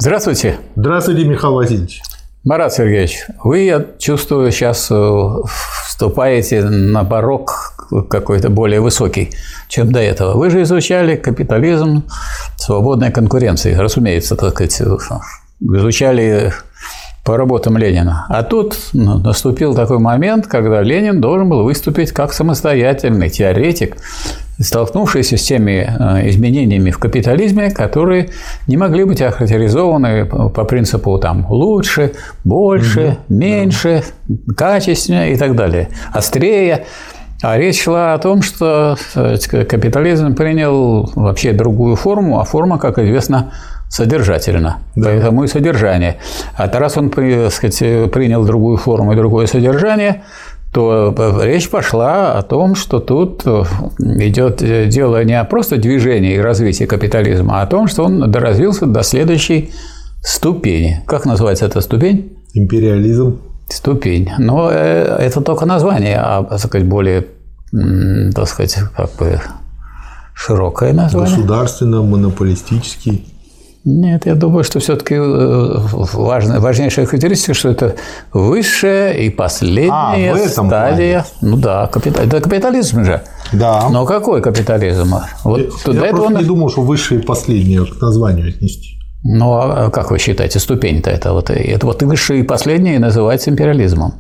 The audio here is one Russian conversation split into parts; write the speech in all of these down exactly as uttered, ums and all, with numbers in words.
Здравствуйте. Здравствуйте, Михаил Васильевич. Марат Сергеевич, вы, я чувствую, сейчас вступаете на порог какой-то более высокий, чем до этого. Вы же изучали капитализм свободной конкуренции, разумеется, так сказать, изучали по работам Ленина. А тут наступил такой момент, когда Ленин должен был выступить как самостоятельный теоретик, столкнувшийся с теми изменениями в капитализме, которые не могли быть охарактеризованы по принципу там, лучше, больше, угу, меньше, да. качественнее и так далее, острее. А речь шла о том, что капитализм принял вообще другую форму, а форма, как известно, содержательна. Да. Поэтому и содержание. А раз он, так сказать, принял другую форму и другое содержание, то речь пошла о том, что тут идет дело не о просто движении и развитии капитализма, а о том, что он доразвился до следующей ступени. Как называется эта ступень? Империализм. Ступень. Но это только название, а, так сказать, более, так сказать, как бы широкое название. Государственно-монополистический. Нет, я думаю, что все-таки важная, важнейшая характеристика, что это высшая и последняя а, стадия. Плане. Ну да, капитал, это капитализм же. Да. Но какой капитализм? Вот я я просто он... не думал, что высшее и последнее к названию отнести. Ну, а как вы считаете, ступень-то это вот, это вот и высшее и последнее называется империализмом.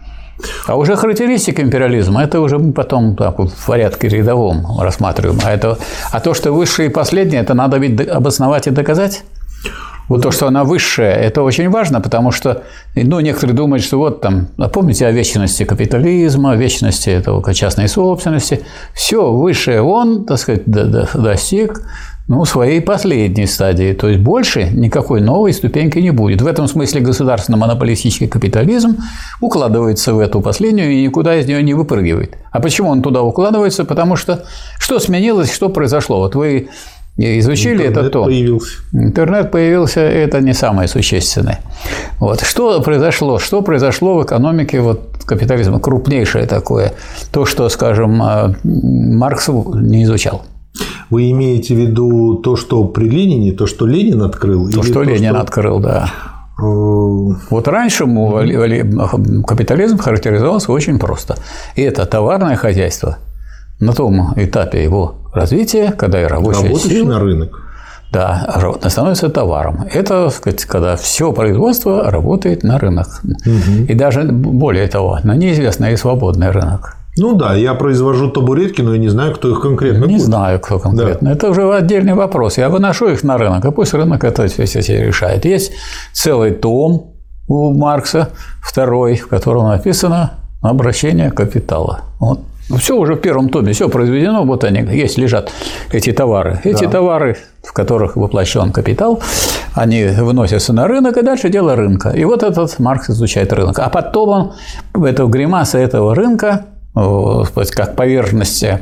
А уже характеристика империализма, это уже мы потом так, в порядке рядовом рассматриваем. А, это, а то, что высшее и последнее, это надо ведь обосновать и доказать. Вот то, что она высшая, это очень важно, потому что ну, некоторые думают, что вот там, помните о вечности капитализма, о вечности этого частной собственности. Все высшее он, так сказать, достиг ну, своей последней стадии. То есть больше никакой новой ступеньки не будет. В этом смысле государственно-монополистический капитализм укладывается в эту последнюю и никуда из нее не выпрыгивает. А почему он туда укладывается? Потому что что сменилось, что произошло? Вот вы изучили Интернет это то. Появился. Интернет появился, это не самое существенное. Вот. Что произошло? Что произошло в экономике вот, капитализма? Крупнейшее такое. То, что, скажем, Маркс не изучал. Вы имеете в виду то, что при Ленине, то, что Ленин открыл? То, или что то, Ленин что... открыл, да. Вот раньше mm-hmm. капитализм характеризовался очень просто. И это товарное хозяйство на том этапе его развития, когда и рабочая Работающий сила на рынок. Да, становится товаром. Это, сказать, когда все производство работает на рынок. Mm-hmm. И даже более того, на неизвестный и свободный рынок. Ну да, я произвожу табуретки, но я не знаю, кто их конкретно Не будет. знаю, кто конкретно. Да. Это уже отдельный вопрос. Я выношу их на рынок, а пусть рынок это все решает. Есть целый том у Маркса, второй, в котором написано «Обращение капитала». Вот. Все уже в первом томе, все произведено, вот они есть, лежат эти товары. Эти да. товары, в которых воплощен капитал, они выносятся на рынок, и дальше дело рынка. И вот этот Маркс изучает рынок. А потом он в эту гримасу этого рынка, как поверхности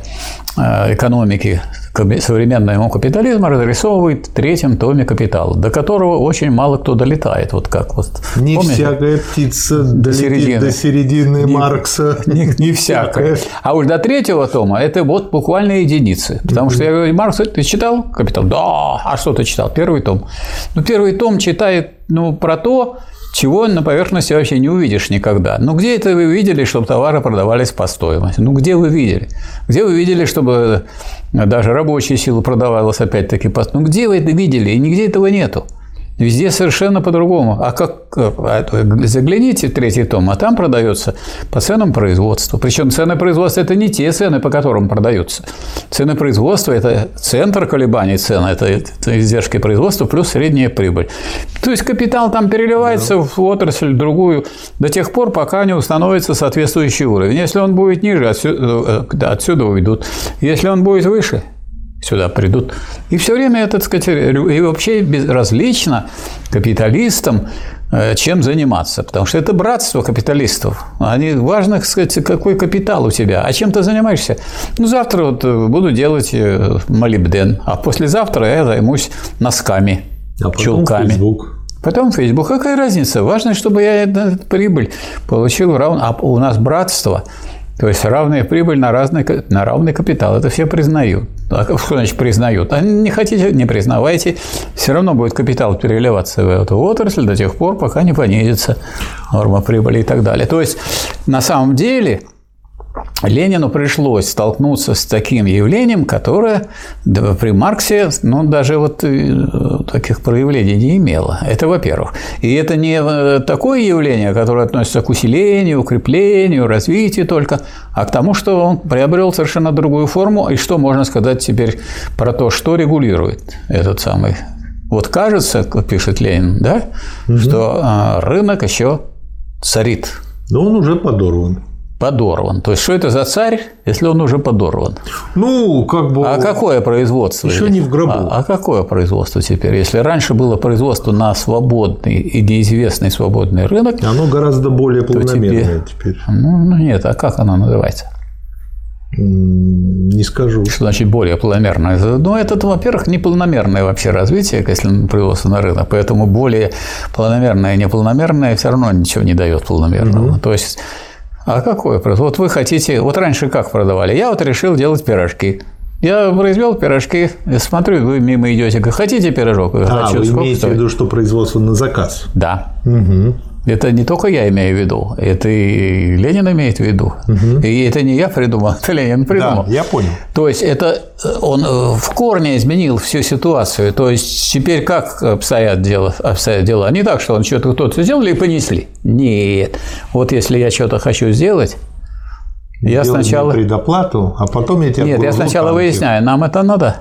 экономики современного капитализма разрисовывает в третьем томе «Капитал», до которого очень мало кто долетает. Вот как вот, не помните? Всякая птица до середины, до середины не, Маркса. Не, не всякая. А уж до третьего тома это вот буквально единицы. Потому что я говорю, Маркс, ты читал «Капитал»? Да. А что ты читал? Первый том. Ну, первый том читает ну, про то, чего на поверхности вообще не увидишь никогда. Ну, где это вы видели, чтобы товары продавались по стоимости? Ну, где вы видели? Где вы видели, чтобы даже рабочая сила продавалась опять-таки по стоимости? Ну, где вы это видели? И нигде этого нету. Везде совершенно по-другому. А как загляните в третий том, а там продается по ценам производства. Причем цены производства – это не те цены, по которым продаются. Цены производства – это центр колебаний цен, это, это издержки производства плюс средняя прибыль. То есть капитал там переливается да. в отрасль другую до тех пор, пока не установится соответствующий уровень. Если он будет ниже, отсюда, отсюда уйдут. Если он будет выше, сюда придут. И все время, так сказать, и вообще безразлично капиталистам, чем заниматься. Потому что это братство капиталистов. Они важно, так сказать, какой капитал у тебя. А чем ты занимаешься? Ну, завтра вот буду делать молибден, а послезавтра я займусь носками, а потом чулками. Facebook. Потом Facebook. Какая разница? Важно, чтобы я эту прибыль получил равно. А у нас братство. То есть равная прибыль на, разный, на равный капитал. Это все признают. А что значит признают? А не хотите, не признавайте. Все равно будет капитал переливаться в эту отрасль до тех пор, пока не понизится норма прибыли и так далее. То есть, на самом деле, Ленину пришлось столкнуться с таким явлением, которое при Марксе, ну, даже вот таких проявлений не имело. Это во-первых. И это не такое явление, которое относится к усилению, укреплению, развитию только, а к тому, что он приобрел совершенно другую форму. И что можно сказать теперь про то, что регулирует этот самый. Вот кажется, как пишет Ленин, да, угу. что рынок еще царит. Но он уже подорван. Подорван. То есть, что это за царь, если он уже подорван? Ну, как бы… А какое производство? Еще не в гробу. А, а какое производство теперь? Если раньше было производство на свободный и неизвестный свободный рынок… Оно гораздо более планомерное теперь. теперь. Ну, нет, а как оно называется? Не скажу. Что значит более планомерное? Ну, это, во-первых, непланомерное вообще развитие, если производство на рынок. Поэтому более планомерное и непланомерное все равно ничего не дает планомерного. Угу. То есть… А какое производство? Вот вы хотите… Вот раньше как продавали? Я вот решил делать пирожки. Я произвел пирожки, смотрю, вы мимо идете, хотите пирожок? А, хочу, вы имеете стоит? в виду, что производство на заказ? Да. Угу. Это не только я имею в виду, это и Ленин имеет в виду. Угу. И это не я придумал, это Ленин придумал. Да, я понял. То есть, это он в корне изменил всю ситуацию. То есть, теперь как обстоят дела? Обстоят дела? Не так, что он что-то кто-то сделали и понесли. Нет. Вот если я что-то хочу сделать, я сначала… предоплату, а потом я тебя… Нет, я сначала выясняю, нам это надо?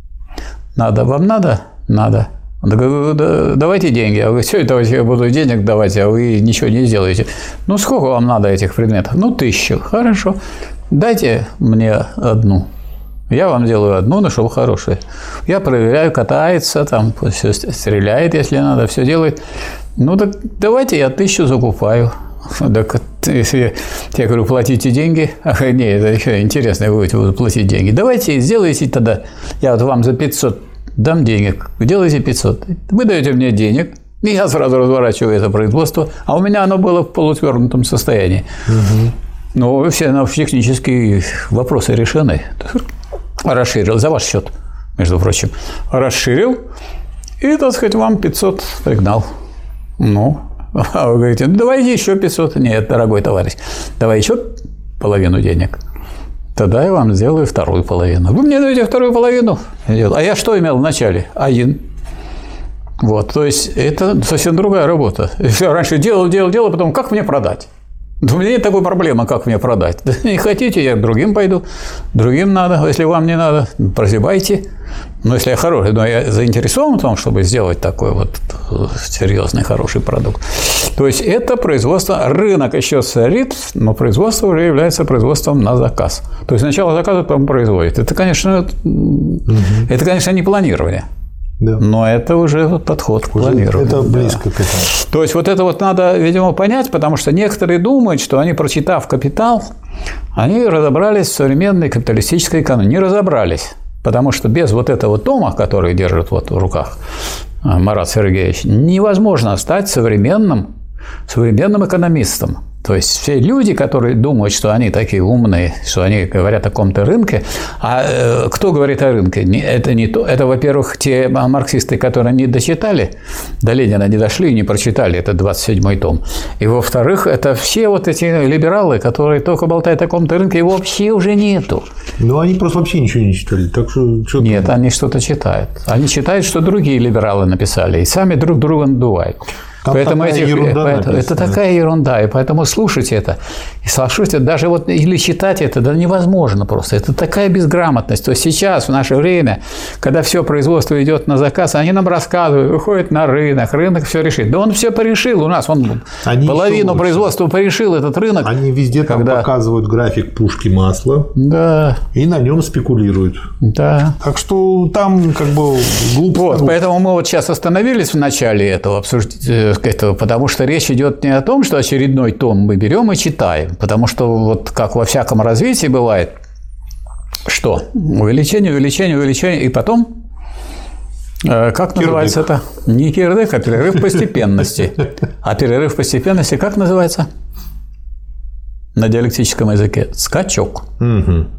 Надо. Вам надо? Надо. Давайте деньги, а вы все, давайте я буду денег давать, а вы ничего не сделаете. Ну, сколько вам надо этих предметов? Ну, тысячу. Хорошо. Дайте мне одну. Я вам делаю одну, но чтобы хорошее. Я проверяю, катается, там все стреляет, если надо, все делает. Ну, так давайте я тысячу закупаю. Так, если я говорю, платите деньги, ах, не, это еще интересно, вы будете платить деньги. Давайте сделайте тогда, я вот вам за пятьсот дам денег, делайте пятьсот. Вы даете мне денег, и я сразу разворачиваю это производство, а у меня оно было в полусвернутом состоянии. Угу. Но все технические вопросы решены. Расширил за ваш счет, между прочим. Расширил и, так сказать, вам пятьсот пригнал. Ну, а вы говорите, ну, давайте еще пятьсот. Нет, дорогой товарищ, давай еще половину денег. Тогда я вам сделаю вторую половину. Вы мне даете вторую половину. А я что имел в начале? Один. Вот, то есть, это совсем другая работа. Я раньше делал, делал, делал, потом как мне продать? У меня нет такой проблемы, как мне продать. Не хотите, я к другим пойду. Другим надо. Если вам не надо, прозябайте. Но если я хороший, но я заинтересован в том, чтобы сделать такой вот серьезный, хороший продукт. То есть, это производство, рынок еще царит, но производство уже является производством на заказ. То есть, сначала заказывают, потом производят. Это, конечно, угу. это, конечно, не планирование. Да. Но это уже подход к планированию. Это близко да. к этому. То есть, вот это вот надо, видимо, понять, потому что некоторые думают, что они, прочитав «Капитал», они разобрались в современной капиталистической экономике. Не разобрались, потому что без вот этого тома, который держит вот в руках Марат Сергеевич, невозможно стать современным, современным экономистом. То есть, все люди, которые думают, что они такие умные, что они говорят о каком-то рынке, а э, кто говорит о рынке? Это, не то, это, во-первых, те марксисты, которые не дочитали, до Ленина не дошли и не прочитали этот двадцать седьмой том. И, во-вторых, это все вот эти либералы, которые только болтают о каком-то рынке, его вообще уже нету. Ну, они просто вообще ничего не читали. Так что, что Нет, там? Они что-то читают. Они читают, что другие либералы написали, и сами друг друга надувают. Там поэтому такая этих, ерунда поэтому, это такая ерунда, и поэтому слушайте это, и слушайте, даже вот или читать это, да невозможно просто. Это такая безграмотность. То есть сейчас, в наше время, когда все производство идет на заказ, они нам рассказывают, выходят на рынок, рынок все решит. Да он все порешил у нас, он они половину производства порешил этот рынок. Они везде когда... там показывают график пушки масла, да. и на нем спекулируют. Да. Так что там как бы глупо. Вот, поэтому мы вот сейчас остановились в начале этого обсуждения. Потому что речь идет не о том, что очередной том мы берем и читаем, потому что вот как во всяком развитии бывает, что увеличение, увеличение, увеличение, и потом, как кирдык. Называется это? Не кирдык, а перерыв постепенности. А перерыв постепенности как называется? На диалектическом языке? Скачок. Угу.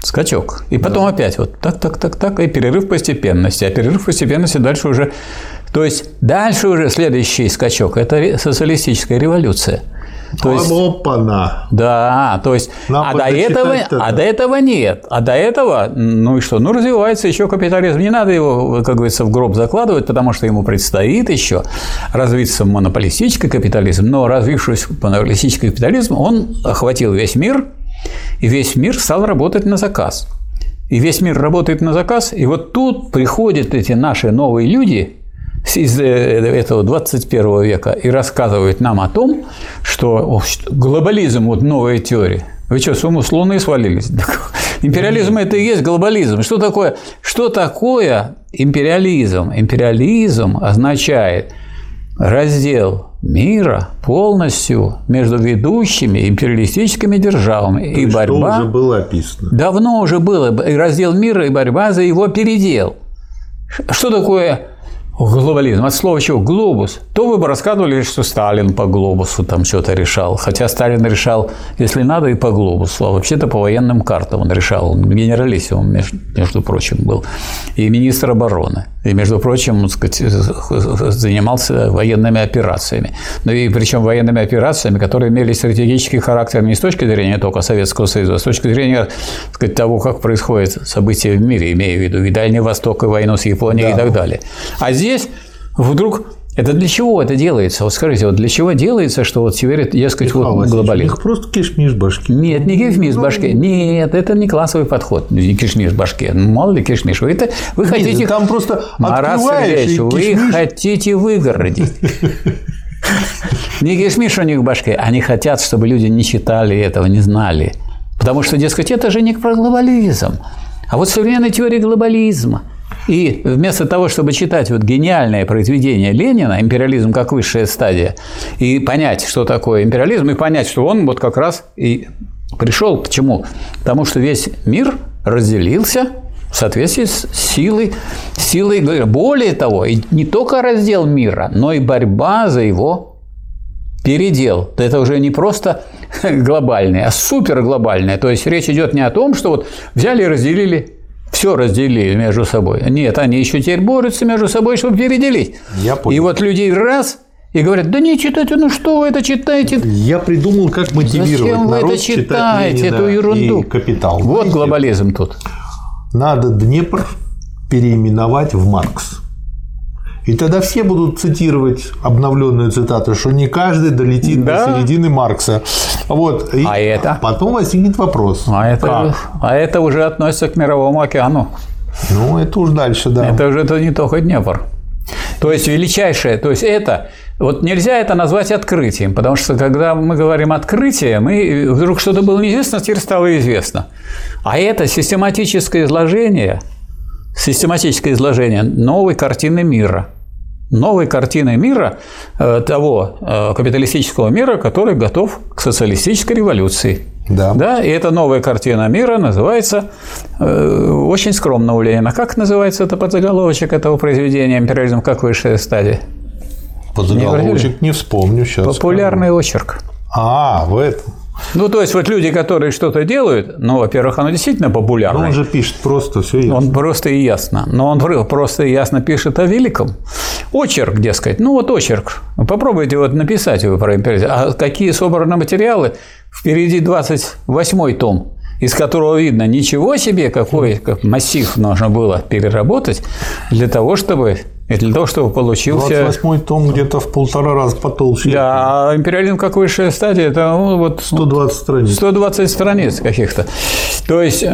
Скачок. И потом да. опять вот так, так, так, так, и перерыв постепенности. А перерыв постепенности дальше уже... То есть дальше уже следующий скачок – это социалистическая революция. То есть, опа-на. Да, то есть, а до, этого, а до этого нет. А до этого, ну и что, ну развивается еще капитализм. Не надо его, как говорится, в гроб закладывать, потому что ему предстоит еще развиться монополистический капитализм. Но развившийся монополистический капитализм, он охватил весь мир, и весь мир стал работать на заказ. И весь мир работает на заказ, и вот тут приходят эти наши новые люди из этого двадцать первого века и рассказывают нам о том, что глобализм, вот новая теория. Вы что, с ума с Луны свалились? Империализм – это и есть глобализм. Что такое, что такое империализм? Империализм означает раздел мира полностью между ведущими империалистическими державами. И борьба… Что уже было описано. Давно уже было. И раздел мира, и борьба за его передел. Что такое… Глобализм. От слова чего? Глобус. То вы бы рассказывали, что Сталин по глобусу там что-то решал. Хотя Сталин решал, если надо, и по глобусу. А вообще-то по военным картам он решал. Генералиссимум, между, между прочим, был. И министр обороны. И, между прочим, так сказать, занимался военными операциями. Ну и причем военными операциями, которые имели стратегический характер не с точки зрения только Советского Союза, а с точки зрения, так сказать, того, как происходят события в мире, имею в виду и Дальний Восток, и войну с Японией, да. и так далее. А здесь вдруг это для чего это делается? Вот скажите, вот для чего делается, что вот теперь, дескать, вот глобализм? У них просто кишмиш в башке. Нет, не кишмиш в башке. Нет, это не классовый подход. Не кишмиш в башке. Мало ли кишмиш. Вы, это, вы Нет, хотите… Там просто Марат Сергеевич, вы кишмиш... хотите выгородить. Не кишмиш у них в башке. Они хотят, чтобы люди не читали этого, не знали. Потому что, дескать, это же не про глобализм. А вот современная теория глобализма. И вместо того, чтобы читать вот гениальное произведение Ленина «Империализм как высшая стадия» и понять, что такое империализм, и понять, что он вот как раз и пришел к чему? Потому что весь мир разделился в соответствии с силой, силой. Более того, и не только раздел мира, но и борьба за его передел. Это уже не просто глобальное, а суперглобальное. То есть речь идет не о том, что вот взяли и разделили. Все разделили между собой. Нет, они еще теперь борются между собой, чтобы переделить. Я понял. И вот людей раз и говорят: да не читайте, ну что вы это читаете? Я придумал, как мотивировать Зачем народ вы это читаете, читать эту ерунду? И «Капитал». Вот знаете, глобализм тут. Надо Днепр переименовать в Маркс. И тогда все будут цитировать обновленную цитату, что не каждый долетит да? до середины Маркса. Вот. И а это? Потом возникнет вопрос. А это, а это уже относится к Мировому океану. Ну, это уж дальше, да. Это уже это не только Днепр. То есть величайшее, то есть это, вот нельзя это назвать открытием, потому что когда мы говорим открытие, мы вдруг что-то было неизвестно, теперь стало известно. А это систематическое изложение, систематическое изложение новой картины мира. Новой картины мира, того капиталистического мира, который готов к социалистической революции. Да. Да, и эта новая картина мира называется э, очень скромно у Ленина. Как называется это подзаголовочек этого произведения «Империализм как высшая стадия»? Подзаголовочек не, не вспомню сейчас. Популярный скажу. Очерк. А, в этом. Ну, то есть, вот люди, которые что-то делают, ну, во-первых, оно действительно популярное. Но он же пишет просто, все ясно. Он просто и ясно. Но он просто и ясно пишет о великом. Очерк, дескать. Ну, вот очерк. Попробуйте вот написать его про империализм. А какие собраны материалы? Впереди двадцать восьмой том, из которого видно, ничего себе, какой как массив нужно было переработать для того, чтобы… И для того, чтобы получился… двадцать восьмой том где-то в полтора раза потолще. Да, а империализм как высшая стадия – это ну, вот… сто двадцать страниц. сто двадцать страниц каких-то. То есть,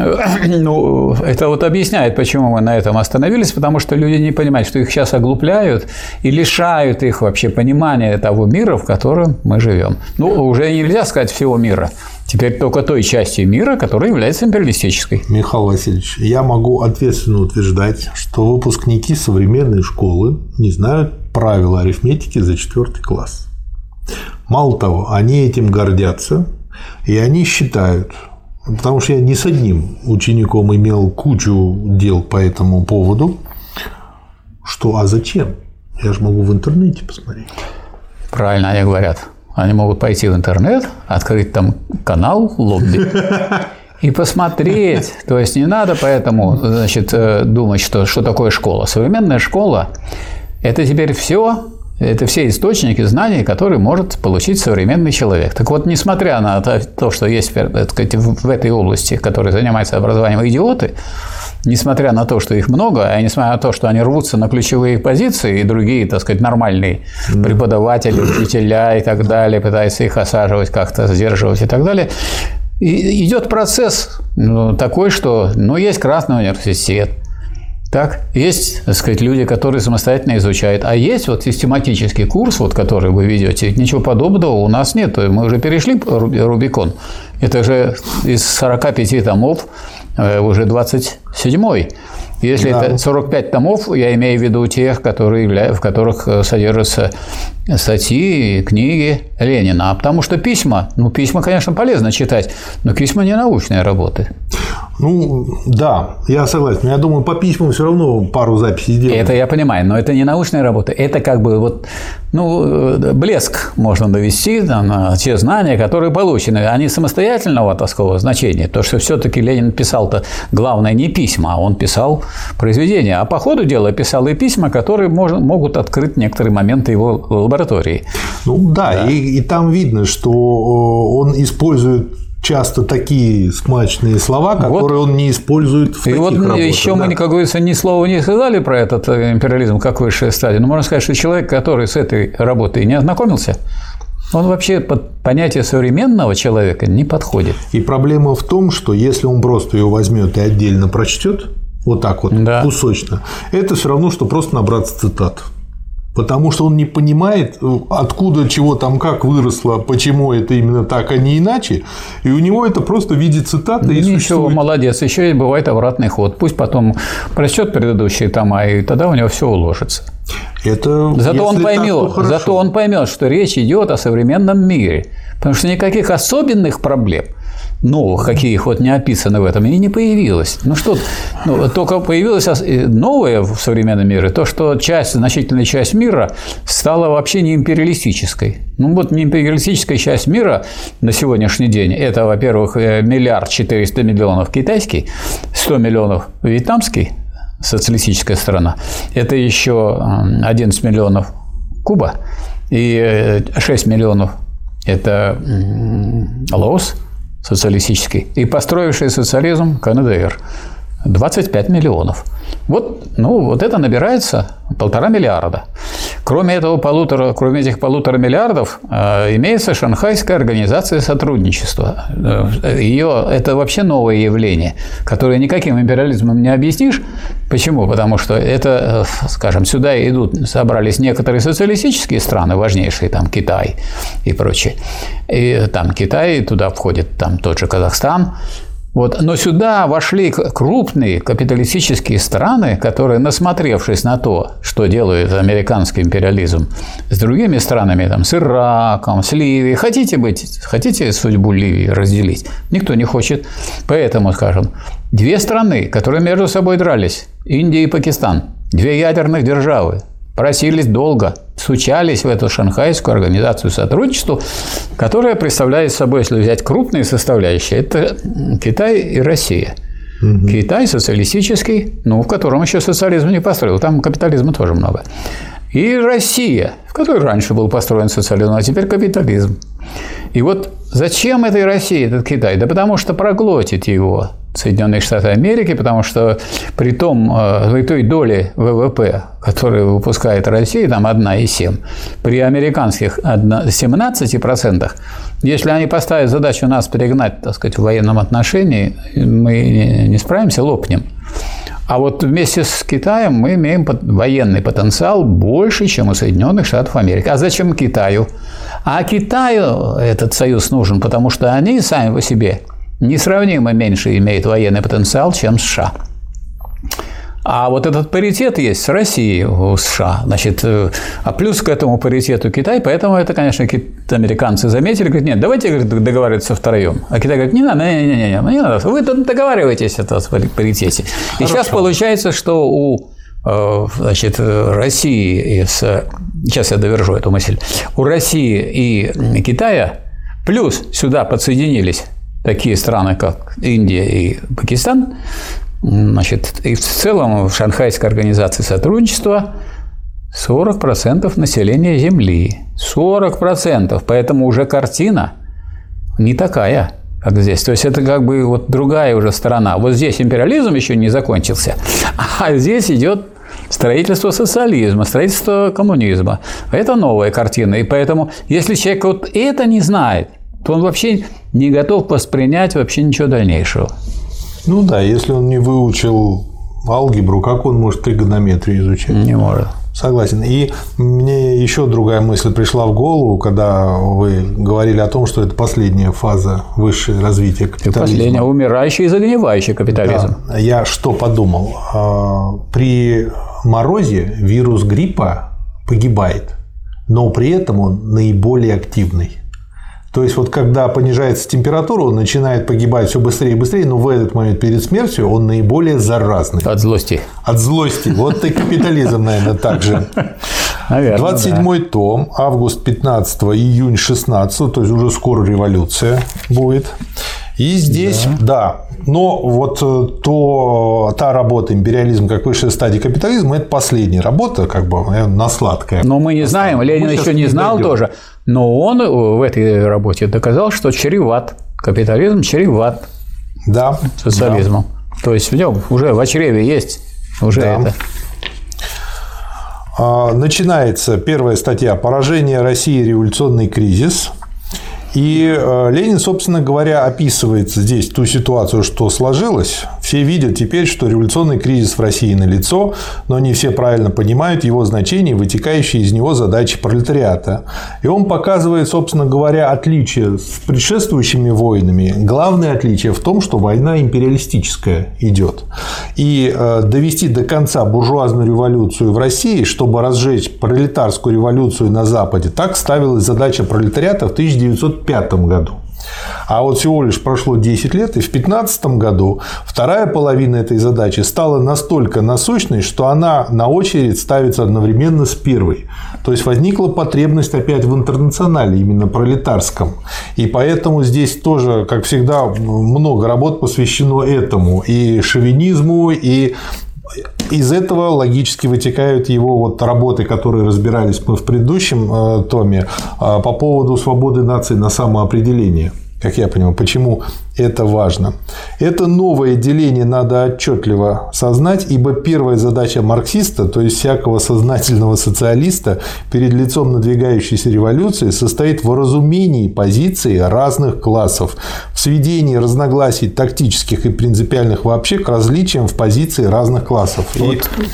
ну, это вот объясняет, почему мы на этом остановились, потому что люди не понимают, что их сейчас оглупляют и лишают их вообще понимания того мира, в котором мы живем. Ну, уже нельзя сказать всего мира. Теперь только той части мира, которая является империалистической. Михаил Васильевич, я могу ответственно утверждать, что выпускники современной школы не знают правил арифметики за четвертый класс. Мало того, они этим гордятся, и они считают, потому что я не с одним учеником имел кучу дел по этому поводу, что а зачем? Я же могу в интернете посмотреть. Правильно они говорят. Они могут пойти в интернет, открыть там канал «Лобби» и посмотреть. То есть не надо поэтому, значит, думать, что, что такое школа. Современная школа – это теперь все, это все источники знаний, которые может получить современный человек. Так вот, несмотря на то, что есть, так сказать, в этой области, которая занимается образованием, идиоты, несмотря на то, что их много, а несмотря на то, что они рвутся на ключевые позиции, и другие, так сказать, нормальные преподаватели, учителя и так далее, пытаются их осаживать, как-то сдерживать и так далее, и идет процесс ну, такой, что ну, есть Красный университет, так, есть, так сказать, люди, которые самостоятельно изучают, а есть вот систематический курс, вот, который вы ведете, ничего подобного у нас нет, мы уже перешли Рубикон, это же из сорока пяти томов уже двадцать седьмой. Если да. это сорок пять томов, я имею в виду тех, которые, в которых содержатся статьи, книги Ленина. Потому что письма, ну, письма, конечно, полезно читать, но письма не научные работы. Ну, да, я согласен. Но я думаю, по письмам все равно пару записей делаем. Это я понимаю, но это не научная работа. Это как бы вот, ну, блеск можно довести там, на те знания, которые получены. Они самостоятельного такого значения. То, что все-таки Ленин писал-то, главное, не письма, а он писал произведения. А по ходу дела писал и письма, которые можно, могут открыть некоторые моменты его лаборатории. Ну, да, да. И, и там видно, что он использует часто такие смачные слова, которые вот. он не использует в и таких вот работах. Еще да. мы, как говорится, ни слова не сказали про этот империализм как высшая стадия. Но можно сказать, что человек, который с этой работой не ознакомился, он вообще под понятие современного человека не подходит. И проблема в том, что если он просто ее возьмет и отдельно прочтет, вот так вот, да. кусочно, это все равно, что просто набраться цитат. Потому что он не понимает, откуда, чего там, как выросло, почему это именно так, а не иначе. И у него это просто в виде цитаты и существует. Ничего, молодец. Еще и бывает обратный ход. Пусть потом прочтет предыдущие тома, и тогда у него все уложится. Это, зато, он поймет, так, зато он поймет, что речь идет о современном мире. Потому что никаких особенных проблем новых, каких вот не описано в этом, и не появилось. Ну что, ну, только появилось новое в современном мире, то, что часть, значительная часть мира стала вообще не империалистической. Ну вот не империалистическая часть мира на сегодняшний день, это, во-первых, миллиард четыреста миллионов китайский, сто миллионов вьетнамский, социалистическая страна, это еще одиннадцать миллионов Куба и шесть миллионов это Лаос, социалистический, и построивший социализм КНДР двадцать пять миллионов. Вот, ну, вот это набирается полтора миллиарда. Кроме этого полутора, кроме этих полутора миллиардов, э, имеется Шанхайская организация сотрудничества. Ее, это вообще новое явление, которое никаким империализмом не объяснишь. Почему? Потому что это, скажем, сюда идут, собрались некоторые социалистические страны, важнейшие, там Китай и прочее. И там Китай, туда входит там тот же Казахстан. Вот. Но сюда вошли крупные капиталистические страны, которые, насмотревшись на то, что делает американский империализм с другими странами, там, с Ираком, с Ливией, хотите быть, хотите судьбу Ливии разделить? Никто не хочет. Поэтому, скажем, две страны, которые между собой дрались, Индия и Пакистан, две ядерных державы, просились долго, стучались в эту Шанхайскую организацию сотрудничества, которая представляет собой, если взять крупные составляющие, это Китай и Россия. Угу. Китай социалистический, ну, в котором еще социализм не построил, там капитализма тоже много. И Россия, в которой раньше был построен социализм, а теперь капитализм. И вот зачем этой России этот Китай? Да потому что проглотит его Соединенные Штаты Америки, потому что при том, при той доле ВВП, которую выпускает Россия, там одна целая семь десятых, при американских семнадцати процентах, если они поставят задачу нас перегнать, так сказать, в военном отношении, мы не справимся, лопнем. А вот вместе с Китаем мы имеем военный потенциал больше, чем у Соединенных Штатов Америки. А зачем Китаю? А Китаю этот союз нужен, потому что они сами по себе несравнимо меньше имеют военный потенциал, чем США. А вот этот паритет есть с Россией у США. Значит, а плюс к этому паритету Китай, поэтому это, конечно, американцы заметили, говорят, нет, давайте, говорит, договариваться втроем. А Китай говорит, не надо, не, не, не, не, не надо, вы тут договариваетесь о паритете. И Хорошо. Сейчас получается, что у значит, России, и с... сейчас я довержу эту мысль, у России и Китая плюс сюда подсоединились такие страны, как Индия и Пакистан, значит, и в целом в Шанхайской организации сотрудничества сорок процентов населения Земли. сорок процентов. Поэтому уже картина не такая, как здесь. То есть это как бы вот другая уже сторона. Вот здесь империализм еще не закончился, а здесь идет строительство социализма, строительство коммунизма. Это новая картина. И поэтому, если человек вот это не знает, то он вообще не готов воспринять вообще ничего дальнейшего. Ну да, если он не выучил алгебру, как он может тригонометрию изучать? Не может. Согласен. И мне еще другая мысль пришла в голову, когда вы говорили о том, что это последняя фаза высшего развития капитализма. Последняя, умирающий и загнивающий капитализм. Да. Я что подумал? При морозе вирус гриппа погибает, но при этом он наиболее активный. То есть, вот когда понижается температура, он начинает погибать все быстрее и быстрее, но в этот момент перед смертью он наиболее заразный. От злости. От злости. Вот и капитализм, наверное, так же. Наверное, двадцать седьмой да. том, август пятнадцатого, июнь шестнадцатого, то есть уже скоро революция будет. И здесь, да. да, но вот то, та работа «Империализм как высшая стадия капитализма» – это последняя работа, как бы, на сладкое. Но мы не знаем, Ленин еще не знал дойдем. тоже, но он в этой работе доказал, что чреват, капитализм чреват да, социализмом. Да. То есть в нем уже в чреве есть уже да. это. Начинается первая статья «Поражение России. Революционный кризис». И Ленин, собственно говоря, описывает здесь ту ситуацию, что сложилось. Все видят теперь, что революционный кризис в России налицо, но не все правильно понимают его значение и вытекающие из него задачи пролетариата. И он показывает, собственно говоря, отличие с предшествующими войнами. Главное отличие в том, что война империалистическая идет. И довести до конца буржуазную революцию в России, чтобы разжечь пролетарскую революцию на Западе, так ставилась задача пролетариата в тысяча девятьсот пятом году. А вот всего лишь прошло десять лет, и в пятнадцатом году вторая половина этой задачи стала настолько насущной, что она на очередь ставится одновременно с первой. То есть возникла потребность опять в интернационале, именно пролетарском. И поэтому здесь тоже, как всегда, много работ посвящено этому. И шовинизму, и из этого логически вытекают его вот работы, которые разбирались мы в предыдущем томе по поводу свободы нации на самоопределение. Как я понимаю, почему это важно. Это новое деление надо отчетливо сознать, ибо первая задача марксиста, то есть всякого сознательного социалиста перед лицом надвигающейся революции, состоит в разумении позиций разных классов, в сведении разногласий тактических и принципиальных вообще к различиям в позиции разных классов. Вот.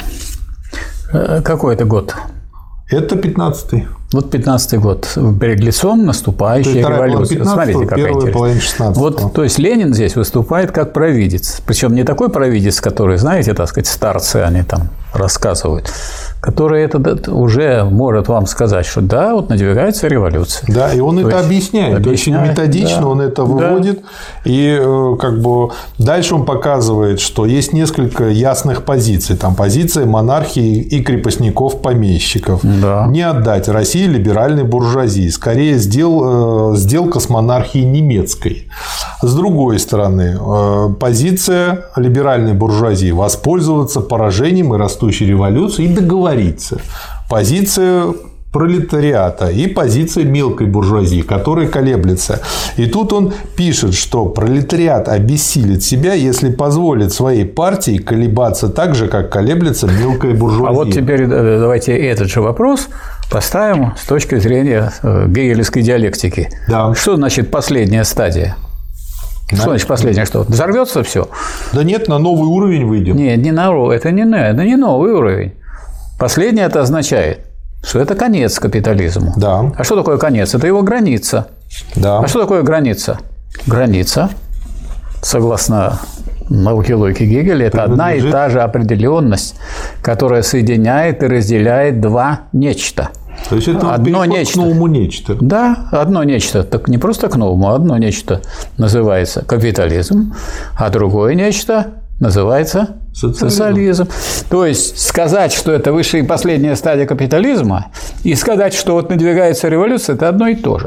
И... Какой это год? Это пятнадцатый. Вот пятнадцатый год. Перед лицом наступающей революции. Смотрите, какая интересная. Вот, то есть Ленин здесь выступает как провидец. Причем не такой провидец, который, знаете, так сказать, старцы они там рассказывают, который это уже может вам сказать, что да, вот надвигается революция. Да, и он то это объясняет. объясняет. Очень методично да. он это выводит. Да. И как бы дальше он показывает, что есть несколько ясных позиций. Там позиция монархии и крепостников-помещиков. Да. Не отдать России либеральной буржуазии. Скорее сдел... сделка с монархией немецкой. С другой стороны, позиция либеральной буржуазии – воспользоваться поражением и растущей революцией и договориться. Позиция пролетариата и позиция мелкой буржуазии, которая колеблется. И тут он пишет, что пролетариат обессилит себя, если позволит своей партии колебаться так же, как колеблется мелкая буржуазия. А вот теперь давайте этот же вопрос поставим с точки зрения гегелевской диалектики. Да. Что значит последняя стадия? Что да. значит последнее? Что? Взорвется все? Да нет, на новый уровень выйдем. Нет, не на это не, это не новый уровень. Последнее это означает, что это конец капитализму. Да. А что такое конец? Это его граница. Да. А что такое граница? Граница, согласно науке логики Гегеля, это одна и та же определенность, которая соединяет и разделяет два нечто. То есть это одно нечто. К новому нечто. Да, одно нечто. Так не просто к новому, одно нечто называется капитализм, а другое нечто называется социализм. социализм. То есть сказать, что это высшая и последняя стадия капитализма, и сказать, что вот надвигается революция, это одно и то же.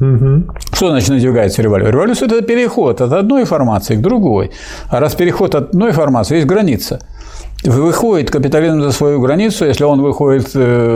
Угу. Что значит надвигается революция? Революция – это переход от одной формации к другой. А раз переход от одной формации, есть граница. Выходит капитализм за свою границу, если он выходит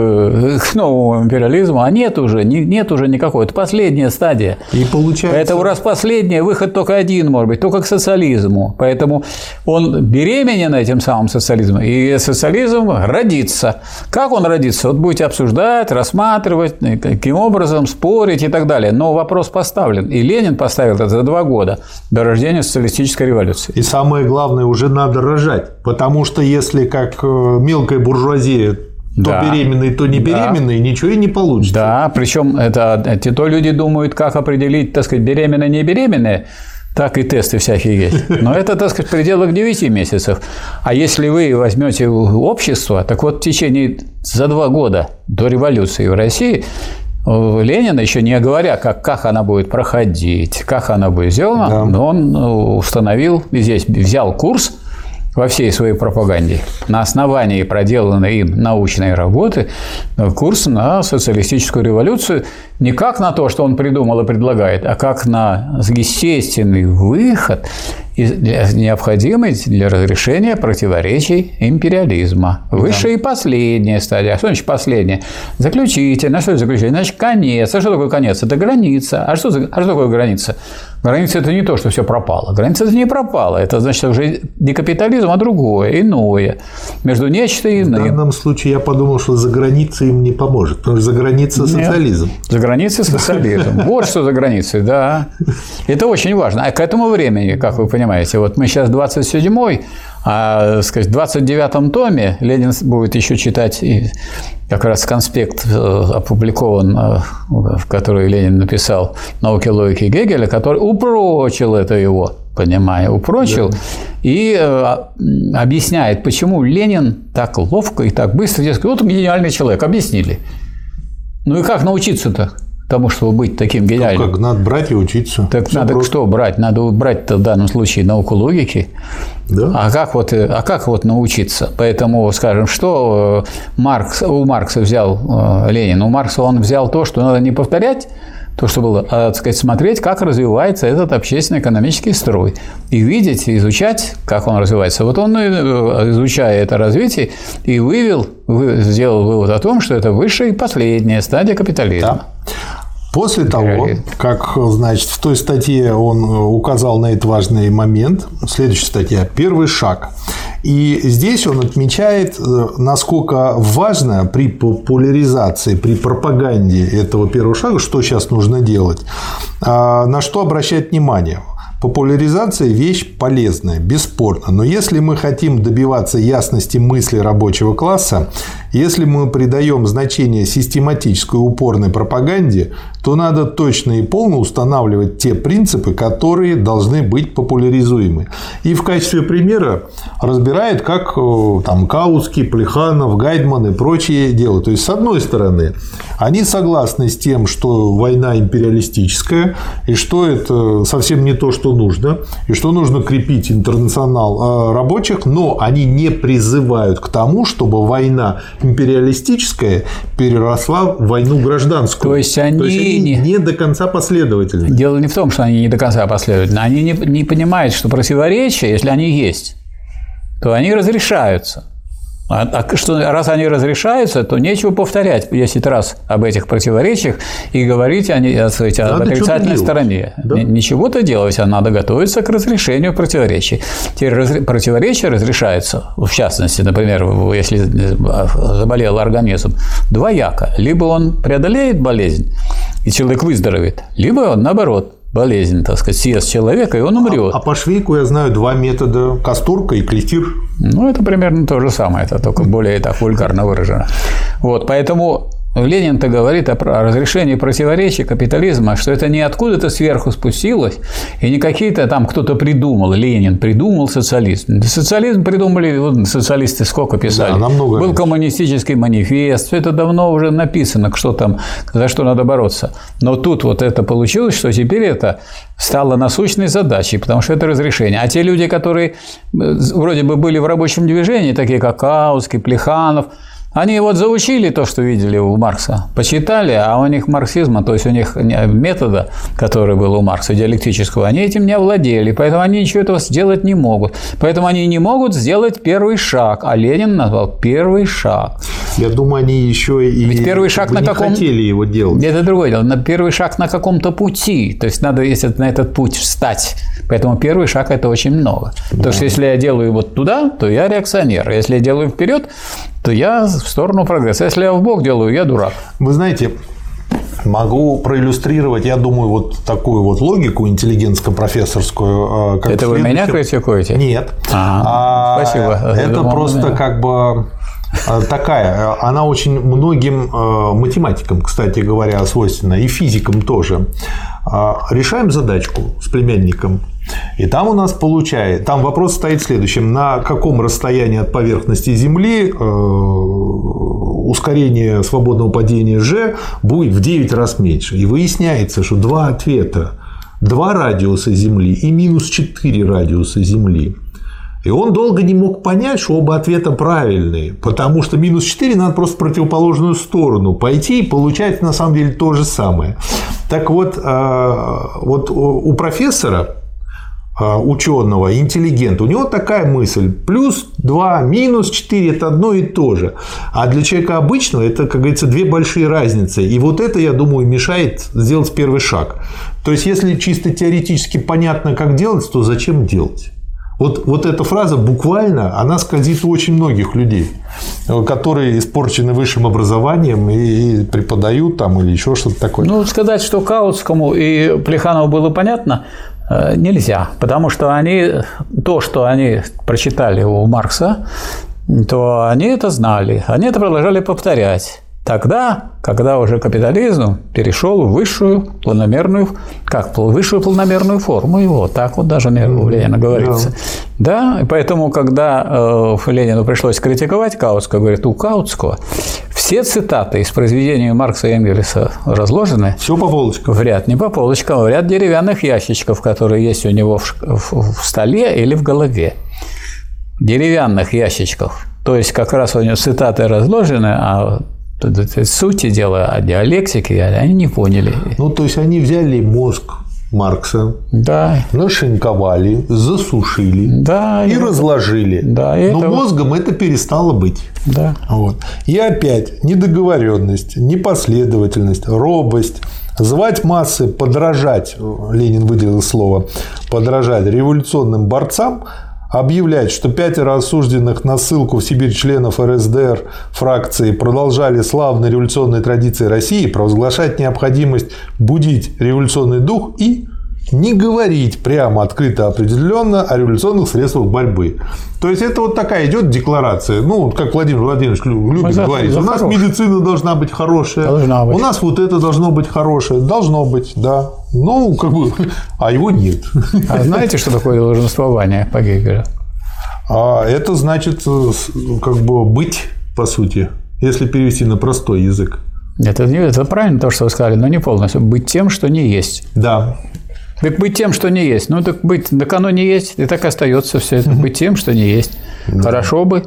э, к новому империализму, а нет уже, не, нет уже никакой. Это последняя стадия. И получается... Поэтому раз последняя, выход только один может быть, только к социализму. Поэтому он беременен этим самым социализмом, и социализм родится. Как он родится? Вот будете обсуждать, рассматривать, каким образом, спорить и так далее. Но вопрос поставлен. И Ленин поставил это за два года до рождения социалистической революции. И самое главное, уже надо рожать, потому что если как мелкая буржуазия, то да. беременный, то не беременный, да. ничего и не получится. Да, причем это, это то люди думают, как определить, так сказать, беременные, не беременные, так и тесты всякие есть. Но это, так сказать, в пределах девяти месяцев. А если вы возьмете общество, так вот в течение за два года до революции в России Ленин, еще не говоря, как, как она будет проходить, как она будет сделана, да. но он установил, здесь взял курс во всей своей пропаганде на основании проделанной им научной работы курс на социалистическую революцию не как на то, что он придумал и предлагает, а как на естественный выход, необходимый для разрешения противоречий империализма. Высшая и последняя стадия. А что значит последняя? Заключительная. А что это заключительная? Значит, конец. А что такое конец? Это граница. А что, а что такое граница? Граница – это не то, что все пропало. Граница – это не пропало. Это значит уже не капитализм, а другое, иное. Между нечто и иным. В данном случае я подумал, что за границей им не поможет, потому что за границей социализм. Нет, за границей социализм. Вот что за границей, да. Это очень важно. А к этому времени, как вы понимаете, вот мы сейчас двадцать седьмой, а сказать, в двадцать девятом томе Ленин будет еще читать, и как раз конспект опубликован, в который Ленин написал «Науки логики Гегеля», который упрочил это его, понимая, упрочил, да. и объясняет, почему Ленин так ловко и так быстро, дескать, вот он гениальный человек, объяснили. Ну и как научиться-то? Потому что быть таким гениальным. Ну, как надо брать и учиться. Так Все надо просто. Что брать? Надо брать в данном случае науку логики. Да. А как вот, а как вот научиться? Поэтому, скажем, что Маркс, у Маркса взял Ленин? У Маркса он взял то, что надо не повторять, то, что было, а, так сказать, смотреть, как развивается этот общественно-экономический строй. И видеть, изучать, как он развивается. Вот он, изучая это развитие, и вывел, сделал вывод о том, что это высшая и последняя стадия капитализма. Да. После того, как, значит, в той статье он указал на этот важный момент, следующая статья «Первый шаг». И здесь он отмечает, насколько важно при популяризации, при пропаганде этого первого шага, что сейчас нужно делать, на что обращать внимание. Популяризация – вещь полезная, бесспорно. Но если мы хотим добиваться ясности мысли рабочего класса, если мы придаем значение систематической упорной пропаганде, то надо точно и полно устанавливать те принципы, которые должны быть популяризуемы. И в качестве примера разбирает, как там Каутский, Плеханов, Гайдман и прочие делают. То есть, с одной стороны, они согласны с тем, что война империалистическая, и что это совсем не то, что нужно, и что нужно крепить интернационал рабочих, но они не призывают к тому, чтобы война империалистическая переросла в войну гражданскую. То есть они, то есть они не... не до конца последовательны. Дело не в том, что они не до конца последовательны. Они не, не понимают, что противоречия, если они есть, то они разрешаются. А, а что, раз они разрешаются, то нечего повторять десять раз об этих противоречиях и говорить о, так сказать, об отрицательной стороне. Да? Ничего-то делать, а надо готовиться к разрешению противоречий. Теперь раз, противоречия разрешаются, в частности, например, если заболел организм, двояко. Либо он преодолеет болезнь, и человек выздоровеет, либо он, наоборот, болезнь, так сказать, съест человека, и он умрет. А, а по Швейку я знаю два метода – касторка и клетир. Ну, это примерно то же самое, это только более так вульгарно выражено. Вот, поэтому Ленин-то говорит о разрешении противоречий капитализма, что это не откуда-то сверху спустилось, и не какие-то там кто-то придумал, Ленин придумал социализм. Социализм придумали, вот социалисты сколько писали. Да, намного Был коммунистический манифест, все это давно уже написано, что там, за что надо бороться. Но тут вот это получилось, что теперь это стало насущной задачей, потому что это разрешение. А те люди, которые вроде бы были в рабочем движении, такие как Каутский, Плеханов, Они вот заучили то, что видели у Маркса, почитали, а у них марксизма, то есть у них метода, который был у Маркса, диалектического, они этим не овладели, поэтому они ничего этого сделать не могут. Поэтому они не могут сделать первый шаг, а Ленин назвал первый шаг. Я думаю, они еще и Ведь первый шаг на не каком... хотели его делать. Это другое дело. На первый шаг на каком-то пути. То есть надо, если на этот путь встать. Поэтому первый шаг – это очень много. Да. Потому что если я делаю вот туда, то я реакционер. Если я делаю вперед, то я в сторону прогресса. Если я вбок делаю, я дурак. Вы знаете, могу проиллюстрировать, я думаю, вот такую вот логику интеллигентско-профессорскую. Как это вы меня критикуете? Нет. А, спасибо. Это думал, просто да. как бы такая, она очень многим математикам, кстати говоря, свойственна, и физикам тоже. Решаем задачку с племянником. И там у нас получается, там вопрос стоит в следующем: на каком расстоянии от поверхности Земли э, ускорение свободного падения G будет в девять раз меньше. И выясняется, что два ответа: два радиуса Земли и минус четыре радиуса Земли. И он долго не мог понять, что оба ответа правильные, потому что минус четыре надо просто в противоположную сторону пойти, и получается на самом деле то же самое. Так вот, вот у профессора, ученого, интеллигента, у него такая мысль: плюс два, минус четыре – это одно и то же. А для человека обычного это, как говорится, две большие разницы. И вот это, я думаю, мешает сделать первый шаг. То есть, если чисто теоретически понятно, как делать, то зачем делать? Вот, вот эта фраза буквально, она скользит у очень многих людей, которые испорчены высшим образованием и преподают там или еще что-то такое. Ну, сказать, что Каутскому и Плеханову было понятно, нельзя, потому что они, то, что они прочитали у Маркса, то они это знали, они это продолжали повторять. Тогда, когда уже капитализм перешел в высшую планомерную, как высшую планомерную форму его, так вот даже у Ленина говорится. Да. Да, и поэтому, когда э, Ленину пришлось критиковать Каутского, говорит, у Каутского все цитаты из произведений Маркса и Энгельса разложены. Все по полочкам. В ряд, не по полочкам, а в ряд деревянных ящичков, которые есть у него в, в, в столе или в голове. Деревянных ящичков. То есть, как раз у него цитаты разложены, а сути дела о диалектике они не поняли. Ну, то есть, они взяли мозг Маркса, да. нашинковали, засушили, да, и, и разложили. Да, и Но это... мозгом это перестало быть. Да. Вот. И опять недоговоренность, непоследовательность, робость. Звать массы подражать, Ленин выделил слово, подражать революционным борцам, объявлять, что пятеро осужденных на ссылку в Сибирь членов эр эс дэ эр фракции продолжали славные революционные традиции России, провозглашать необходимость будить революционный дух и не говорить прямо, открыто, определенно о революционных средствах борьбы. То есть, это вот такая идет декларация. Ну, как Владимир Владимирович любит за, говорить, за у нас хороший. Медицина должна быть хорошая, должна быть. У нас вот это должно быть хорошее. Должно быть, да. Ну, как бы, а его нет. А знаете, что такое долженствование по Гегелю? А это значит, как бы, быть, по сути, если перевести на простой язык. Это, это правильно то, что вы сказали, но не полностью. Быть тем, что не есть. Да. Так быть тем, что не есть. Ну, так быть, так оно не есть, и так остается все это. Быть тем, что не есть. Да. Хорошо бы.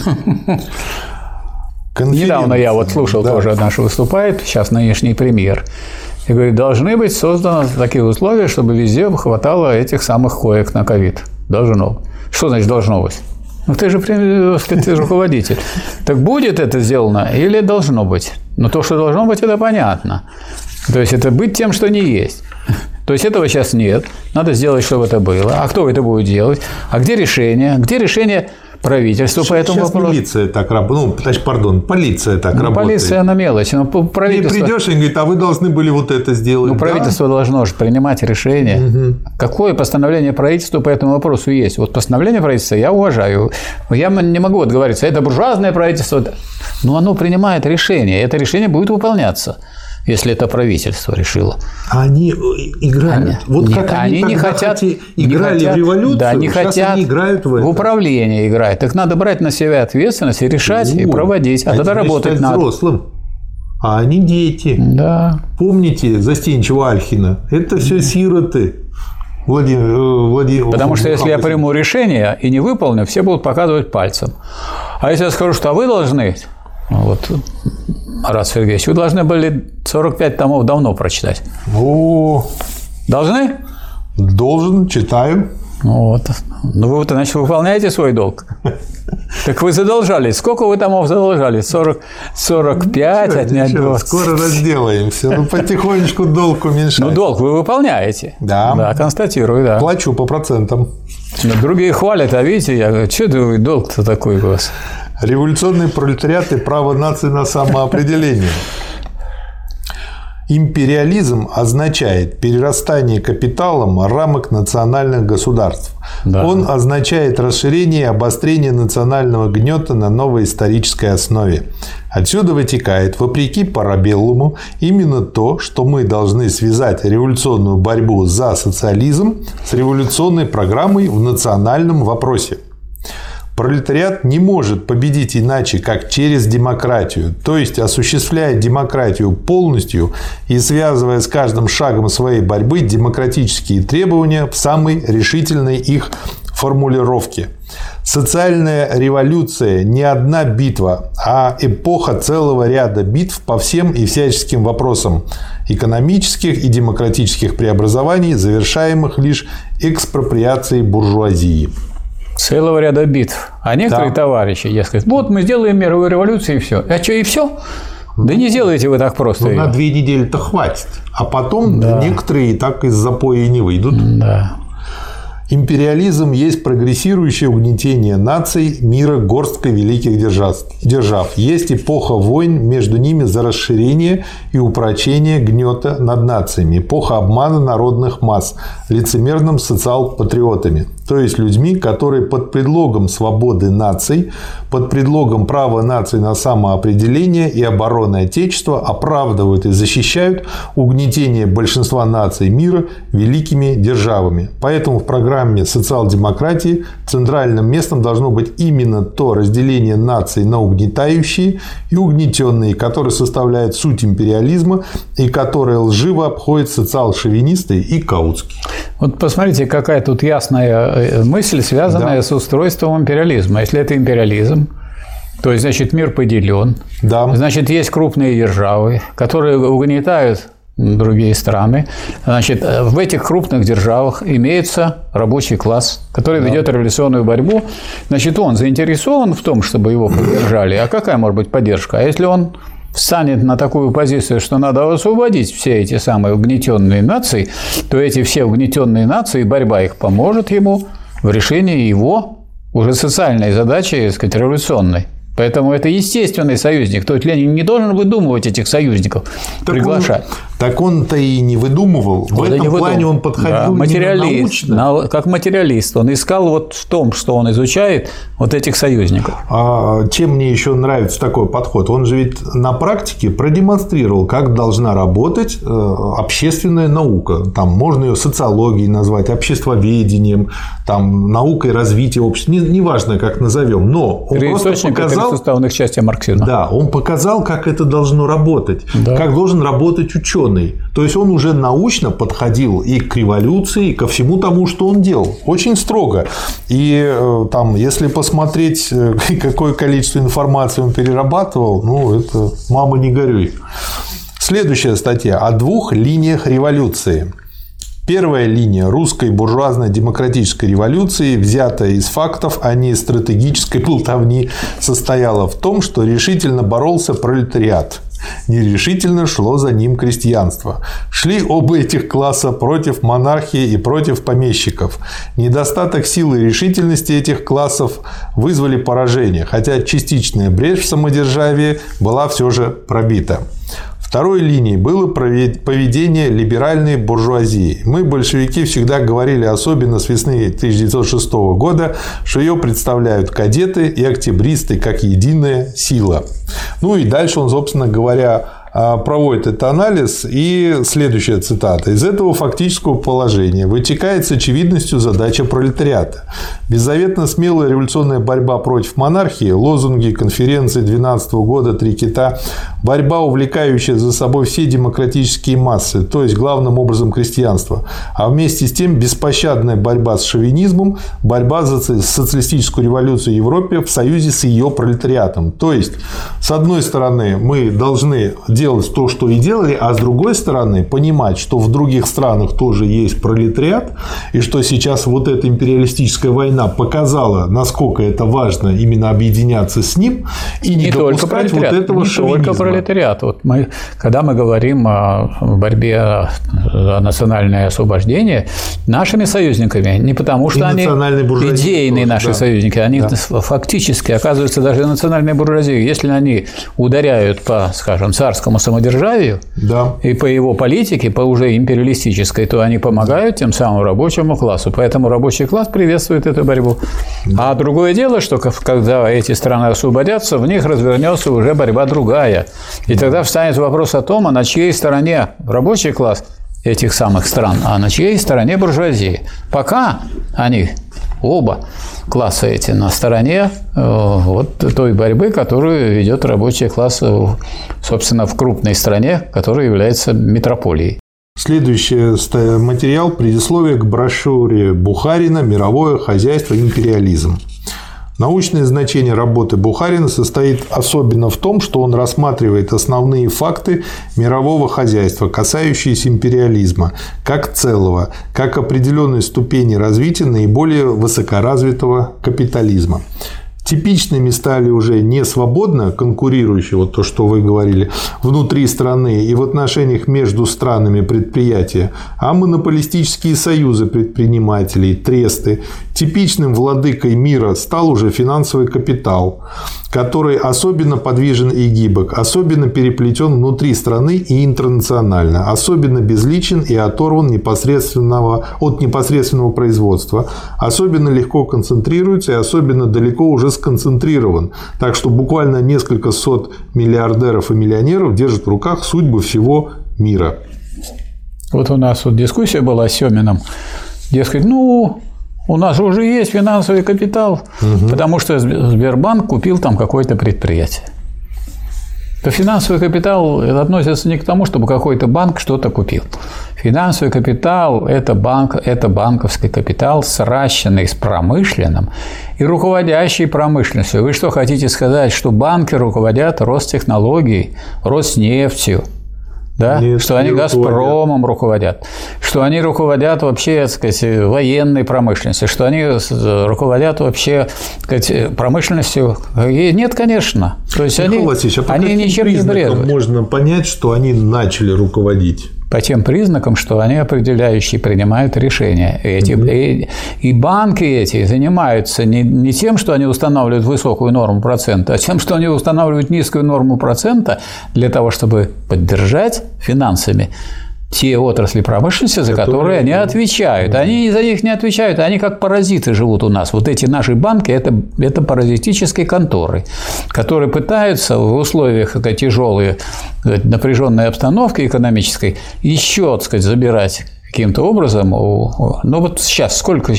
Недавно я вот слушал, да. тоже наш выступает, сейчас нынешний премьер, и говорит, должны быть созданы такие условия, чтобы везде хватало этих самых коек на ковид. Должно. Что значит должно быть? Ну, ты же, ты же руководитель. Так будет это сделано или должно быть? Но то, что должно быть, это понятно. То есть, это быть тем, что не есть. То есть, этого сейчас нет. Надо сделать, чтобы это было. А кто это будет делать? А где решение? Где решение правительства по этому сейчас вопросу? Милиция так работает. Ну, пардон, полиция так ну, работает. Полиция, она мелочь. Но правительство... И придешь и говорит, а вы должны были вот это сделать. Ну, правительство да? должно же принимать решение. Угу. Какое постановление правительства по этому вопросу есть? Вот постановление правительства я уважаю. Я не могу отговориться. Это буржуазное правительство. Но оно принимает решение. Это решение будет выполняться. Если это правительство решило. Они играют. Они, вот не, как они, они не хотят, играли не хотят, в революцию, да, не сейчас хотят они играют в это. В управление играть. Так надо брать на себя ответственность и решать, ну, и проводить. А, а тогда работать надо. Взрослым. А они дети. Да. Помните застенчивого Альхина? Это все сироты. Владимир, Владимир, Потому что если я приму решение и не выполню, все будут показывать пальцем. А если я скажу, что вы должны, Вот, Марат Сергеевич, вы должны были сорок пять томов давно прочитать. О, должны? Должен, читаю. Вот. Ну, вы, значит, выполняете свой долг. Так вы задолжались. Сколько вы томов задолжались? сорок, сорок пять, ничего, отнять ничего, двадцать. Скоро разделаемся. Ну, потихонечку долг уменьшается. Ну, долг вы выполняете. Да. Да, констатирую, да. Плачу по процентам. Но другие хвалят, а видите, я говорю, что ты долг-то такой у вас? Революционный пролетариат и право нации на самоопределение. Империализм означает перерастание капиталом рамок национальных государств. Да. Он означает расширение и обострение национального гнета на новой исторической основе. Отсюда вытекает, вопреки Парабеллуму, именно то, что мы должны связать революционную борьбу за социализм с революционной программой в национальном вопросе. Пролетариат не может победить иначе, как через демократию, то есть осуществляя демократию полностью и связывая с каждым шагом своей борьбы демократические требования в самой решительной их формулировке. Социальная революция не одна битва, а эпоха целого ряда битв по всем и всяческим вопросам экономических и демократических преобразований, завершаемых лишь экспроприацией буржуазии. Целого ряда битв. А некоторые да. товарищи, я скажу, вот мы сделаем мировую революцию и все. А что, и все? Да не сделайте вы так просто. Ну, на две недели-то хватит. А потом да. некоторые так из запоя не выйдут. Да. Империализм есть прогрессирующее угнетение наций мира горсткой великих держав. Есть эпоха войн между ними за расширение и упрочение гнета над нациями. Эпоха обмана народных масс лицемерным социал-патриотами. То есть людьми, которые под предлогом свободы наций, под предлогом права наций на самоопределение и обороны Отечества оправдывают и защищают угнетение большинства наций мира великими державами. Поэтому в программе социал-демократии центральным местом должно быть именно то разделение наций на угнетающие и угнетенные, которые составляют суть империализма и которые лживо обходят социал-шовинисты и Каутский. Вот посмотрите, какая тут ясная мысль, связанная да. с устройством империализма. Если это империализм, то есть, значит, мир поделен. Да. Значит, есть крупные державы, которые угнетают другие страны. Значит, в этих крупных державах имеется рабочий класс, который да. ведет революционную борьбу. Значит, он заинтересован в том, чтобы его поддержали. А какая может быть поддержка? А если он встанет на такую позицию, что надо освободить все эти самые угнетенные нации, то эти все угнетенные нации, борьба их поможет ему в решении его уже социальной задачи, так сказать, революционной. Поэтому это естественный союзник. То есть Ленин не должен выдумывать этих союзников, так приглашать. Он, так он-то и не выдумывал. В он этом плане выдум... он подходил да, материалист, научно. Как материалист. Он искал вот в том, что он изучает, вот этих союзников. А чем мне еще нравится такой подход? Он же ведь на практике продемонстрировал, как должна работать общественная наука. Там можно ее социологией назвать, обществоведением, там, наукой развития общества. Неважно, как назовем. Но он просто показал... составных частей марксизма. Да, он показал, как это должно работать, да. как должен работать ученый. То есть он уже научно подходил и к революции, и ко всему тому, что он делал. Очень строго. И там, если посмотреть, какое количество информации он перерабатывал, ну, это мама не горюй. Следующая статья о двух линиях революции. Первая линия русской буржуазно-демократической революции, взятая из фактов, а не из стратегической болтовни, состояла в том, что решительно боролся пролетариат. Нерешительно шло за ним крестьянство. Шли оба этих класса против монархии и против помещиков. Недостаток силы и решительности этих классов вызвали поражение, хотя частичная брешь в самодержавии была все же пробита. Второй линией было поведение либеральной буржуазии. Мы, большевики, всегда говорили, особенно с весны тысяча девятьсот шестого года, что ее представляют кадеты и октябристы как единая сила. Ну и дальше он, собственно говоря, проводит этот анализ, и следующая цитата. Из этого фактического положения вытекает с очевидностью задача пролетариата. Беззаветно смелая революционная борьба против монархии, лозунги конференции две тысячи двенадцатого года «Три кита» борьба, увлекающая за собой все демократические массы, то есть главным образом крестьянство, а вместе с тем беспощадная борьба с шовинизмом, борьба за социалистическую революцию в Европе в союзе с ее пролетариатом. То есть, с одной стороны, мы должны делать то, что и делали, а с другой стороны, понимать, что в других странах тоже есть пролетариат, и что сейчас вот эта империалистическая война показала, насколько это важно именно объединяться с ним и не, не допускать вот этого не шовинизма. Только пролетариат. Вот мы, когда мы говорим о борьбе за национальное освобождение, нашими союзниками, не потому что они идейные наши да. союзники, они да. фактически оказываются даже национальной буржуазией. Если они ударяют по, скажем, царскому самодержавию да. и по его политике, по уже империалистической, то они помогают тем самым рабочему классу. Поэтому рабочий класс приветствует эту борьбу. Да. А другое дело, что когда эти страны освободятся, в них развернется уже борьба другая. И тогда встанет вопрос о том, а на чьей стороне рабочий класс этих самых стран, а на чьей стороне буржуазии. Пока они оба класса эти на стороне вот той борьбы, которую ведет рабочий класс, собственно, в крупной стране, которая является метрополией. Следующий материал – предисловие к брошюре Бухарина «Мировое хозяйство и империализм». Научное значение работы Бухарина состоит особенно в том, что он рассматривает основные факты мирового хозяйства, касающиеся империализма, как целого, как определенной ступени развития наиболее высокоразвитого капитализма. Типичными стали уже не свободно конкурирующие, вот то, что вы говорили, внутри страны и в отношениях между странами предприятия, а монополистические союзы предпринимателей, тресты. Типичным владыкой мира стал уже финансовый капитал, который особенно подвижен и гибок, особенно переплетен внутри страны и интернационально, особенно безличен и оторван непосредственного, от непосредственного производства, особенно легко концентрируется и особенно далеко уже сконцентрирован, так что буквально несколько сот миллиардеров и миллионеров держат в руках судьбы всего мира. Вот у нас вот дискуссия была с Семиным, дескать, ну, у нас уже есть финансовый капитал, угу. потому что Сбербанк купил там какое-то предприятие. То финансовый капитал относится не к тому, чтобы какой-то банк что-то купил. Финансовый капитал – это, банк, это банковский капитал, сращенный с промышленным и руководящей промышленностью. Вы что, хотите сказать, что банки руководят Ростехнологией, Роснефтью? Да? Нет, что они «Газпромом» руководят, что они руководят вообще, так сказать, военной промышленностью, что они руководят вообще, так сказать, промышленностью. И нет, конечно. То есть они, Васильевич, а по они ничем не брезгуют. Можно понять, что они начали руководить? По тем признакам, что они определяющие принимают решения. Эти, mm-hmm. и, и банки эти занимаются не, не тем, что они устанавливают высокую норму процента, а тем, что они устанавливают низкую норму процента для того, чтобы поддержать финансами те отрасли промышленности, за которые, которые они отвечают. Они за них не отвечают, они как паразиты живут у нас. Вот эти наши банки – это, это паразитические конторы, которые пытаются в условиях такой тяжелой, напряженной обстановки экономической еще, так сказать, забирать каким-то образом. Ну вот сейчас сколько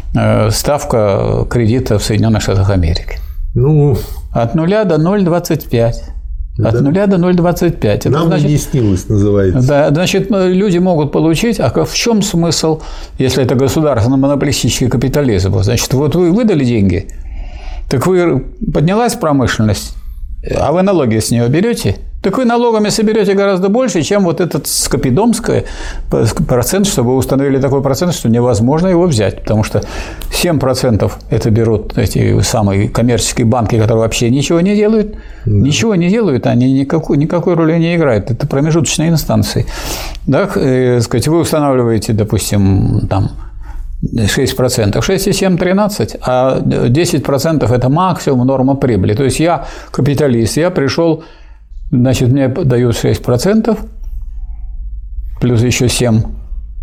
ставка кредита в Соединенных Штатах Америки? Ну, от нуля до ноль целых двадцать пять. От да. нуля до ноль целых двадцать пять. Нам значит, и не снилось, называется. Да, значит, люди могут получить, а в чем смысл, если это государственно-монополистический капитализм? Значит, вот вы выдали деньги, так вы поднялась промышленность, а вы налоги с нее берете, так вы налогами соберете гораздо больше, чем вот этот скопидомский процент, чтобы вы установили такой процент, что невозможно его взять, потому что семь процентов это берут эти самые коммерческие банки, которые вообще ничего не делают, да. ничего не делают, они никакой, никакой роли не играют, это промежуточные инстанции. Да, э, сказать, вы устанавливаете, допустим, там, шесть процентов, шесть и семь – тринадцать, а десять процентов – это максимум норма прибыли. То есть я капиталист, я пришел, значит, мне дают шесть процентов, плюс еще семь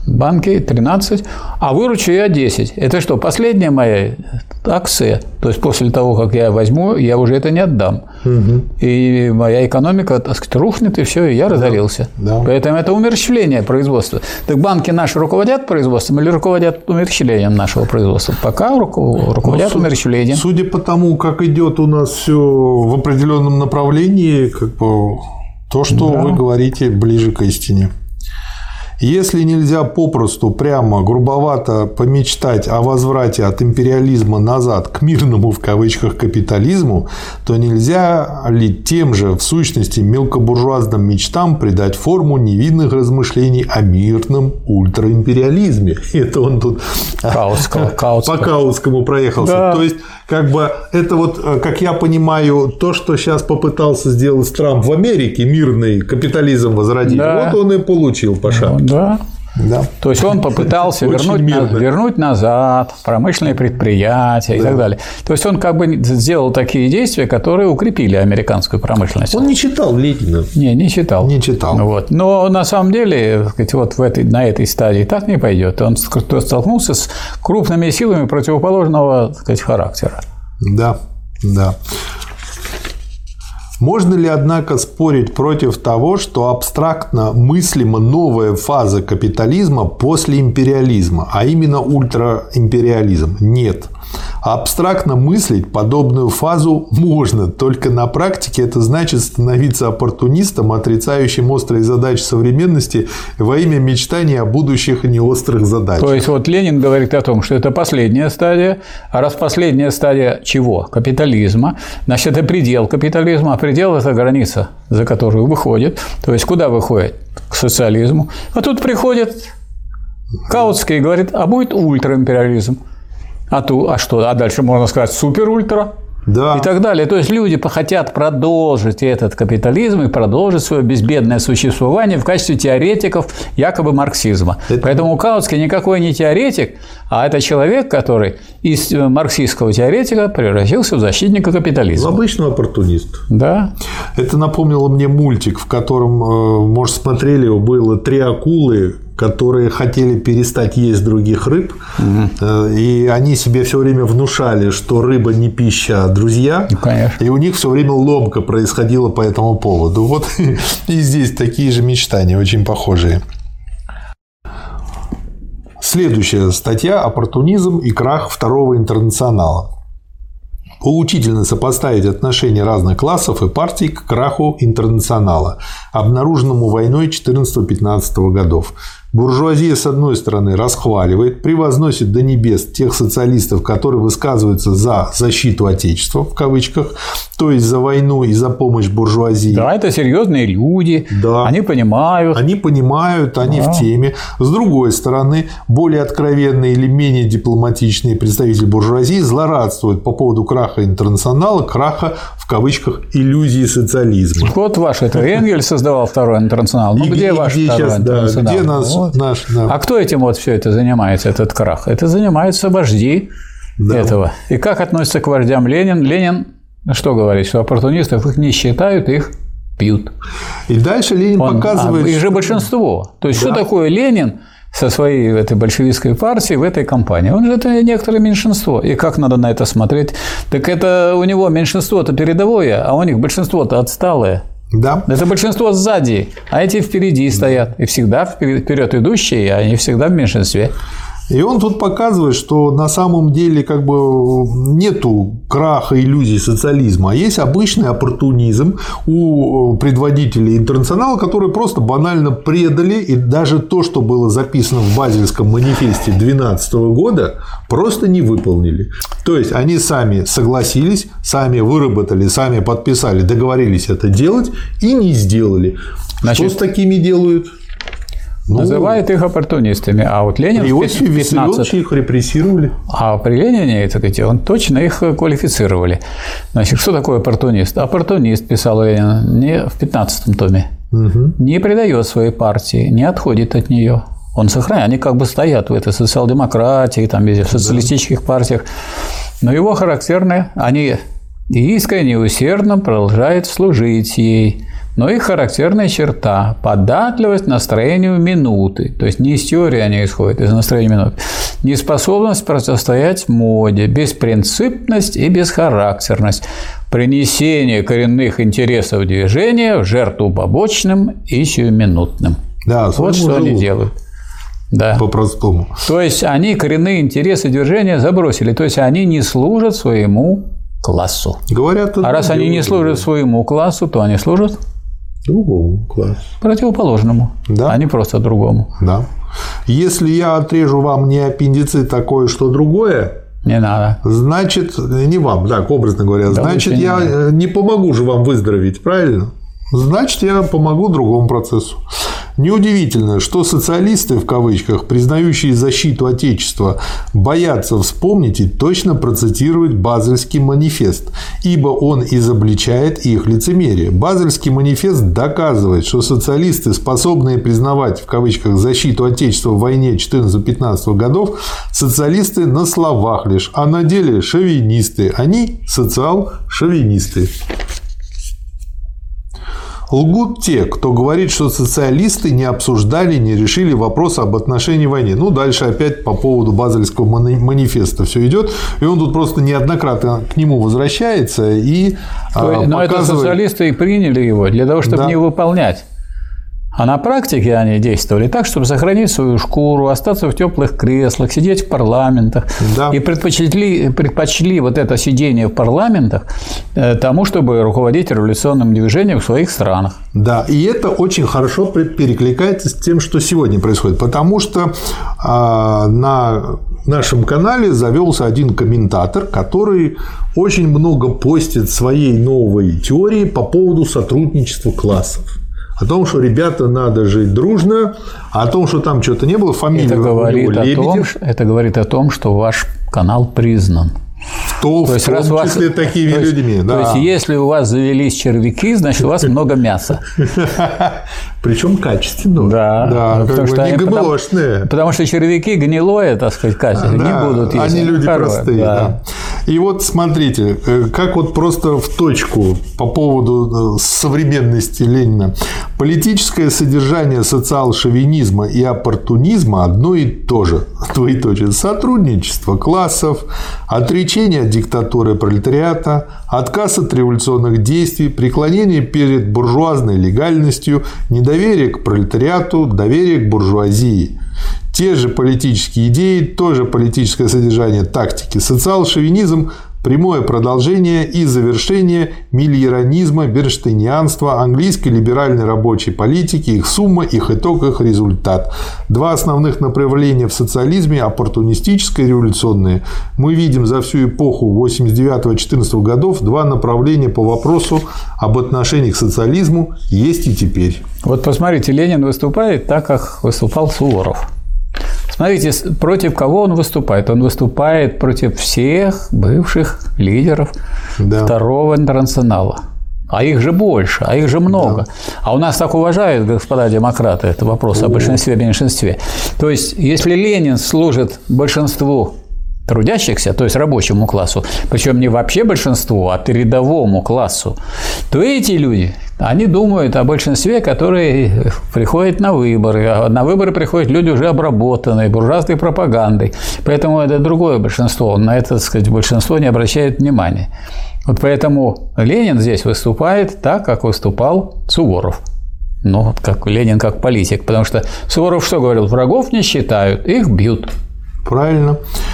банки тринадцать, а выручу я десять. Это что, последняя моя акция? То есть после того, как я возьму, я уже это не отдам. Угу. И моя экономика, так сказать, рухнет, и все, и я разорился. Да. Поэтому это умерщвление производства. Так банки наши руководят производством или руководят умерщвлением нашего производства? Пока руководят ну, умерщвлением. Судя по тому, как идет у нас все в определенном направлении, как бы то, что да. вы говорите, ближе к истине. Если нельзя попросту, прямо, грубовато помечтать о возврате от империализма назад к мирному, в кавычках, капитализму, то нельзя ли тем же, в сущности, мелкобуржуазным мечтам придать форму невинных размышлений о мирном ультраимпериализме? Это он тут Каутского, Каутского. по Каутскому проехался. Да. То есть, как бы, это вот, как я понимаю, то, что сейчас попытался сделать Трамп в Америке, мирный капитализм возродить, да. вот он и получил по шапке. Да. Да. То есть он попытался вернуть, на, вернуть назад промышленные предприятия да. и так далее. То есть он как бы сделал такие действия, которые укрепили американскую промышленность. Он не читал Ленина. Не, не читал. Не читал. Вот. Но на самом деле, вот в этой, на этой стадии так не пойдет. Он столкнулся с крупными силами противоположного, так сказать, характера. Да, да. Можно ли, однако, спорить против того, что абстрактно мыслима новая фаза капитализма после империализма, а именно ультраимпериализм? Нет. Абстрактно мыслить подобную фазу можно, только на практике это значит становиться оппортунистом, отрицающим острые задачи современности во имя мечтания о будущих неострых задачах. То есть, вот Ленин говорит о том, что это последняя стадия, а раз последняя стадия чего? Капитализма, значит, это предел капитализма, а предел – это граница, за которую выходит. То есть, куда выходит? К социализму. А тут приходит Каутский и говорит, а будет ультраимпериализм. А, ту, а что? А дальше можно сказать супер-ультра да. и так далее. То есть люди хотят продолжить этот капитализм и продолжить свое безбедное существование в качестве теоретиков якобы марксизма. Это... Поэтому Каутский никакой не теоретик, а это человек, который из марксистского теоретика превратился в защитника капитализма. В обычного оппортуниста. Да. Это напомнило мне мультик, в котором, может, смотрели, было три акулы, которые хотели перестать есть других рыб, угу. и они себе все время внушали, что рыба не пища, а друзья. Ну, конечно. И у них все время ломка происходила по этому поводу. Вот и здесь такие же мечтания, очень похожие. Следующая статья – «Оппортунизм и крах Второго интернационала». Поучительно сопоставить отношения разных классов и партий к краху интернационала, обнаруженному войной четырнадцатого-пятнадцатого годов. Буржуазия, с одной стороны, расхваливает, превозносит до небес тех социалистов, которые высказываются за защиту Отечества, в кавычках, то есть за войну и за помощь буржуазии. Да, это серьезные люди, да. они понимают. Они понимают, они да. в теме. С другой стороны, более откровенные или менее дипломатичные представители буржуазии злорадствуют по поводу краха интернационала, краха, в кавычках, иллюзии социализма. Вот ваш это Энгельс создавал Второй интернационал. Ну, и, где и, ваш где Второй сейчас, интернационал? Да, где нас, вот. наш, да. А кто этим вот все это занимается, этот крах? Это занимаются вожди да. этого. И как относится к вождям Ленин? Ленин что говорит, что оппортунистов их не считают, их пьют. И дальше Ленин Он, показывает… А, их же большинство. То есть, да. что такое Ленин со своей этой большевистской партией в этой кампании? Он же это некоторое меньшинство. И как надо на это смотреть? Так это у него меньшинство-то передовое, а у них большинство-то отсталое. Да. Это большинство сзади, а эти впереди стоят. И всегда вперед идущие, а они всегда в меньшинстве. И он тут показывает, что на самом деле как бы нету краха иллюзий социализма, а есть обычный оппортунизм у предводителей интернационала, которые просто банально предали, и даже то, что было записано в Базельском манифесте две тысячи двенадцатого года, просто не выполнили. То есть они сами согласились, сами выработали, сами подписали, договорились это делать и не сделали. Значит, что с такими делают? Ну, называют их оппортунистами, а вот Ленин при Иосифе Виссарионовиче их репрессировали. А при Ленине, так сказать, он точно их квалифицировали. Значит, что такое оппортунист? Оппортунист, писал Ленин, не в пятнадцатом томе, угу. не предает своей партии, не отходит от нее. Он сохраняет, они как бы стоят в этой социал-демократии, там, везде, в социалистических да. партиях. Но его характерны, они искренне и усердно продолжают служить ей. но их характерная черта – податливость настроению минуты. То есть не из теории они исходят, из настроения минуты. Неспособность противостоять моде, беспринципность и бесхарактерность, принесение коренных интересов движения в жертву побочным и сиюминутным. Да, вот что они делают. Да. По-простому. То есть они коренные интересы движения забросили. То есть они не служат своему классу. Говорят, а раз они не служат да. своему классу, то они служат другому классу. Противоположному, да. а не просто другому. Да. Если я отрежу вам не аппендицит, а кое-что другое, не надо. Значит, не вам, так, образно говоря, да, значит, я не, не помогу же вам выздороветь, правильно? Значит, я помогу другому процессу. Неудивительно, что социалисты, в кавычках, признающие защиту Отечества, боятся вспомнить и точно процитировать Базельский манифест, ибо он изобличает их лицемерие. Базельский манифест доказывает, что социалисты, способные признавать, в кавычках, защиту Отечества в войне четырнадцатого-пятнадцатого годов, социалисты на словах лишь, а на деле шовинисты. Они социал-шовинисты. Лгут те, кто говорит, что социалисты не обсуждали, не решили вопрос об отношении к войне. Ну, дальше опять по поводу Базельского манифеста все идет. И он тут просто неоднократно к нему возвращается и Но показывает... это социалисты и приняли его для того, чтобы да. не выполнять. А на практике они действовали так, чтобы сохранить свою шкуру, остаться в теплых креслах, сидеть в парламентах. Да. И предпочли, предпочли вот это сидение в парламентах тому, чтобы руководить революционным движением в своих странах. Да, и это очень хорошо перекликается с тем, что сегодня происходит. Потому что на нашем канале завелся один комментатор, который очень много постит своей новой теории по поводу сотрудничества классов. О том, что, ребята, надо жить дружно, а о том, что там что-то не было, фамилия это говорит, о том, это говорит о том, что ваш канал признан. То, то в том числе вас, такими то есть, людьми. Да. То есть, если у вас завелись червяки, значит, у вас много мяса. Причем качественного. Да, да потому что не гнилошные. Потому, потому что червяки гнилое, так сказать, качество, да, не будут есть. Они люди Второе, простые. Да. Да. И вот смотрите, как вот просто в точку по поводу современности Ленина. Политическое содержание социал-шовинизма и оппортунизма одно и то же. Двоеточие. Сотрудничество классов, отречение от диктатуры пролетариата, отказ от революционных действий, преклонение перед буржуазной легальностью, недоверие к пролетариату, доверие к буржуазии. Те же политические идеи, то же политическое содержание тактики. Социал-шовинизм – прямое продолжение и завершение миллеранизма, бернштейнианства, английской либеральной рабочей политики, их сумма, их итог, их результат. Два основных направления в социализме – оппортунистическое и революционное. Мы видим за всю эпоху восемьдесят девятого — четырнадцатого годов два направления по вопросу об отношении к социализму есть и теперь. Вот посмотрите, Ленин выступает так, как выступал Суворов. Смотрите, против кого он выступает? Он выступает против всех бывших лидеров да. Второго интернационала. А их же больше, а их же много. Да. А у нас так уважают, господа демократы, это вопрос о, о большинстве и меньшинстве. То есть, если Ленин служит большинству трудящихся, то есть рабочему классу, причем не вообще большинству, а передовому классу, то эти люди, они думают о большинстве, которые приходят на выборы. А на выборы приходят люди уже обработанные буржуазной пропагандой. Поэтому это другое большинство. Он на это, так сказать, большинство не обращает внимания. Вот поэтому Ленин здесь выступает так, как выступал Суворов. Ну, как Ленин как политик. Потому что Суворов что говорил? Врагов не считают, их бьют. Правильно.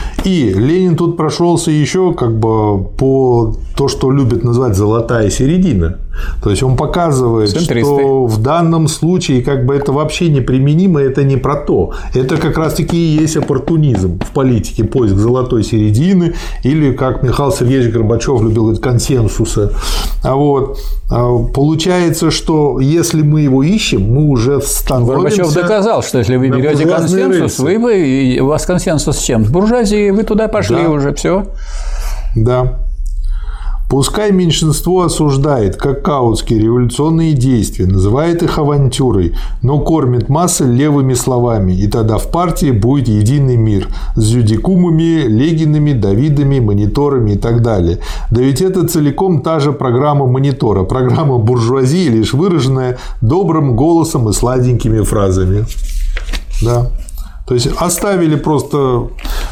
И Ленин тут прошелся еще как бы по то, что любят называть золотая середина. То есть он показывает, Центристы. Что в данном случае как бы это вообще неприменимо, это не про то. Это как раз таки и есть оппортунизм в политике, поиск золотой середины, или, как Михаил Сергеевич Горбачев любил говорить, консенсуса. А вот получается, что если мы его ищем, мы уже становимся... Горбачев доказал, что если вы берете консенсус, вы, вы, у вас консенсус с чем? С буржуазией, вы туда пошли да. уже, все. Да. Пускай меньшинство осуждает, как Каутский, революционные действия, называет их авантюрой, но кормит массы левыми словами, и тогда в партии будет единый мир с Зюдикумами, Легинами, Давидами, мониторами и так далее. Да ведь это целиком та же программа монитора, программа буржуазии, лишь выраженная добрым голосом и сладенькими фразами. Да. То есть оставили просто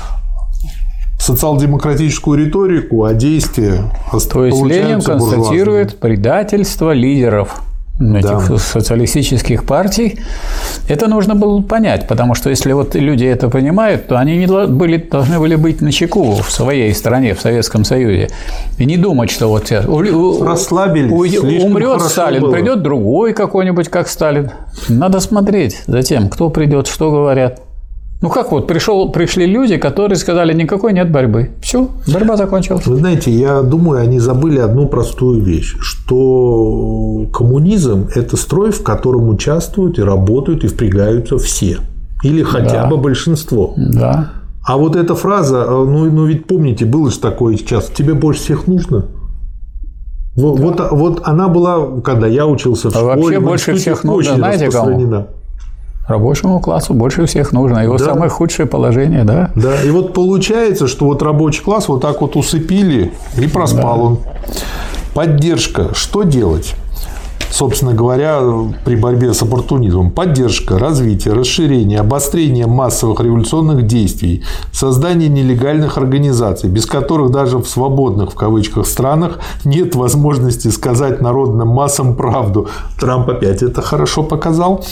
социал-демократическую риторику, а действия То есть Ленин констатирует предательство лидеров этих да. социалистических партий. Это нужно было понять, потому что если вот люди это понимают, то они не были, должны были быть начеку в своей стране, в Советском Союзе, и не думать, что вот сейчас расслабились, умрет Сталин, было. Придет другой какой-нибудь, как Сталин. Надо смотреть за тем, кто придет, что говорят. Ну как вот, пришел, пришли люди, которые сказали, никакой нет борьбы. Все, борьба закончилась. Вы знаете, я думаю, они забыли одну простую вещь, что коммунизм – это строй, в котором участвуют и работают и впрягаются все. Или хотя да. бы большинство. Да. А вот эта фраза, ну, ну ведь помните, было же такое сейчас, тебе больше всех нужно. Вот, да. вот, вот она была, когда я учился в а школе. Вообще больше всех нужно, знаете, кому? Рабочему классу больше всех нужно. Его да. самое худшее положение, да? Да. И вот получается, что вот рабочий класс вот так вот усыпили, и проспал да. он. Поддержка. Что делать? Собственно говоря, при борьбе с оппортунизмом. Поддержка, развитие, расширение, обострение массовых революционных действий, создание нелегальных организаций, без которых даже в свободных, в кавычках, странах нет возможности сказать народным массам правду. Трамп опять это хорошо показал.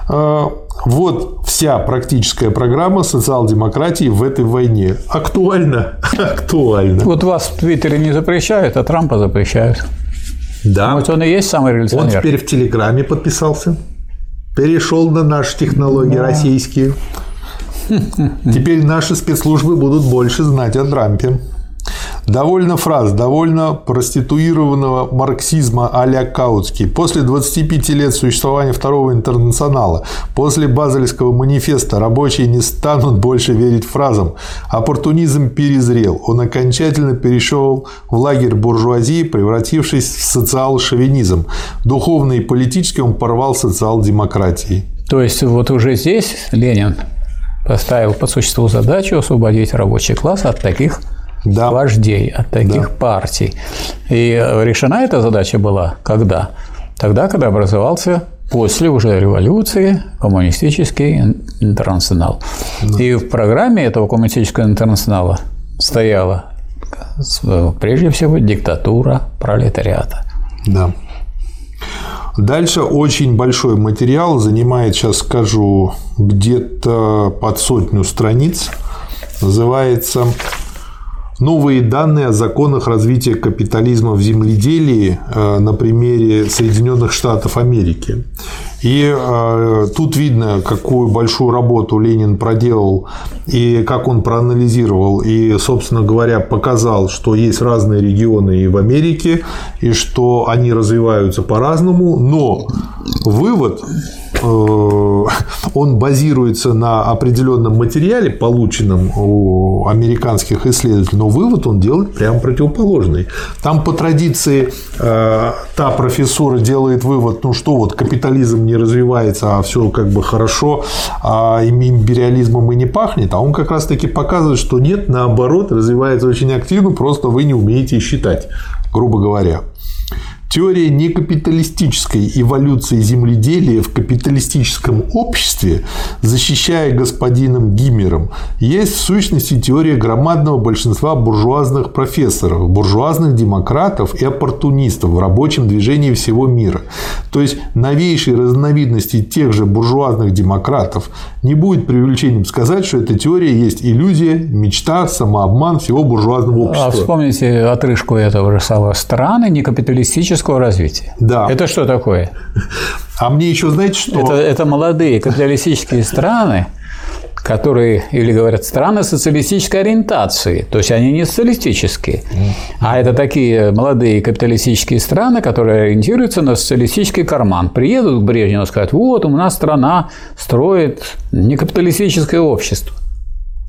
Вот вся практическая программа социал-демократии в этой войне. Актуально? Актуально. Вот вас в Твиттере не запрещают, а Трампа запрещают. Да. Вот он и есть самый революционер. Он теперь в Телеграме подписался. Перешел на наши технологии да. российские. Теперь наши спецслужбы будут больше знать о Трампе. Довольно фраз, довольно проституированного марксизма а-ля Каутский. После двадцати пяти лет существования Второго интернационала, после Базельского манифеста рабочие не станут больше верить фразам. Оппортунизм перезрел. Он окончательно перешел в лагерь буржуазии, превратившись в социал-шовинизм. Духовно и политически он порвал социал-демократией. То есть вот уже здесь Ленин поставил по существу задачу освободить рабочий класс от таких да. вождей, от таких да. партий. И решена эта задача была когда? Тогда, когда образовался после уже революции коммунистический интернационал. Да. И в программе этого коммунистического интернационала стояла прежде всего диктатура пролетариата. Да. Дальше очень большой материал, занимает, сейчас скажу, где-то под сотню страниц. Называется «Новые данные о законах развития капитализма в земледелии на примере Соединенных Штатов Америки». И э, тут видно, какую большую работу Ленин проделал, и как он проанализировал, и, собственно говоря, показал, что есть разные регионы и в Америке, и что они развиваются по-разному, но вывод, э, он базируется на определенном материале, полученном у американских исследователей, но вывод он делает прямо противоположный. Там по традиции э, та профессура делает вывод, ну что вот капитализм не развивается, а все как бы хорошо, а империализмом и не пахнет, а он как раз таки показывает, что нет, наоборот, развивается очень активно, просто вы не умеете считать, грубо говоря. Теория некапиталистической эволюции земледелия в капиталистическом обществе, защищая господином Гиммером, есть в сущности теория громадного большинства буржуазных профессоров, буржуазных демократов и оппортунистов в рабочем движении всего мира. То есть новейшей разновидности тех же буржуазных демократов. Не будет преувеличением сказать, что эта теория есть иллюзия, мечта, самообман всего буржуазного общества. А вспомните отрыжку этого же самого «Страны некапиталистического развития». Да. Это что такое? А мне еще знаете, что… Это, это молодые капиталистические страны, которые, или говорят, страны социалистической ориентации. То есть они не социалистические, а это такие молодые капиталистические страны, которые ориентируются на социалистический карман. Приедут к Брежневу и скажут: вот у нас страна строит некапиталистическое общество.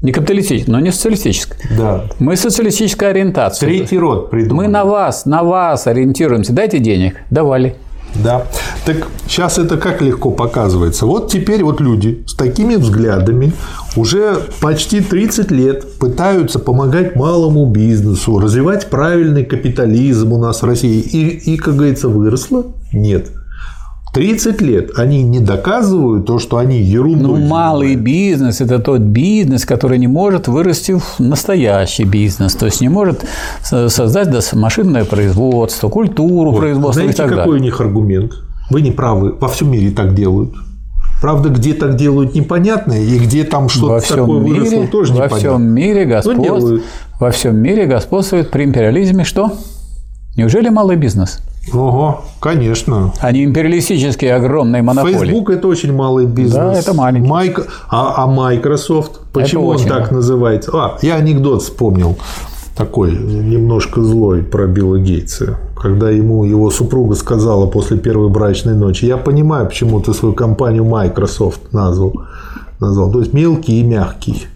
Не капиталистической, но не социалистической. Да. Мы социалистическая ориентация. Третий род придумали. Мы на вас, на вас ориентируемся. Дайте денег. Давали. Да. Так сейчас это как легко показывается. Вот теперь вот люди с такими взглядами уже почти тридцать лет пытаются помогать малому бизнесу, развивать правильный капитализм у нас в России. И, и как говорится, выросло? Нет. тридцать лет они не доказывают то, что они ерундой. Ну, малый бизнес – это тот бизнес, который не может вырасти в настоящий бизнес, то есть не может создать машинное производство, культуру вот. производства. Знаете, и так далее. какой у них аргумент? Вы не правы, во всем мире так делают. Правда, где так делают, непонятно, и где там что-то такое мире, выросло, тоже во непонятно. Всем мире господствует, во всем мире господствует при империализме что? Неужели малый бизнес? Ого, конечно. А не империалистические огромные монополии. Facebook – это очень малый бизнес. Да, это маленький. Майк... А, а Microsoft? Почему он очень так маленький. называется? А, я анекдот вспомнил. Такой немножко злой про Билла Гейтса. Когда ему его супруга сказала после первой брачной ночи: я понимаю, почему ты свою компанию Microsoft назвал. назвал. То есть мелкий и мягкий.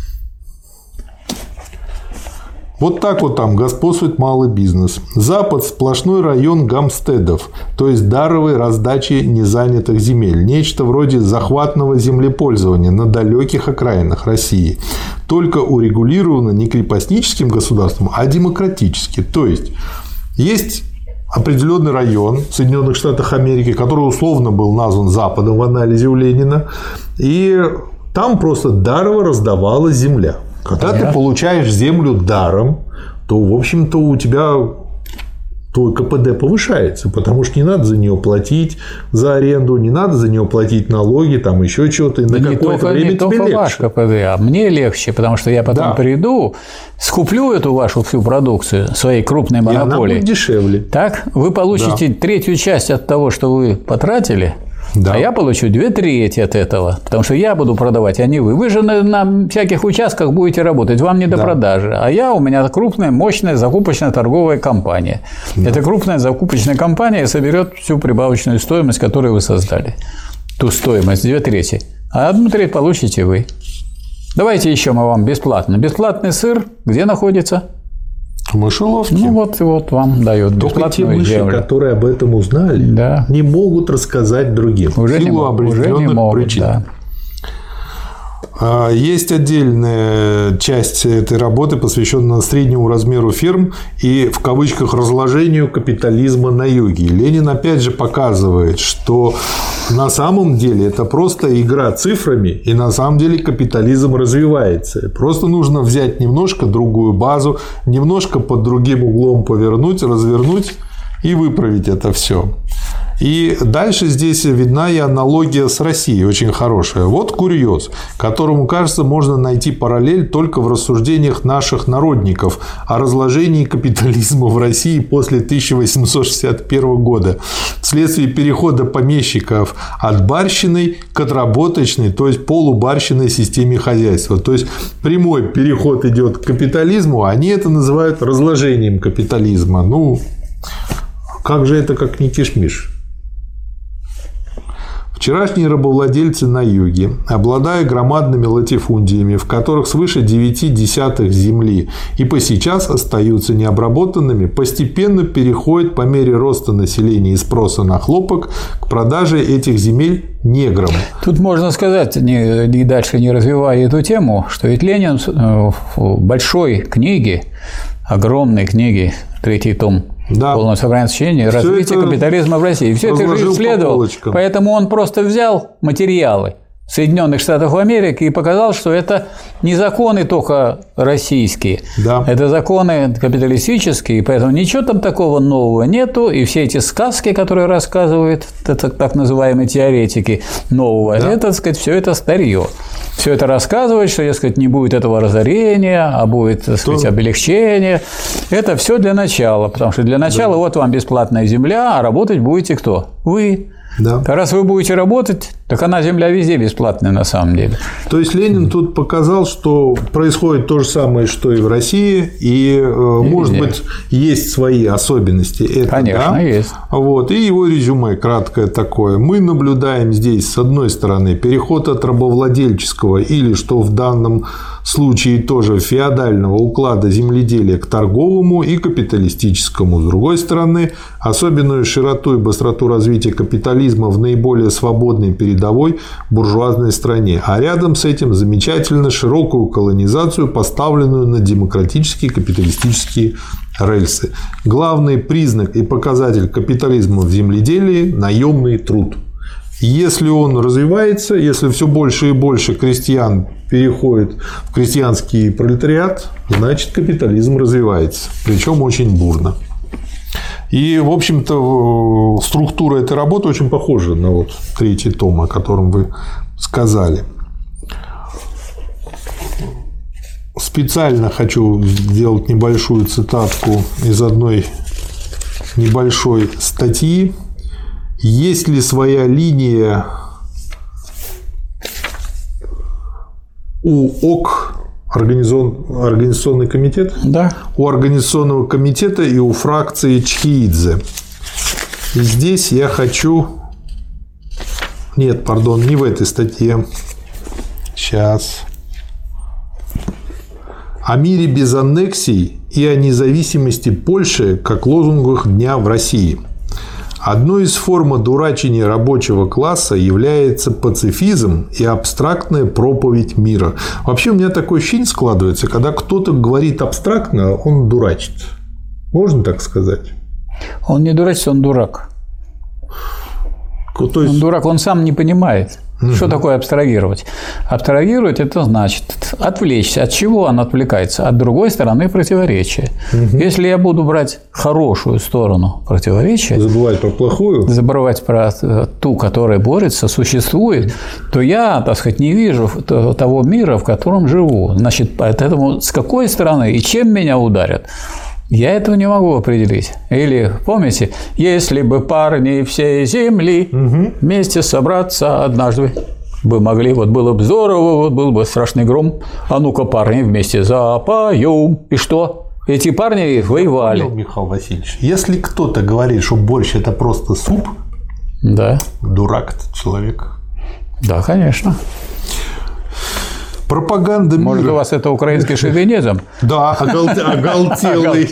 Вот так вот там господствует малый бизнес. Запад – сплошной район гамстедов, то есть даровой раздачи незанятых земель. Нечто вроде захватного землепользования на далеких окраинах России. Только урегулировано не крепостническим государством, а демократически. То есть, есть определенный район в Соединенных Штатах Америки, который условно был назван Западом в анализе у Ленина, и там просто дарово раздавалась земля. Когда Понятно. Ты получаешь землю даром, то, в общем-то, у тебя твой ка пэ дэ повышается, потому что не надо за нее платить за аренду, не надо за нее платить налоги, там еще что-то, и на да какое-то время не тебе легче. Ваш ка пэ дэ, а мне легче, потому что я потом да. приду, скуплю эту вашу всю продукцию своей крупной монополии. И она будет дешевле. Так, вы получите да. третью часть от того, что вы потратили. Да. А я получу две трети от этого, потому что я буду продавать, а не вы. Вы же на, на всяких участках будете работать, вам не до да. продажи. А я, у меня крупная, мощная закупочная торговая компания. Да. Эта крупная закупочная компания соберет всю прибавочную стоимость, которую вы создали. Ту стоимость, две трети. А одну треть получите вы. Давайте еще мы вам бесплатно. Бесплатный сыр где находится? В мышеловке. Ну, вот, вот вам дают бесплатную Только те мыши, землю. которые об этом узнали, да. не могут рассказать другим. Уже в силу определенных причин. Да. Есть отдельная часть этой работы, посвященная среднему размеру ферм и, в кавычках, разложению капитализма на юге. Ленин опять же показывает, что на самом деле это просто игра цифрами, и на самом деле капитализм развивается. Просто нужно взять немножко другую базу, немножко под другим углом повернуть, развернуть и выправить это все. И дальше здесь видна и аналогия с Россией, очень хорошая. Вот курьез, которому, кажется, можно найти параллель только в рассуждениях наших народников о разложении капитализма в России после тысяча восемьсот шестьдесят первого года вследствие перехода помещиков от барщиной к отработочной, то есть полубарщиной системе хозяйства. То есть прямой переход идет к капитализму, а они это называют разложением капитализма. Ну, как же это, как не кишмиш? Вчерашние рабовладельцы на юге, обладая громадными латифундиями, в которых свыше девяти десятых земли и по сейчас остаются необработанными, постепенно переходят по мере роста населения и спроса на хлопок к продаже этих земель неграм. Тут можно сказать, не, не дальше не развивая эту тему, что ведь Ленин в большой книге, огромной книге, третий том, да. полное собрание сочинений, развитие капитализма в России. И все это же исследовал. По поэтому он просто взял материалы Соединенных Штатов Америки и показал, что это не законы только российские, да. это законы капиталистические, поэтому ничего там такого нового нету, и все эти сказки, которые рассказывают это, так называемые теоретики нового, да. это, так сказать, все это старье. Все это рассказывает, что, дескать, не будет этого разорения, а будет, так сказать, облегчение. Это все для начала, потому что для начала да. вот вам бесплатная земля, а работать будете кто? Вы. Да. А раз вы будете работать, Так она, земля везде бесплатная на самом деле. То есть Ленин тут показал, что происходит то же самое, что и в России, и, и может везде. Быть, есть свои особенности. Это, конечно, да? Есть. Вот. И его резюме краткое такое. Мы наблюдаем здесь, с одной стороны, переход от рабовладельческого или, что в данном случае тоже феодального уклада земледелия к торговому и капиталистическому. С другой стороны, особенную широту и быстроту развития капитализма в наиболее свободной передовой буржуазной стране, а рядом с этим замечательно широкую колонизацию, поставленную на демократические капиталистические рельсы. Главный признак и показатель капитализма в земледелии – наемный труд. Если он развивается, если все больше и больше крестьян переходит в крестьянский пролетариат, значит капитализм развивается, причем очень бурно. И, в общем-то, структура этой работы очень похожа на вот третий том, о котором вы сказали. Специально хочу сделать небольшую цитатку из одной небольшой статьи. Есть ли своя линия у ОК, организационный комитет? Да. У организационного комитета и у фракции Чхеидзе. И здесь я хочу... Нет, пардон, не в этой статье. Сейчас. О мире без аннексий и о независимости Польши как лозунгах дня в России. Одной из форм одурачения рабочего класса является пацифизм и абстрактная проповедь мира. Вообще у меня такое ощущение складывается, когда кто-то говорит абстрактно, он дурачит. Можно так сказать? Он не дурачит, он дурак. То есть... Он дурак, он сам не понимает. Угу. Что такое абстрагировать? Абстрагировать – это значит отвлечься. От чего он отвлекается? От другой стороны противоречия. Угу. Если я буду брать хорошую сторону противоречия, забывать про плохую, забывать про ту, которая борется, существует, то я, так сказать, не вижу того мира, в котором живу. Значит, поэтому с какой стороны и чем меня ударят? Я этого не могу определить. Или, помните, если бы парни всей земли угу. вместе собраться однажды бы могли, вот было бы здорово, вот был бы страшный гром, а ну-ка, парни, вместе запоем. И что? Эти парни воевали. Понял, Михаил Васильевич, если кто-то говорит, что борщ – это просто суп, да. Дурак этот человек. Да, конечно. Пропаганда мира. Может, у вас это украинский шовинизм? Да, оголтелый.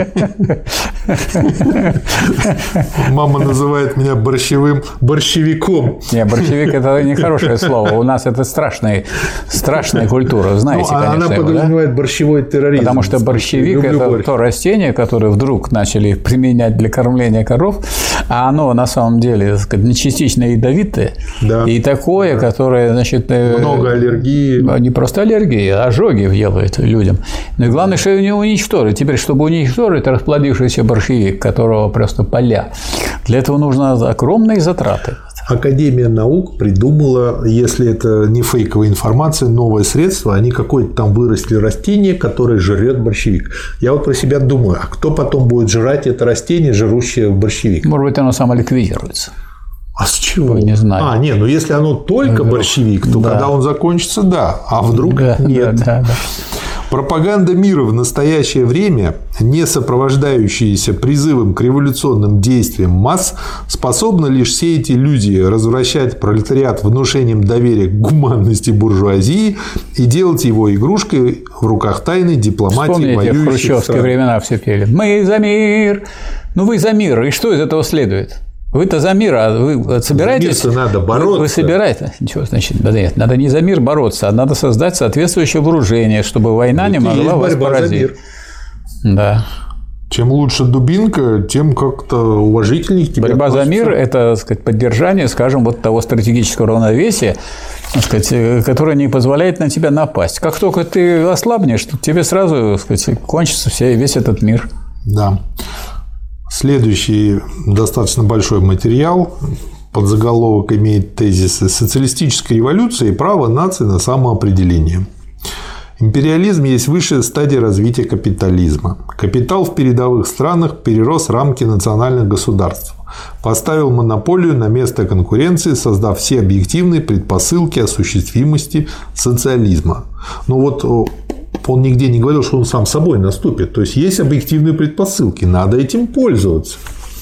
Мама называет меня борщевым борщевиком. Не, борщевик – это не хорошее слово. У нас это страшная, страшная культура. Знаете, ну, конечно, она его, подразумевает да? борщевой терроризм. Потому что борщевик – это борщ. То растение, которое вдруг начали применять для кормления коров, а оно на самом деле, так сказать, частично ядовитое, да. И такое, да. Которое, значит… Много аллергии. Не просто аллергии, а ожоги делает людям. Ну и главное, что его не уничтожить. Теперь, чтобы уничтожить расплодившийся борщевик, которого просто поля, для этого нужно огромные затраты. Академия наук придумала, если это не фейковая информация, новое средство. Они какое-то там выросли растение, которое жрет борщевик. Я вот про себя думаю, а кто потом будет жрать это растение, жрущее борщевик? Может быть, оно самоликвидируется. А с чего? Не знаю. А, не, ну если оно только вдруг. Борщевик, то да. Когда он закончится, да. А вдруг да, нет. Да, да, да. Пропаганда мира в настоящее время, не сопровождающаяся призывом к революционным действиям масс, способна лишь сеять иллюзии, развращать пролетариат внушением доверия к гуманности буржуазии и делать его игрушкой в руках тайной дипломатии воюющих стран. Вспомните, в хрущевские времена все пели. Мы за мир. Ну вы за мир. И что из этого следует? Вы-то за мир, а вы собираетесь… За мир надо бороться. Вы, вы собираетесь… Ничего, значит, нет, надо не за мир бороться, а надо создать соответствующее вооружение, чтобы война не могла вас поразить. Да. Чем лучше дубинка, тем как-то уважительнее к тебе Борьба относятся. За мир – это, так сказать, поддержание, скажем, вот того стратегического равновесия, так сказать, которое не позволяет на тебя напасть. Как только ты ослабнешь, то тебе сразу, так сказать, кончится весь этот мир. Да. Следующий достаточно большой материал, подзаголовок имеет тезисы «Социалистическая революция и право нации на самоопределение». Империализм есть высшая стадия развития капитализма. Капитал в передовых странах перерос рамки национальных государств, поставил монополию на место конкуренции, создав все объективные предпосылки осуществимости социализма. Но вот он нигде не говорил, что он сам собой наступит. То есть есть объективные предпосылки, надо этим пользоваться.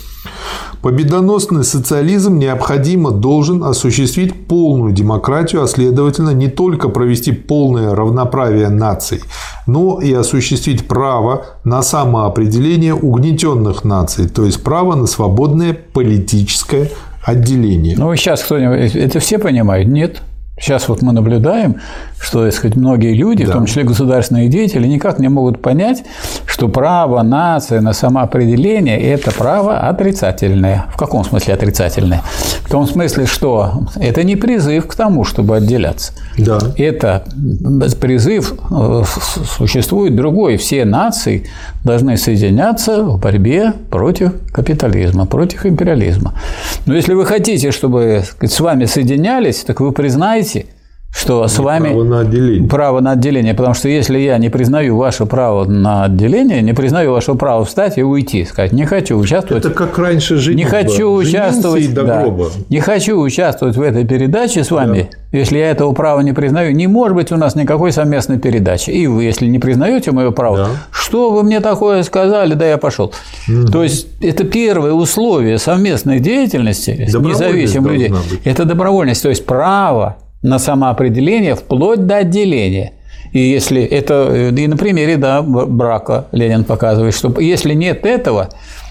Победоносный социализм необходимо должен осуществить полную демократию, а следовательно не только провести полное равноправие наций, но и осуществить право на самоопределение угнетенных наций, то есть право на свободное политическое отделение. Ну, сейчас кто-нибудь это все понимают? Нет. Сейчас вот мы наблюдаем, что, так сказать, многие люди, да. в том числе государственные деятели, никак не могут понять, что право нации на самоопределение – это право отрицательное. В каком смысле отрицательное? В том смысле, что это не призыв к тому, чтобы отделяться. Да. Это призыв, существует другой. Все нации должны соединяться в борьбе против капитализма, против империализма. Но если вы хотите, чтобы, так сказать, с вами соединялись, так вы признаете, что с вами право на отделение. Право на отделение, потому что если я не признаю ваше право на отделение, не признаю ваше право встать и уйти, сказать, не хочу участвовать. Это как раньше женитьба. Не хочу участвовать, да, не хочу участвовать в этой передаче с вами, да. Если я этого права не признаю, не может быть у нас никакой совместной передачи. И вы, если не признаете мое право, да. Что вы мне такое сказали, да я пошел. Угу. То есть это первое условие совместной деятельности независимых людей. Это добровольность, то есть право на самоопределение вплоть до отделения. И если это и на примере да, брака Ленин показывает, что если нет этого,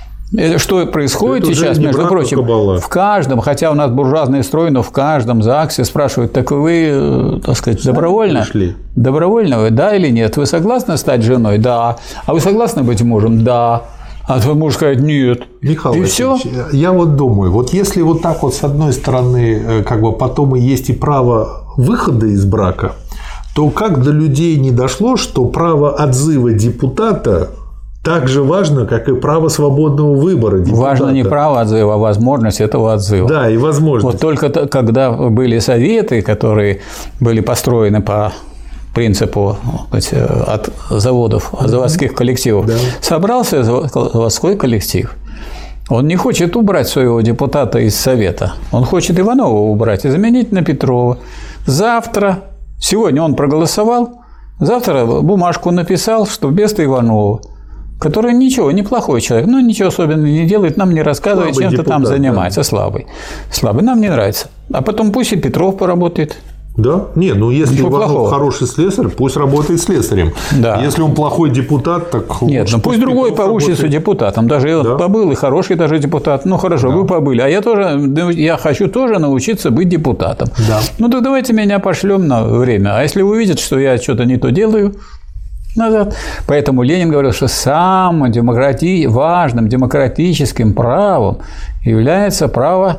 что происходит это сейчас, между прочим, в каждом, хотя у нас буржуазный строй, но в каждом ЗАГСе спрашивают, так вы, так сказать, сами добровольно? Пришли. Добровольно вы, да или нет? Вы согласны стать женой? Да. А вы согласны быть мужем? Да. А твой муж сказать нет. Михаил и все. Я вот думаю, вот если вот так вот с одной стороны, как бы потом и есть и право выхода из брака, то как до людей не дошло, что право отзыва депутата так же важно, как и право свободного выбора депутата. Важно не право отзыва, а возможность этого отзыва. Да, и возможность. Вот только когда были советы, которые были построены по принципу сказать, от заводов, от заводских коллективов, да. Собрался заводской коллектив. Он не хочет убрать своего депутата из Совета. Он хочет Иванова убрать и заменить на Петрова. Завтра, сегодня он проголосовал, завтра бумажку написал, что вместо Иванова, который ничего, неплохой человек, но ничего особенного не делает, нам не рассказывает, слабый чем-то там занимается, да. слабый. Слабый, нам не нравится. А потом пусть и Петров поработает. Да? Не, ну если Ничего Иванов плохого. Хороший слесарь, пусть работает слесарем. Да. Если он плохой депутат, так нет, ну пусть другой получится депутатом. Даже да? побыл и хороший даже депутат. Ну хорошо, да. Вы побыли. А я тоже, я хочу тоже научиться быть депутатом. Да. Ну так давайте меня пошлем на время. А если увидят, что я что-то не то делаю, назад. Поэтому Ленин говорил, что самым демократи... важным демократическим правом является право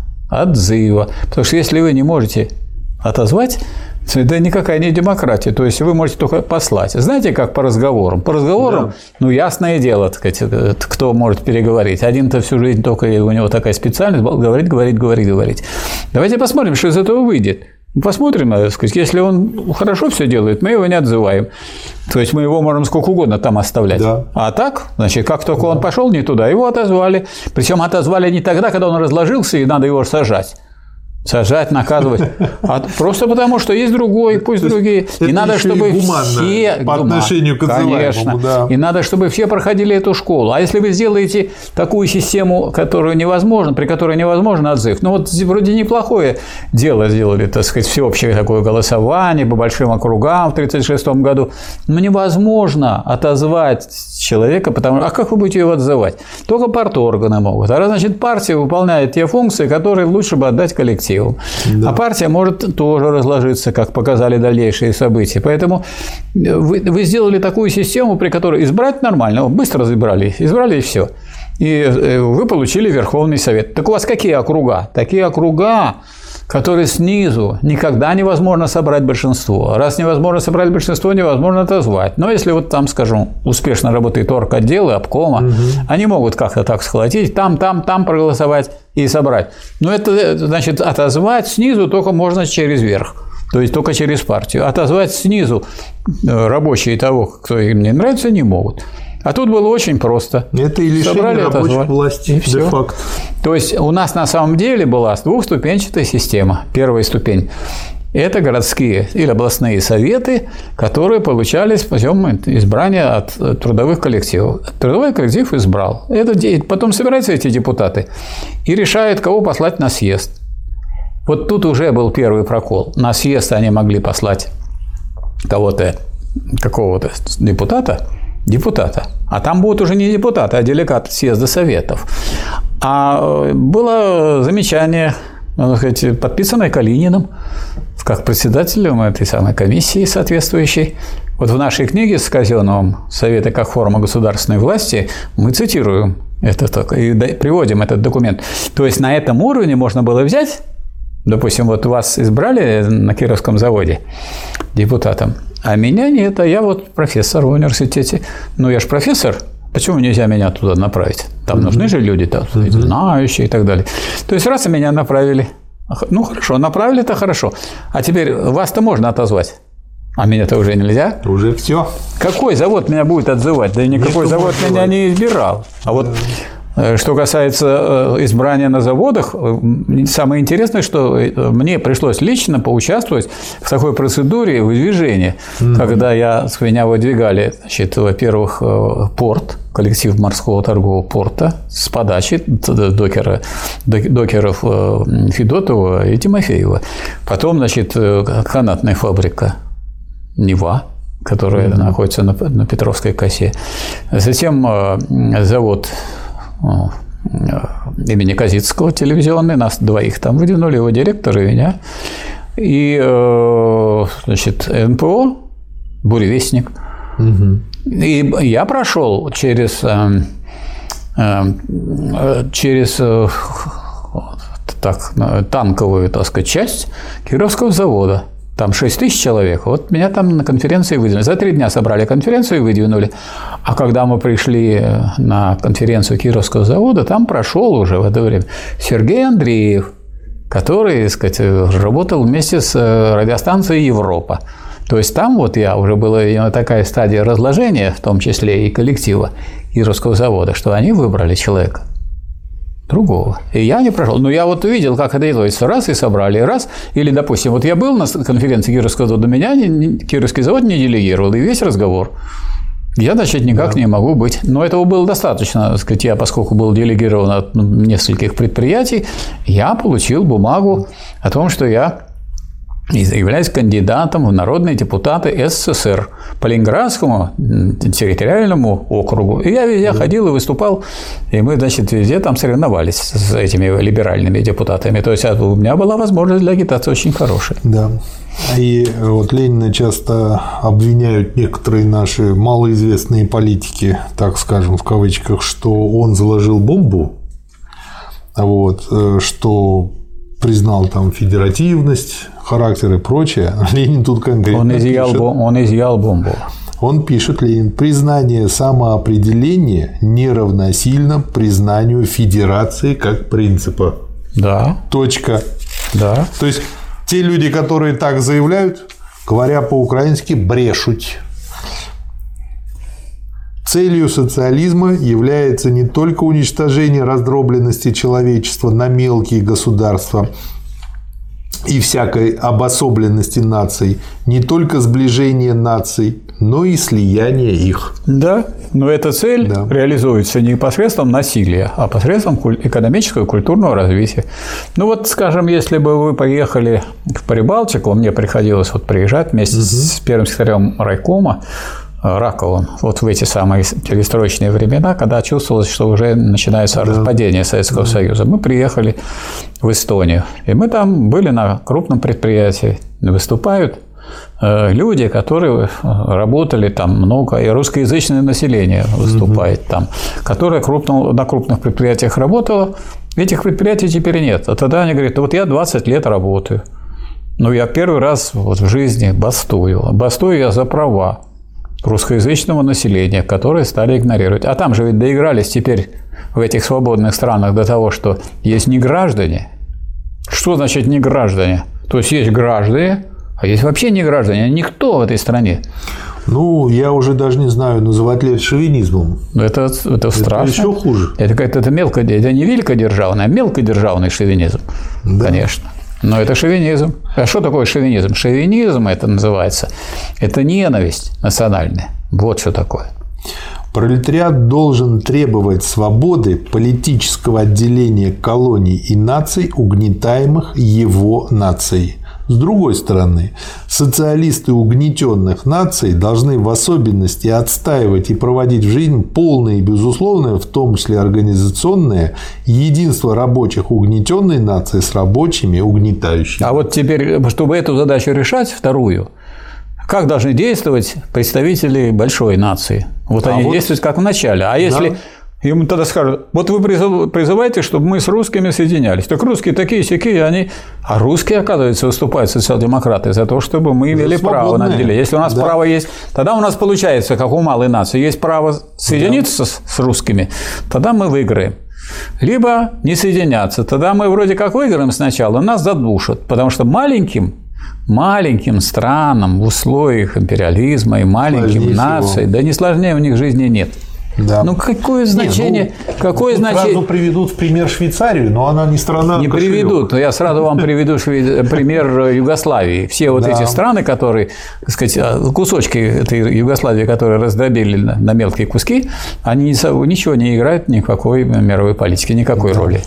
отзыва. Потому что если вы не можете отозвать, это никакая не демократия. То есть вы можете только послать. Знаете, как по разговорам? По разговорам, да. Ну, ясное дело, так сказать, кто может переговорить. Один-то всю жизнь только у него такая специальность говорить, говорить, говорить, говорить. Давайте посмотрим, что из этого выйдет. Посмотрим, так сказать, если он хорошо все делает, мы его не отзываем. То есть мы его можем сколько угодно там оставлять. Да. А так, значит, как только да. он пошел не туда, его отозвали. Причем отозвали не тогда, когда он разложился, и надо его сажать. Сажать, наказывать. А просто потому, что есть другой, пусть это, другие. Это и надо, чтобы и все по отношению к отзываемому, конечно. Да. И надо, чтобы все проходили эту школу. А если вы сделаете такую систему, которую невозможно, при которой невозможно отзыв, ну вот вроде неплохое дело сделали, так сказать, всеобщее такое голосование по большим округам в тридцать шестом году, но невозможно отозвать человека, потому а как вы будете его отзывать? Только парторганы могут. А раз, значит, партия выполняет те функции, которые лучше бы отдать коллективу. Да. А партия может тоже разложиться, как показали дальнейшие события. Поэтому вы, вы сделали такую систему, при которой избрать нормально, быстро избрали, избрали и все. И вы получили Верховный Совет. Так у вас какие округа? Такие округа, которые снизу никогда невозможно собрать большинство. Раз невозможно собрать большинство, невозможно отозвать. Но если вот там, скажем, успешно работает орготдел и обкома, угу. они могут как-то так схватить, там, там, там проголосовать и собрать. Но это, значит, отозвать снизу только можно через верх. То есть только через партию. Отозвать снизу рабочие того, кто им не нравится, не могут. А тут было очень просто. Это и лишение Собрали, рабочих отозвали, власти, де-факто. То есть у нас на самом деле была двухступенчатая система. Первая ступень – это городские или областные советы, которые получались путем избрания от трудовых коллективов. Трудовой коллектив избрал. Это, потом собираются эти депутаты и решают, кого послать на съезд. Вот тут уже был первый прокол. На съезд они могли послать кого-то, какого-то депутата, депутата. А там будут уже не депутаты, а делегаты съезда советов. А было замечание, надо сказать, подписанное Калининым, как председателем этой самой комиссии соответствующей. Вот в нашей книге с Казёновым «Советы как форма государственной власти» мы цитируем это и приводим этот документ. То есть на этом уровне можно было взять, допустим, вот вас избрали на Кировском заводе депутатом, а меня нет, а я вот профессор в университете. Ну, я же профессор, почему нельзя меня туда направить? Там mm-hmm. нужны же люди, там, mm-hmm. знающие и так далее. То есть раз меня направили, ну, хорошо, направили-то хорошо, а теперь вас-то можно отозвать, а меня-то уже нельзя. Уже все. Какой завод меня будет отзывать? Да никакой завод меня не избирал. А вот что касается избрания на заводах, самое интересное, что мне пришлось лично поучаствовать в такой процедуре выдвижения, mm-hmm. когда я, с меня выдвигали, значит, во-первых, порт, коллектив морского торгового порта с подачи докера, докеров Федотова и Тимофеева. Потом, значит, канатная фабрика «Нева», которая mm-hmm. находится на, на Петровской косе. Затем завод имени Козицкого телевизионный, нас двоих там выдвинули, его директора и меня. И, значит, эн пэ о, «Буревестник». Угу. И я прошел через, через так, танковую, так сказать, часть Кировского завода. Там шесть тысяч человек. Вот меня там на конференции выдвинули. За три дня собрали конференцию и выдвинули. А когда мы пришли на конференцию Кировского завода, там прошел уже в это время Сергей Андреев, который, так сказать, работал вместе с радиостанцией «Европа». То есть там вот я уже была такая стадия разложения, в том числе и коллектива Кировского завода, что они выбрали человека другого. И я не прошел. Но я вот увидел, как это делается. Раз и собрали, раз. Или, допустим, вот я был на конференции Кировского завода, меня Кировский завод не делегировал, и весь разговор. Я, значит, никак да. не могу быть. Но этого было достаточно. Так сказать, я, поскольку был делегирован от нескольких предприятий, я получил бумагу о том, что я являюсь кандидатом в народные депутаты эс эс эс эр по Ленинградскому территориальному округу. И я везде да. ходил и выступал, и мы, значит, везде там соревновались с этими либеральными депутатами. То есть у меня была возможность для агитации очень хорошая. Да. И вот Ленина часто обвиняют некоторые наши малоизвестные политики, так скажем, в кавычках, что он заложил бомбу, вот, что признал там федеративность, характер и прочее. Ленин тут конкретно он изъял, пишет, бом, он изъял бомбу. Он пишет, Ленин, признание самоопределения не равносильно признанию федерации как принципа. Да. Точка. Да. То есть те люди, которые так заявляют, говоря по-украински, брешут. Целью социализма является не только уничтожение раздробленности человечества на мелкие государства и всякой обособленности наций, не только сближение наций, но и слияние их. Да, но эта цель да. реализуется не посредством насилия, а посредством экономического и культурного развития. Ну вот, скажем, если бы вы поехали в Прибалтику, мне приходилось вот приезжать вместе угу. с первым секретарем райкома Раковым, вот в эти самые перестроечные времена, когда чувствовалось, что уже начинается да. распадение Советского да. Союза. Мы приехали в Эстонию, и мы там были на крупном предприятии. Выступают люди, которые работали там много, и русскоязычное население выступает угу. там, которое крупно, на крупных предприятиях работало. Этих предприятий теперь нет. А тогда они говорят, вот я двадцать лет работаю, но я первый раз вот в жизни бастую. Бастую я за права русскоязычного населения, которые стали игнорировать. А там же ведь доигрались теперь в этих свободных странах до того, что есть неграждане. Что значит неграждане? То есть есть граждане, А есть вообще не граждане, никто в этой стране. Ну, я уже даже не знаю, называть ли это шовинизмом. Это, это страшно. Это еще хуже. Это, это, это, мелко, это не великодержавный, а мелкодержавный шовинизм, да. Конечно. Но это шовинизм. А что такое шовинизм? Шовинизм это называется. Это ненависть национальная. Вот что такое. Пролетариат должен требовать свободы политического отделения колоний и наций, угнетаемых его нацией. С другой стороны, социалисты угнетенных наций должны в особенности отстаивать и проводить в жизнь полное и безусловное, в том числе организационное, единство рабочих угнетенной нации с рабочими угнетающими. А вот теперь, чтобы эту задачу решать, вторую, как должны действовать представители большой нации? Вот а они вот... действуют как в начале. А если... Да. Ему тогда скажут, вот вы призываете, чтобы мы с русскими соединялись. Так русские такие-сякие, они... А русские, оказывается, выступают социал-демократы за то, чтобы мы имели право на отделение. Если у нас да. право есть, тогда у нас получается, как у малой нации, есть право соединиться да. с русскими, тогда мы выиграем. Либо не соединяться, тогда мы вроде как выиграем сначала, нас задушат, потому что маленьким маленьким странам в условиях империализма и маленьким нациям, да не сложнее у них жизни нет. Да. Ну какое значение? Не, ну, какое значение? Сразу приведут в пример Швейцарию, но она не страна. Не кошелек. Приведут. Я сразу вам приведу пример Югославии. Все вот да. эти страны, которые, так сказать, кусочки этой Югославии, которые раздробили на мелкие куски, они ничего не играют никакой мировой политики, никакой да. роли.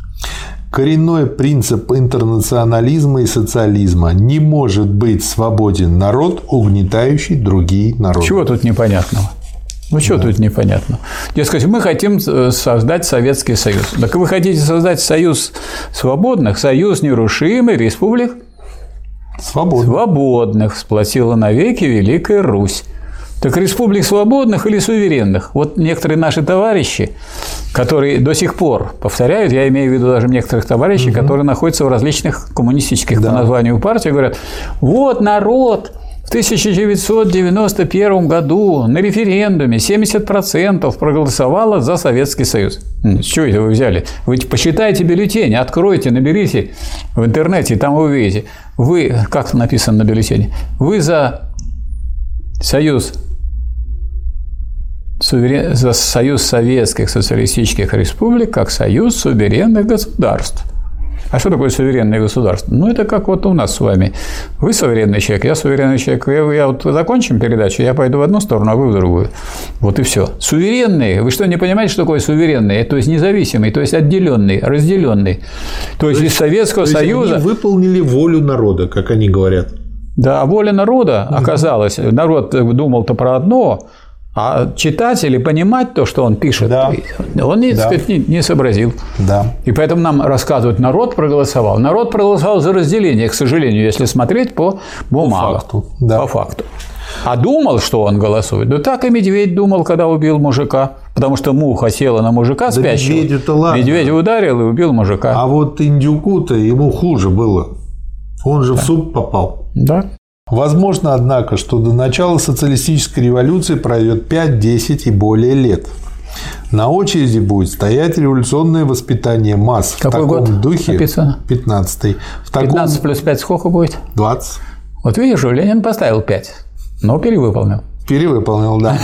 Коренной принцип интернационализма и социализма: не может быть свободен народ, угнетающий другие народы. Чего тут непонятного? Ну, что да. тут непонятно? Дескать, мы хотим создать Советский Союз. Так вы хотите создать союз свободных, союз нерушимый республик? Свободных. Свободных сплотила навеки Великая Русь. Так республик свободных или суверенных? Вот некоторые наши товарищи, которые до сих пор повторяют, я имею в виду даже некоторых товарищей, угу. которые находятся в различных коммунистических да. по названию партий, говорят, вот народ... В тысяча девятьсот девяносто первом году на референдуме семьдесят процентов проголосовало за Советский Союз. С чего это вы взяли? Вы посчитайте бюллетень, откройте, наберите в интернете, и там вы увидите. Вы, как написано на бюллетене, вы за Союз, суверен... за Союз Советских Социалистических Республик как Союз суверенных государств. А что такое суверенное государство? Ну, это как вот у нас с вами. Вы суверенный человек, я суверенный человек. Я, я вот закончим передачу, я пойду в одну сторону, а вы в другую. Вот и все. Суверенные. Вы что, не понимаете, что такое суверенный? То есть независимый, то есть отделенный, разделенный. То есть, то есть из Советского то есть Союза. Они выполнили волю народа, как они говорят. Да, воля народа оказалась. Народ думал-то про одно. А читать или понимать то, что он пишет, да. он не, да. сказать, не, не сообразил. Да. И поэтому нам рассказывают, народ проголосовал. Народ проголосовал за разделение, к сожалению, если смотреть по бумагам. По факту. Да. По факту. А думал, что он голосует. Да так и медведь думал, когда убил мужика. Потому что муха села на мужика да спящего. Медведю-то ладно. Медведь ударил и убил мужика. А вот индюку-то ему хуже было. Он же да. в суп попал. Да. Возможно, однако, что до начала социалистической революции пройдет пять, десять и более лет. На очереди будет стоять революционное воспитание масс. Какой в таком год духе. Написано? пятнадцатый. В таком... пятнадцать плюс пять сколько будет? двадцать. Вот видишь, Ленин поставил пять, но перевыполнил. Перевыполнил, да.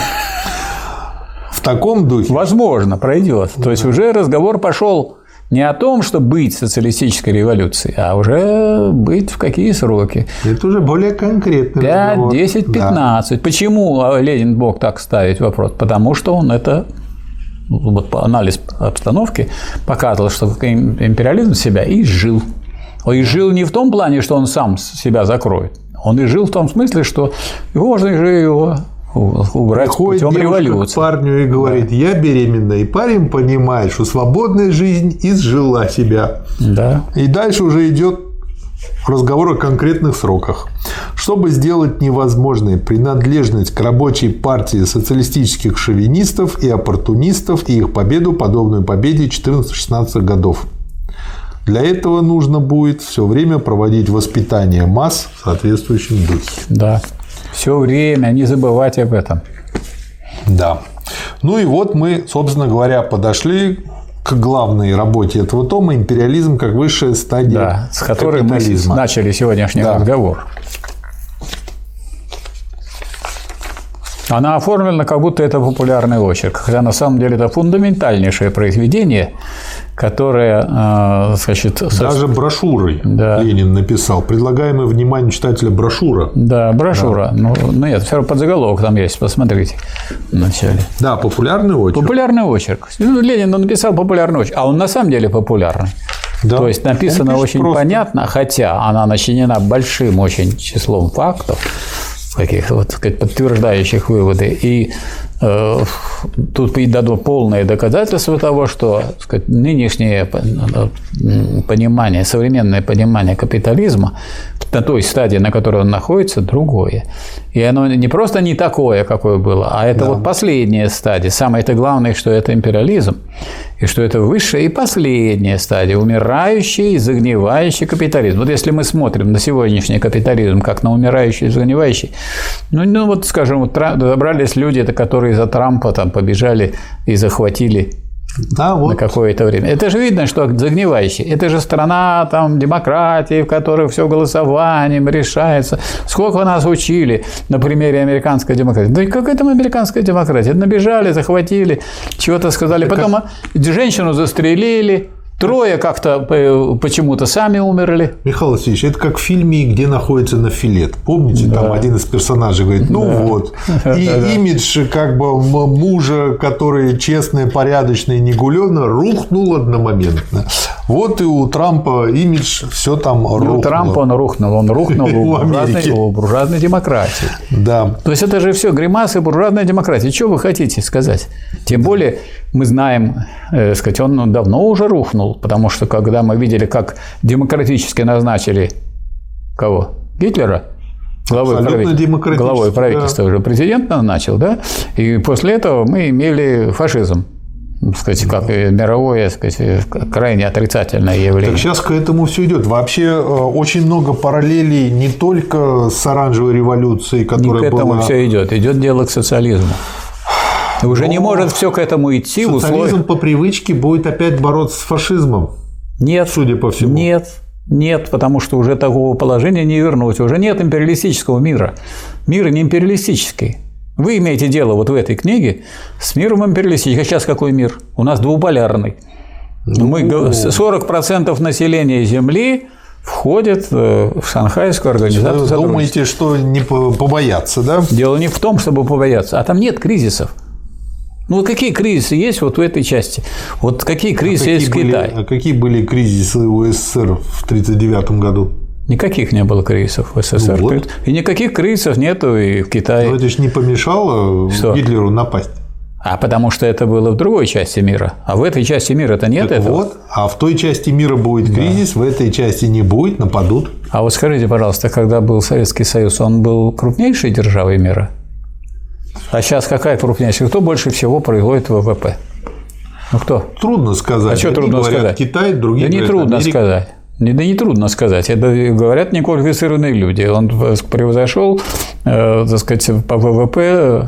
В таком духе. Возможно, пройдет. То есть уже разговор пошел. Не о том, что быть социалистической революцией, а уже быть в какие сроки. Это уже более конкретный пять, десять, пятнадцать. Да. Почему Ленин мог так ставить вопрос? Потому что он это, вот анализ обстановки показывал, что империализм себя изжил. Он изжил не в том плане, что он сам себя закроет. Он изжил в том смысле, что можно же его убрать путем революции. К парню и говорит, да. я беременна, и парень понимает, что свободная жизнь изжила себя. Да. И дальше уже идет разговор о конкретных сроках. Чтобы сделать невозможной принадлежность к рабочей партии социалистических шовинистов и оппортунистов и их победу, подобную победе четырнадцатых-шестнадцатых годов. Для этого нужно будет все время проводить воспитание масс в соответствующем духе. Да. Все время, не забывать об этом. Да. Ну и вот мы, собственно говоря, подошли к главной работе этого тома — империализм как высшая стадия да, с которой мы начали сегодняшний да. разговор. Она оформлена, как будто это популярный очерк, хотя на самом деле это фундаментальнейшее произведение, которое, значит... Даже брошюрой да. Ленин написал. Предлагаемая вниманию читателя брошюра. Да, брошюра. Да. Ну, ну нет, все равно подзаголовок там есть, посмотрите вначале. Да, популярный очерк. Популярный очерк. Ну, Ленин написал популярный очерк, а он на самом деле популярный. Да. То есть написано очень просто. Понятно, хотя она начинена большим очень числом фактов, каких вот, сказать, подтверждающих выводы. И э, тут дано полное доказательство того, что, так сказать, нынешнее понимание, современное понимание капитализма на той стадии, на которой он находится, другое. И оно не просто не такое, какое было, а это да. вот последняя стадия. Самое-то главное, что это империализм, и что это высшая и последняя стадия, умирающий и загнивающий капитализм. Вот если мы смотрим на сегодняшний капитализм как на умирающий и загнивающий, ну, ну вот, скажем, вот добрались люди, которые за Трампа там побежали и захватили да, вот. на какое-то время. Это же видно, что загнивающий. Это же страна там, демократии, в которой все голосованием решается. Сколько нас учили на примере американской демократии. Да какая там американская демократия? Набежали, захватили, чего-то сказали. Так потом как... женщину застрелили. Трое как-то почему-то сами умерли. Михаил Васильевич, это как в фильме «Где находится Нафилет». Помните, да. там один из персонажей говорит, ну да. вот, и имидж как бы мужа, который честный, порядочный, негулённый, рухнул одномоментно. Вот и у Трампа имидж все там рухнуло. У Трампа он рухнул, он рухнул у буржуазной, у буржуазной демократии. Да. То есть это же все гримасы буржуазной демократии. Что вы хотите сказать? Тем более мы знаем, э, сказать, он давно уже рухнул, потому что когда мы видели, как демократически назначили кого? Гитлера? Главой, правительства, главой правительства уже президент назначил, да? И после этого мы имели фашизм. Сказать, как мировое, сказать, крайне отрицательное явление. Так сейчас к этому все идет. Вообще очень много параллелей не только с оранжевой революцией, которая не к этому была... все идет. Идет дело к социализму. Уже Но не может все к этому идти. Социализм условиях... по привычке будет опять бороться с фашизмом. Нет. Судя по всему. Нет. Нет, потому что уже такого положения не вернуть. Уже нет империалистического мира. Мир не империалистический. Вы имеете дело вот в этой книге с миром империалистическим. А сейчас какой мир? У нас двуполярный. Ну... Мы, сорок процентов населения Земли входит в Шанхайскую организацию. Вы думаете, что не побояться, да? Дело не в том, чтобы побояться, а там нет кризисов. Ну, какие кризисы есть вот в этой части? Вот какие кризисы а есть в Китае? А какие были кризисы у СССР в тридцать девятом году? Никаких не было кризисов в СССР. Ну, вот. И никаких кризисов нету и в Китае. Но это же не помешало что? Гитлеру напасть. А потому что это было в другой части мира. А в этой части мира-то нет так этого. Вот, а в той части мира будет кризис, да. в этой части не будет, нападут. А вот скажите, пожалуйста, когда был Советский Союз, он был крупнейшей державой мира? А сейчас какая крупнейшая? Кто больше всего производит ВВП? Ну, кто? Трудно сказать. А что трудно говорят сказать? Китай, другие да говорят не трудно Америка. сказать. Да не трудно сказать. Это говорят неквалифицированные люди. Он превзошел, э, так сказать, по ВВП,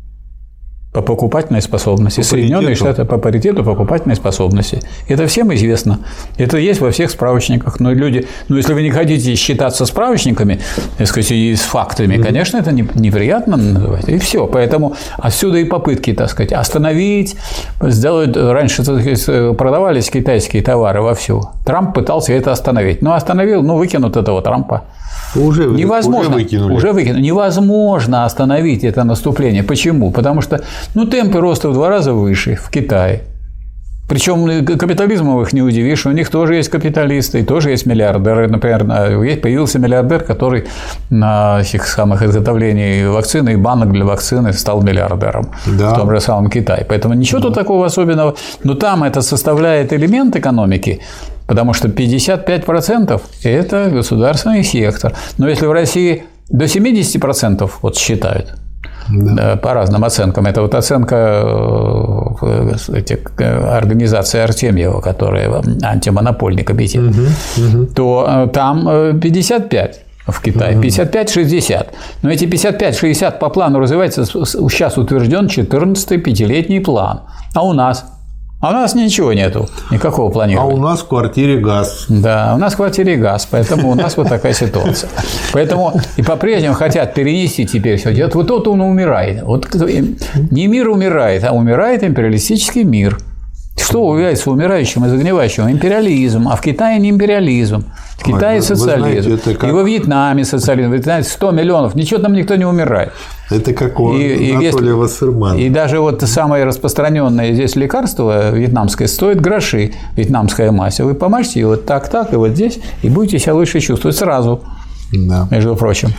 по покупательной способности. По Соединенные Штаты по паритету покупательной способности. Это всем известно. Это есть во всех справочниках. Но люди, ну, если вы не хотите считаться справочниками, так сказать, и с фактами, mm-hmm. конечно, это неприятно называть. И все. Поэтому отсюда и попытки, так сказать, остановить, сделать. Раньше продавались китайские товары вовсю. Трамп пытался это остановить. Но остановил, ну, выкинут этого Трампа. Уже, невозможно, уже выкинули. Уже выкинули. Невозможно остановить это наступление. Почему? Потому что ну, темпы роста в два раза выше в Китае. Причем капитализмом их не удивишь. У них тоже есть капиталисты, и тоже есть миллиардеры. Например, появился миллиардер, который на этих самых изготовлении вакцины и банок для вакцины стал миллиардером да. в том же самом Китае. Поэтому ничего да. тут такого особенного. Но там это составляет элемент экономики. Потому что пятьдесят пять процентов – это государственный сектор. Но если в России до семьдесят процентов вот считают, да. по разным оценкам, это вот оценка этих, организации Артемьева, которая антимонопольный комитет, угу, угу. то там пятьдесят пять в Китае, пятьдесят пять шестьдесят. Но эти пятьдесят пять шестьдесят по плану развивается, сейчас утвержден четырнадцатый пятилетний план. А у нас А у нас ничего нету, никакого планирования. А у нас в квартире газ. Да, у нас в квартире газ, поэтому у нас вот такая ситуация. Поэтому и по-прежнему хотят перенести теперь все. Вот вот он умирает. Вот не мир умирает, а умирает империалистический мир. Что является умирающим и загнивающим? Империализм. А в Китае не империализм. В Китае социализм. Знаете, как... И во Вьетнаме социализм. В Вьетнаме сто миллионов. Ничего там никто не умирает. Это как у и, Анатолия Вассермана. И даже вот самое распространенное здесь лекарство вьетнамское стоит гроши. Вьетнамская мазь. Вы помажьте его вот так-так, и вот здесь, и будете себя лучше чувствовать сразу. Да. Между прочим.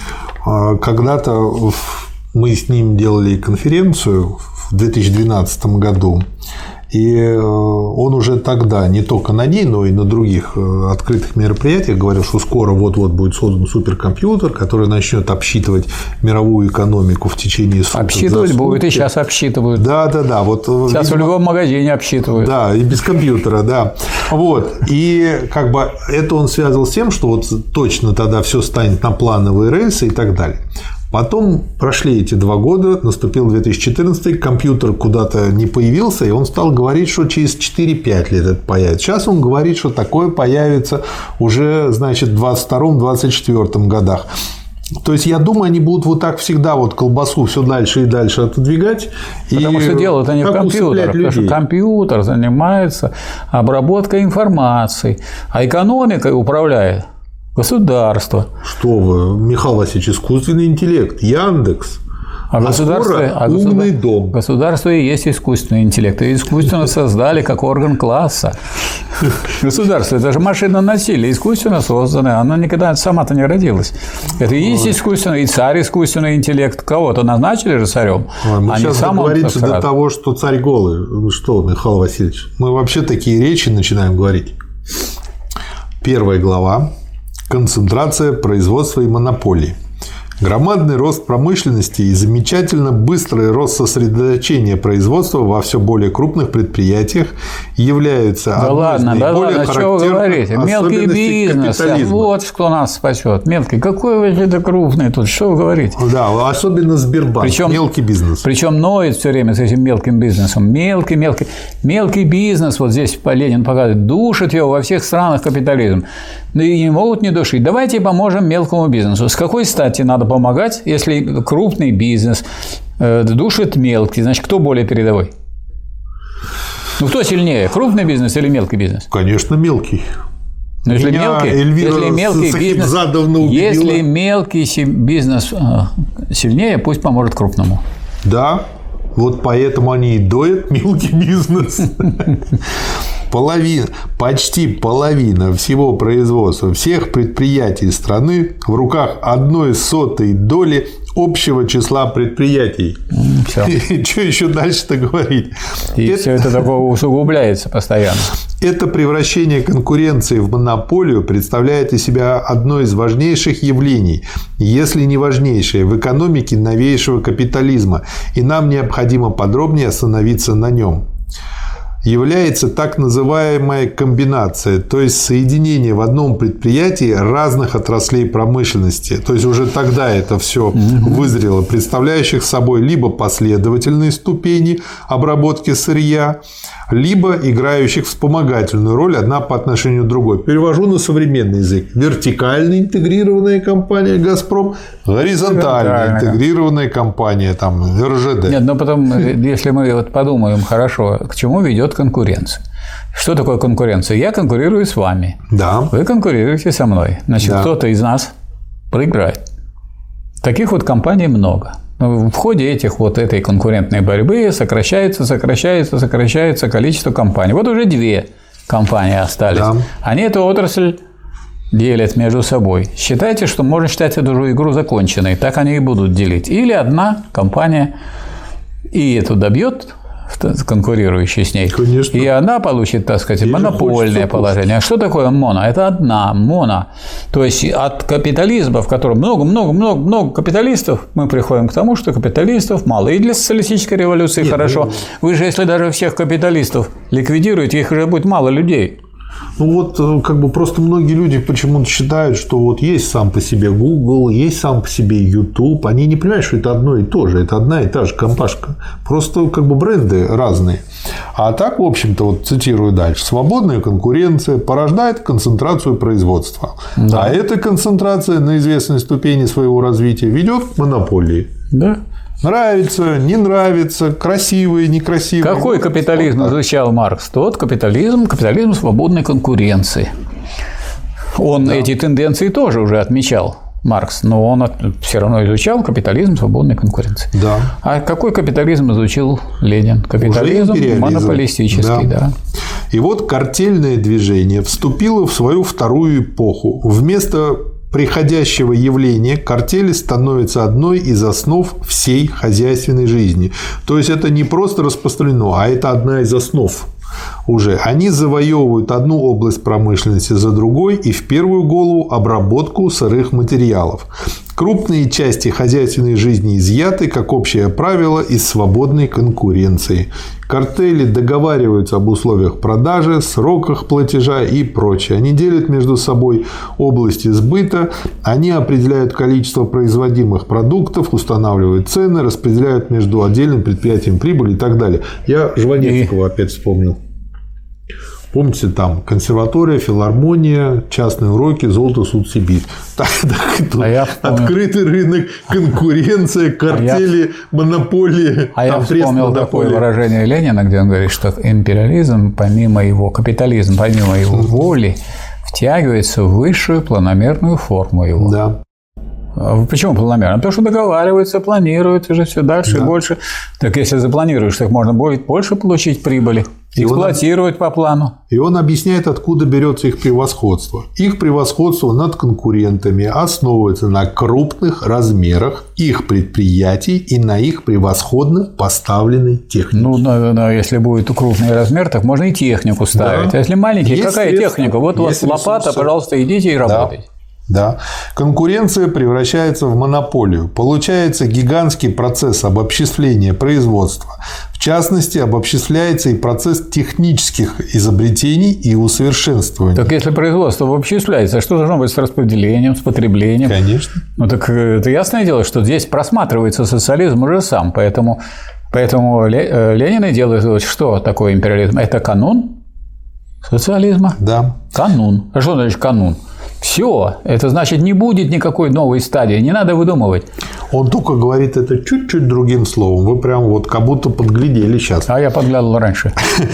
Когда-то мы с ним делали конференцию в две тысячи двенадцатом году. И он уже тогда не только на ней, но и на других открытых мероприятиях говорил, что скоро вот-вот будет создан суперкомпьютер, который начнет обсчитывать мировую экономику в течение суток. Обсчитывать будет, и сейчас обсчитывают. Да, да, да. Вот, сейчас видимо, в любом магазине обсчитывают. Да, и без компьютера, да. Вот. И как бы это он связывал с тем, что вот точно тогда все станет на плановые рельсы и так далее. Потом прошли эти два года, наступил две тысячи четырнадцатый, компьютер куда-то не появился, и он стал говорить, что через четыре-пять лет это появится. Сейчас он говорит, что такое появится уже, значит, в двадцать втором — двадцать четвёртом годах. То есть, я думаю, они будут вот так всегда вот колбасу все дальше и дальше отодвигать. Потому и что дело-то не в компьютере. Потому что компьютер занимается обработкой информации, а экономикой управляет государство. Что вы, Михаил Васильевич, искусственный интеллект, Яндекс. А, государство, а умный дом. Государство и есть искусственный интеллект. И искусственно создали как орган класса. Государство – это же машина насилия, искусственно созданное. Оно никогда сама-то не родилась. Это и есть искусственный, и царь искусственный интеллект. Кого-то назначили же царем. Ой, мы а сейчас договоримся до того, что царь голый. Ну что, Михаил Васильевич, мы вообще такие речи начинаем говорить. Первая глава. Концентрация производства и монополий. Громадный рост промышленности и замечательно быстрый рост сосредоточения производства во все более крупных предприятиях являются да одной ладно, из наиболее да ладно, что вы говорите? Мелкий бизнес, вот кто нас спасет. Мелкий, какой вы это крупный тут, что вы говорите? Да, особенно Сбербанк, причем, мелкий бизнес. Причем ноет все время с этим мелким бизнесом. Мелкий, мелкий, мелкий бизнес, вот здесь Ленин показывает, душит его во всех странах капитализм. Но и не могут не душить. Давайте поможем мелкому бизнесу. С какой стати надо помогать, если крупный бизнес душит мелкий? Значит, кто более передовой? Ну, кто сильнее, крупный бизнес или мелкий бизнес? Конечно, мелкий. Но если мелкий, если мелкий бизнес, если мелкий бизнес сильнее, пусть поможет крупному. Да, вот поэтому они и доят мелкий бизнес. Половина, почти половина всего производства всех предприятий страны в руках одной сотой доли общего числа предприятий. Все. И что еще дальше-то говорить? И это... все это такое усугубляется постоянно. Это превращение конкуренции в монополию представляет из себя одно из важнейших явлений, если не важнейшее, в экономике новейшего капитализма, и нам необходимо подробнее остановиться на нем. Является так называемая комбинация, то есть соединение в одном предприятии разных отраслей промышленности. То есть уже тогда это все вызрело, представляющих собой либо последовательные ступени обработки сырья, либо играющих вспомогательную роль одна по отношению к другой. Перевожу на современный язык. Вертикально интегрированная компания «Газпром», горизонтально интегрированная компания там, эр жэ дэ. Нет, но потом, если мы вот подумаем хорошо, к чему ведет конкуренция. Что такое конкуренция? Я конкурирую с вами. Да. Вы конкурируете со мной. Значит, да. Кто-то из нас проиграет. Таких вот компаний много. В ходе этих вот этой конкурентной борьбы сокращается, сокращается, сокращается количество компаний. Вот уже две компании остались. Да. Они эту отрасль делят между собой. Считайте, что можно считать эту игру законченной. Так они и будут делить. Или одна компания и эту добьет, конкурирующая с ней. Конечно. И она получит, так сказать, ей монопольное положение. А что такое моно? Это одна моно. То есть от капитализма, в котором много-много-много-много капиталистов, мы приходим к тому, что капиталистов мало. И для социалистической революции Нет, хорошо. Ну... Вы же, если даже всех капиталистов ликвидируете, их уже будет мало людей. Ну вот, как бы просто многие люди почему-то считают, что вот есть сам по себе Google, есть сам по себе YouTube. Они не понимают, что это одно и то же, это одна и та же компашка. Просто как бы бренды разные. А так, в общем-то, вот цитирую дальше: свободная конкуренция порождает концентрацию производства. Да. А эта концентрация на известной ступени своего развития ведет к монополии. Да. Нравится, не нравится, красивые, некрасивые. Какой вот, капитализм вот изучал Маркс? Тот капитализм, капитализм свободной конкуренции. Он да. эти тенденции тоже уже отмечал, Маркс, но он все равно изучал капитализм свободной конкуренции. Да. А какой капитализм изучил Ленин? Капитализм монополистический. Да. Да. И вот картельное движение вступило в свою вторую эпоху. Вместо приходящего явления картели становятся одной из основ всей хозяйственной жизни. То есть это не просто распространено, а это одна из основ уже. Они завоевывают одну область промышленности за другой и в первую голову обработку сырых материалов. Крупные части хозяйственной жизни изъяты, как общее правило, из свободной конкуренции. Картели договариваются об условиях продажи, сроках платежа и прочее. Они делят между собой области сбыта, они определяют количество производимых продуктов, устанавливают цены, распределяют между отдельным предприятием прибыль и так далее. Я Жванецкого и... опять вспомнил. Помните, там консерватория, филармония, частные уроки, золото, суд, Сибирь. Так, так, тут а открытый рынок, конкуренция, картели, а монополии. А я вспомнил такое выражение Ленина, где он говорит, что империализм, помимо его, капитализм, помимо его воли, втягивается в высшую планомерную форму его. Да. Почему планомерно? Потому что договариваются, планируют, и же все дальше да. и больше. Так если запланируешь, так можно будет больше получить прибыли, и эксплуатировать он, по плану. И он объясняет, откуда берется их превосходство. Их превосходство над конкурентами основывается на крупных размерах их предприятий и на их превосходно поставленной технике. Ну, но, но если будет крупный размер, так можно и технику ставить. Да. А если маленький, есть какая средства, техника? Вот у вас лопата, ресурсы. Пожалуйста, идите и работайте. Да. Да. Конкуренция превращается в монополию. Получается гигантский процесс обобществления производства. В частности, обобществляется и процесс технических изобретений и усовершенствования. Так если производство обобществляется, что должно быть с распределением, с потреблением? Конечно. Ну так это ясное дело, что здесь просматривается социализм уже сам. Поэтому, поэтому Ленин и делает, что такое империализм? Это канун социализма? Да. Канун. А что значит канун? Все, это значит, не будет никакой новой стадии, не надо выдумывать. Он только говорит это чуть-чуть другим словом. Вы прям вот как будто подглядели сейчас. А я подглядывал раньше.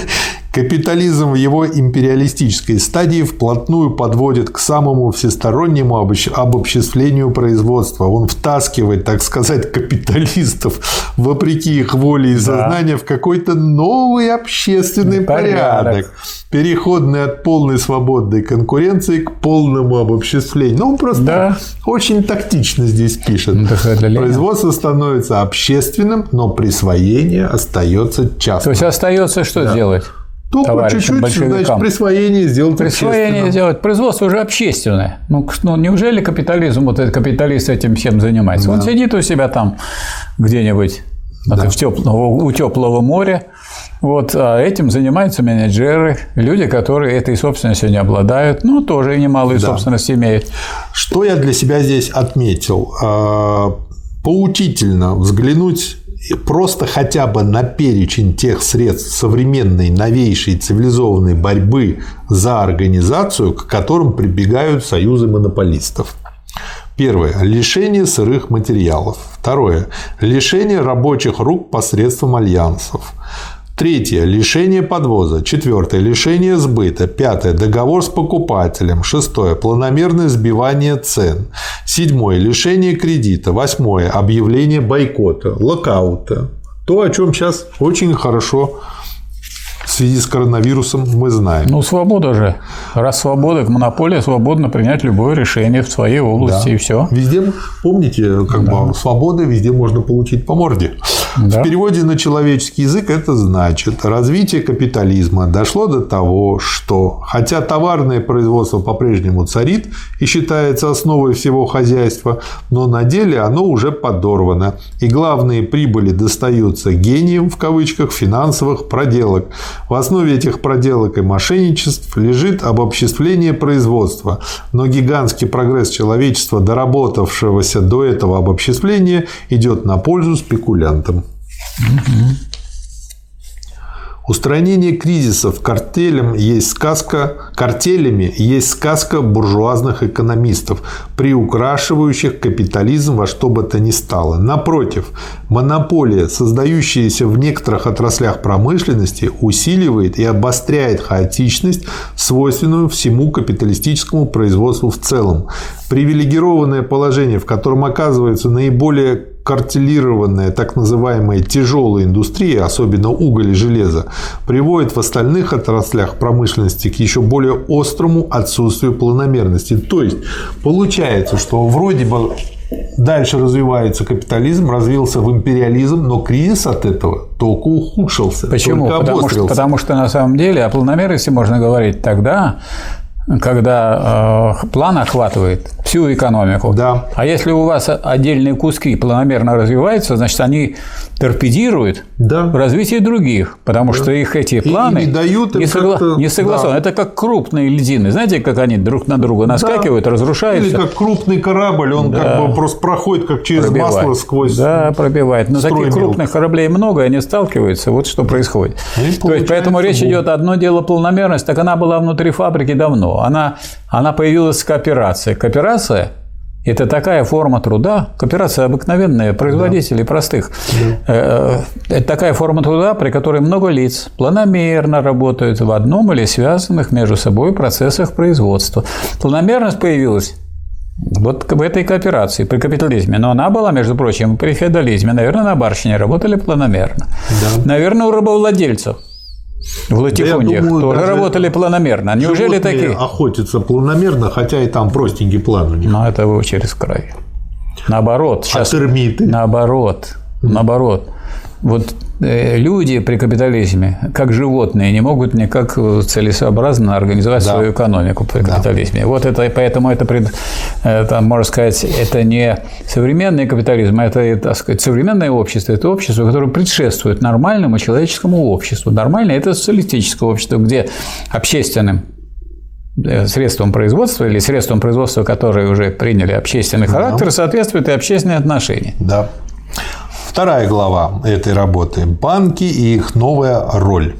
Капитализм в его империалистической стадии вплотную подводит к самому всестороннему обобществлению производства. Он втаскивает, так сказать, капиталистов, вопреки их воле и сознанию, да. в какой-то новый общественный порядок. порядок, переходный от полной свободной конкуренции к полному обобществлению. Ну, он просто да. очень тактично здесь пишет. Ну, производство становится общественным, но присвоение остается частным. То есть остается что да. делать? Только чуть-чуть, значит, присвоение сделать Присвоение сделать. Производство уже общественное. Ну, ну, неужели капитализм, вот этот капиталист этим всем занимается? Да. Он сидит у себя там где-нибудь да. в тёпло, у теплого моря. Вот, а этим занимаются менеджеры, люди, которые этой собственностью не обладают, ну, тоже и немалую да. собственность имеют. Что я для себя здесь отметил? Поучительно взглянуть просто хотя бы на перечень тех средств современной, новейшей цивилизованной борьбы за организацию, к которым прибегают союзы монополистов. Первое. Лишение сырых материалов. Второе. Лишение рабочих рук посредством альянсов. Третье. Лишение подвоза. Четвертое. Лишение сбыта. Пятое. Договор с покупателем. Шестое. Планомерное сбивание цен. Седьмое. Лишение кредита. Восьмое. Объявление бойкота, локаута. То, о чем сейчас очень хорошо в связи с коронавирусом мы знаем. Ну, свобода же. Раз свобода, монополия свободно принять любое решение в своей области, да. и все. Везде, помните, как да. бы свобода, везде можно получить по морде. Да. В переводе на человеческий язык это значит, развитие капитализма дошло до того, что хотя товарное производство по-прежнему царит и считается основой всего хозяйства, но на деле оно уже подорвано, и главные прибыли достаются гениям в кавычках финансовых проделок. В основе этих проделок и мошенничеств лежит обобществление производства, но гигантский прогресс человечества, доработавшегося до этого обобществления, идет на пользу спекулянтам. Угу. Устранение кризисов картелем есть сказка, картелями есть сказка буржуазных экономистов, приукрашивающих капитализм во что бы то ни стало. Напротив, монополия, создающаяся в некоторых отраслях промышленности, усиливает и обостряет хаотичность, свойственную всему капиталистическому производству в целом. Привилегированное положение, в котором оказывается наиболее картелированная так называемая тяжелая индустрия, особенно уголь и железо, приводит в остальных отраслях промышленности к еще более острому отсутствию планомерности. То есть получается, что вроде бы дальше развивается капитализм, развился в империализм, но кризис от этого только ухудшился. Почему? Только потому, что, потому что на самом деле о планомерности можно говорить тогда, когда э, план охватывает всю экономику. Да. А если у вас отдельные куски планомерно развиваются, значит, они торпедируют да. развитие других, потому да. что их эти планы и не, дают не, согла... не согласованы. Да. Это как крупные льдины. Знаете, как они друг на друга наскакивают, да. разрушаются. Или как крупный корабль, он да. как бы просто проходит как через пробивает. масло сквозь. Да, пробивает. Но таких крупных кораблей много, и они сталкиваются. Вот что происходит. То есть, поэтому речь бог. идет одно дело планомерность, так она была внутри фабрики давно. Она, она появилась с кооперацией. Кооперация – это такая форма труда, кооперация обыкновенная, производителей да. простых. Да. Это такая форма труда, при которой много лиц планомерно работают в одном или связанных между собой процессах производства. Планомерность появилась вот в этой кооперации при капитализме. Но она была, между прочим, при феодализме. Наверное, на барщине работали планомерно. Да. Наверное, у рабовладельцев. В латифундиях да, тоже работали планомерно. Неужели такие? Охотятся планомерно, хотя и там простенький план у них. Но это вы через край. Наоборот. Сейчас, а термиты? Наоборот. Mm. Наоборот. Вот э, люди при капитализме, как животные, не могут никак целесообразно организовать да. свою экономику при да. капитализме. Вот это, поэтому это, это, можно сказать, это не современный капитализм, это, так сказать, современное общество. Это общество, которое предшествует нормальному человеческому обществу. Нормальное – это социалистическое общество, где общественным средством производства или средством производства, которые уже приняли общественный характер, да. соответствуют и общественные отношения. Да. Вторая глава этой работы – банки и их новая роль.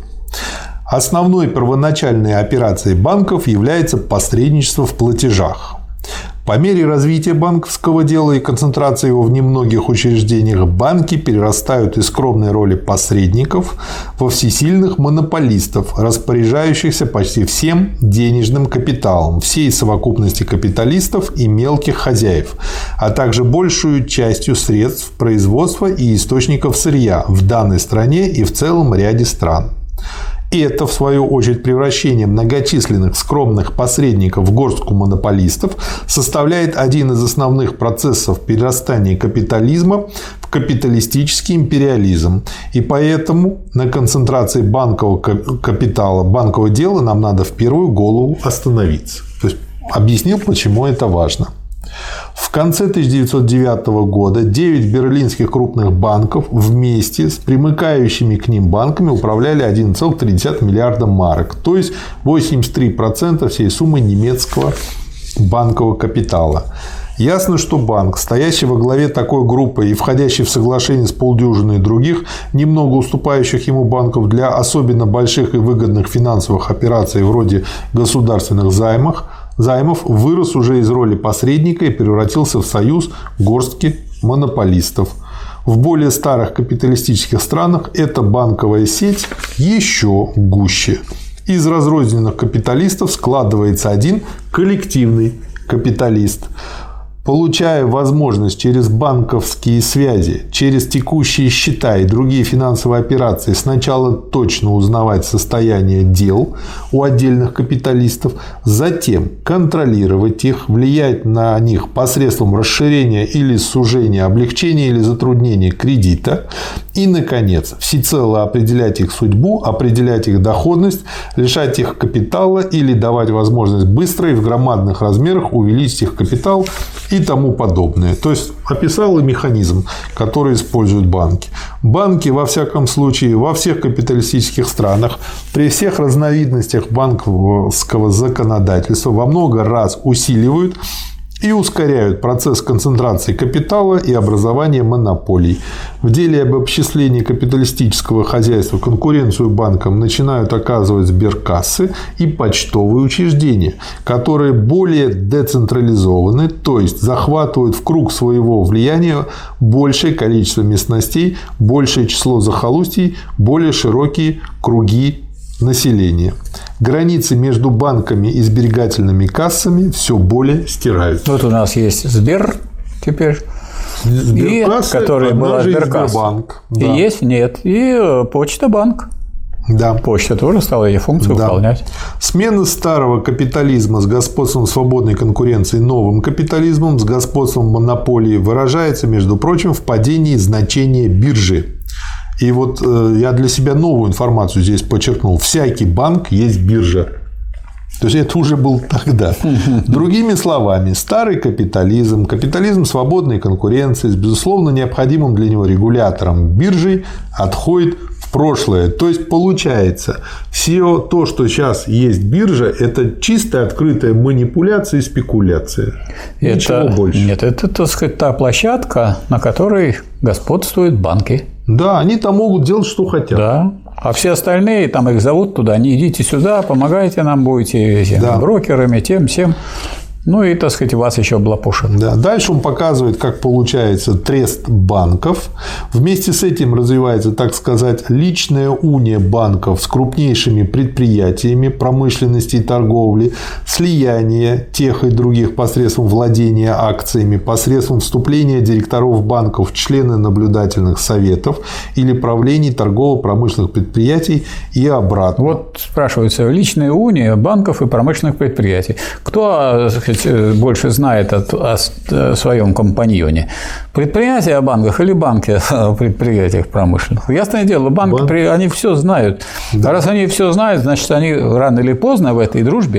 Основной первоначальной операцией банков является посредничество в платежах. По мере развития банковского дела и концентрации его в немногих учреждениях, банки перерастают из скромной роли посредников во всесильных монополистов, распоряжающихся почти всем денежным капиталом, всей совокупности капиталистов и мелких хозяев, а также большую частью средств производства и источников сырья в данной стране и в целом ряде стран. И это, в свою очередь, превращение многочисленных скромных посредников в горстку монополистов составляет один из основных процессов перерастания капитализма в капиталистический империализм. И поэтому на концентрации банкового капитала, банкового дела нам надо в первую голову остановиться. То есть, объяснил, почему это важно. В конце тысяча девятьсот девятого года девять берлинских крупных банков вместе с примыкающими к ним банками управляли один целых три десятых миллиарда марок, то есть восемьдесят три процента всей суммы немецкого банкового капитала. Ясно, что банк, стоящий во главе такой группы и входящий в соглашение с полдюжиной других, немного уступающих ему банков для особенно больших и выгодных финансовых операций вроде государственных займов, займов, вырос уже из роли посредника и превратился в союз горстки монополистов. В более старых капиталистических странах эта банковая сеть еще гуще. Из разрозненных капиталистов складывается один коллективный капиталист. Получая возможность через банковские связи, через текущие счета и другие финансовые операции сначала точно узнавать состояние дел у отдельных капиталистов, затем контролировать их, влиять на них посредством расширения или сужения, облегчения или затруднения кредита И, наконец, всецело определять их судьбу, определять их доходность, лишать их капитала или давать возможность быстро и в громадных размерах увеличить их капитал и тому подобное. То есть, описал и механизм, который используют банки. Банки, во всяком случае, во всех капиталистических странах, при всех разновидностях банковского законодательства во много раз усиливают и ускоряют процесс концентрации капитала и образования монополий. В деле об обчислении капиталистического хозяйства конкуренцию банкам начинают оказывать сберкассы и почтовые учреждения, которые более децентрализованы, то есть захватывают в круг своего влияния большее количество местностей, большее число захолустий, более широкие круги населения. Границы между банками и сберегательными кассами все более стираются. Вот у нас есть Сбер теперь, Сберкасса, и, который была Сберкасса. Сбербанк. И Да. есть, нет, и Почта-банк. Да. Почта тоже стала эти функции Да. выполнять. Смена старого капитализма с господством свободной конкуренции новым капитализмом, с господством монополии выражается, между прочим, в падении значения биржи. И вот я для себя новую информацию здесь подчеркнул. Всякий банк есть биржа. То есть, это уже было тогда. Другими словами, старый капитализм, капитализм свободной конкуренции с, безусловно, необходимым для него регулятором биржей отходит в прошлое. То есть, получается, все то, что сейчас есть биржа, это чистая открытая манипуляция и спекуляция. Это, Ничего больше. Нет, это, так сказать, та площадка, на которой господствуют банки. Да, они там могут делать, что хотят. Да. А все остальные, там их зовут туда, не идите сюда, помогайте нам, будете этими Да. брокерами, тем, всем. Ну и, так сказать, вас еще облапушат. Да. Дальше он показывает, как получается трест банков. Вместе с этим развивается, так сказать, личная уния банков с крупнейшими предприятиями промышленности и торговли, слияние тех и других посредством владения акциями, посредством вступления директоров банков в члены наблюдательных советов или правлений торгово-промышленных предприятий и обратно. Вот спрашивается, личная уния банков и промышленных предприятий. Кто, так сказать, больше знает о, о своем компаньоне? Предприятия о банках или банки о предприятиях промышленных? Ясное дело, банки, Банк. они все знают. Да. А раз они все знают, значит, они рано или поздно в этой дружбе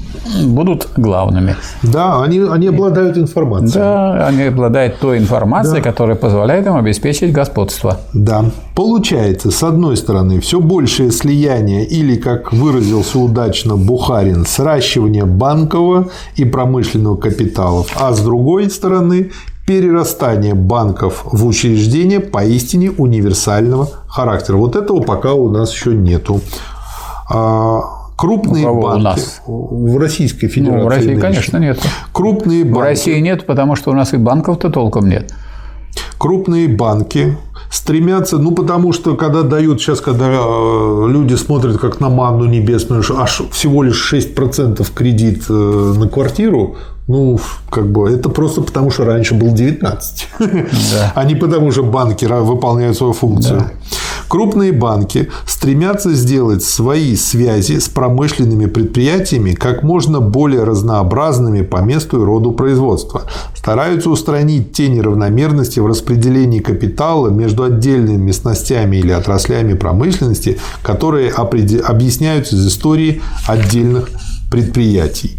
будут главными. Да, они, они обладают информацией. Да, они обладают той информацией, да. которая позволяет им обеспечить господство. Да. Получается, с одной стороны, все большее слияние или, как выразился удачно Бухарин, сращивание банкового и промышленного капиталов, а с другой стороны, перерастание банков в учреждения поистине универсального характера. Вот этого пока у нас еще нету. Крупные банки. У нас? В Российской Федерации. Ну, в России, нынче. Конечно, нет. Крупные банки. В России нет, потому что у нас и банков-то толком нет. Крупные банки стремятся, ну, потому что, когда дают, сейчас, когда люди смотрят как на манну небесную, аж всего лишь шесть процентов кредит на квартиру, ну, как бы, это просто потому, что раньше был девятнадцать, да. а не потому, что банки выполняют свою функцию. Да. Крупные банки стремятся сделать свои связи с промышленными предприятиями как можно более разнообразными по месту и роду производства. Стараются устранить те неравномерности в распределении капитала между отдельными местностями или отраслями промышленности, которые объясняются из истории отдельных предприятий.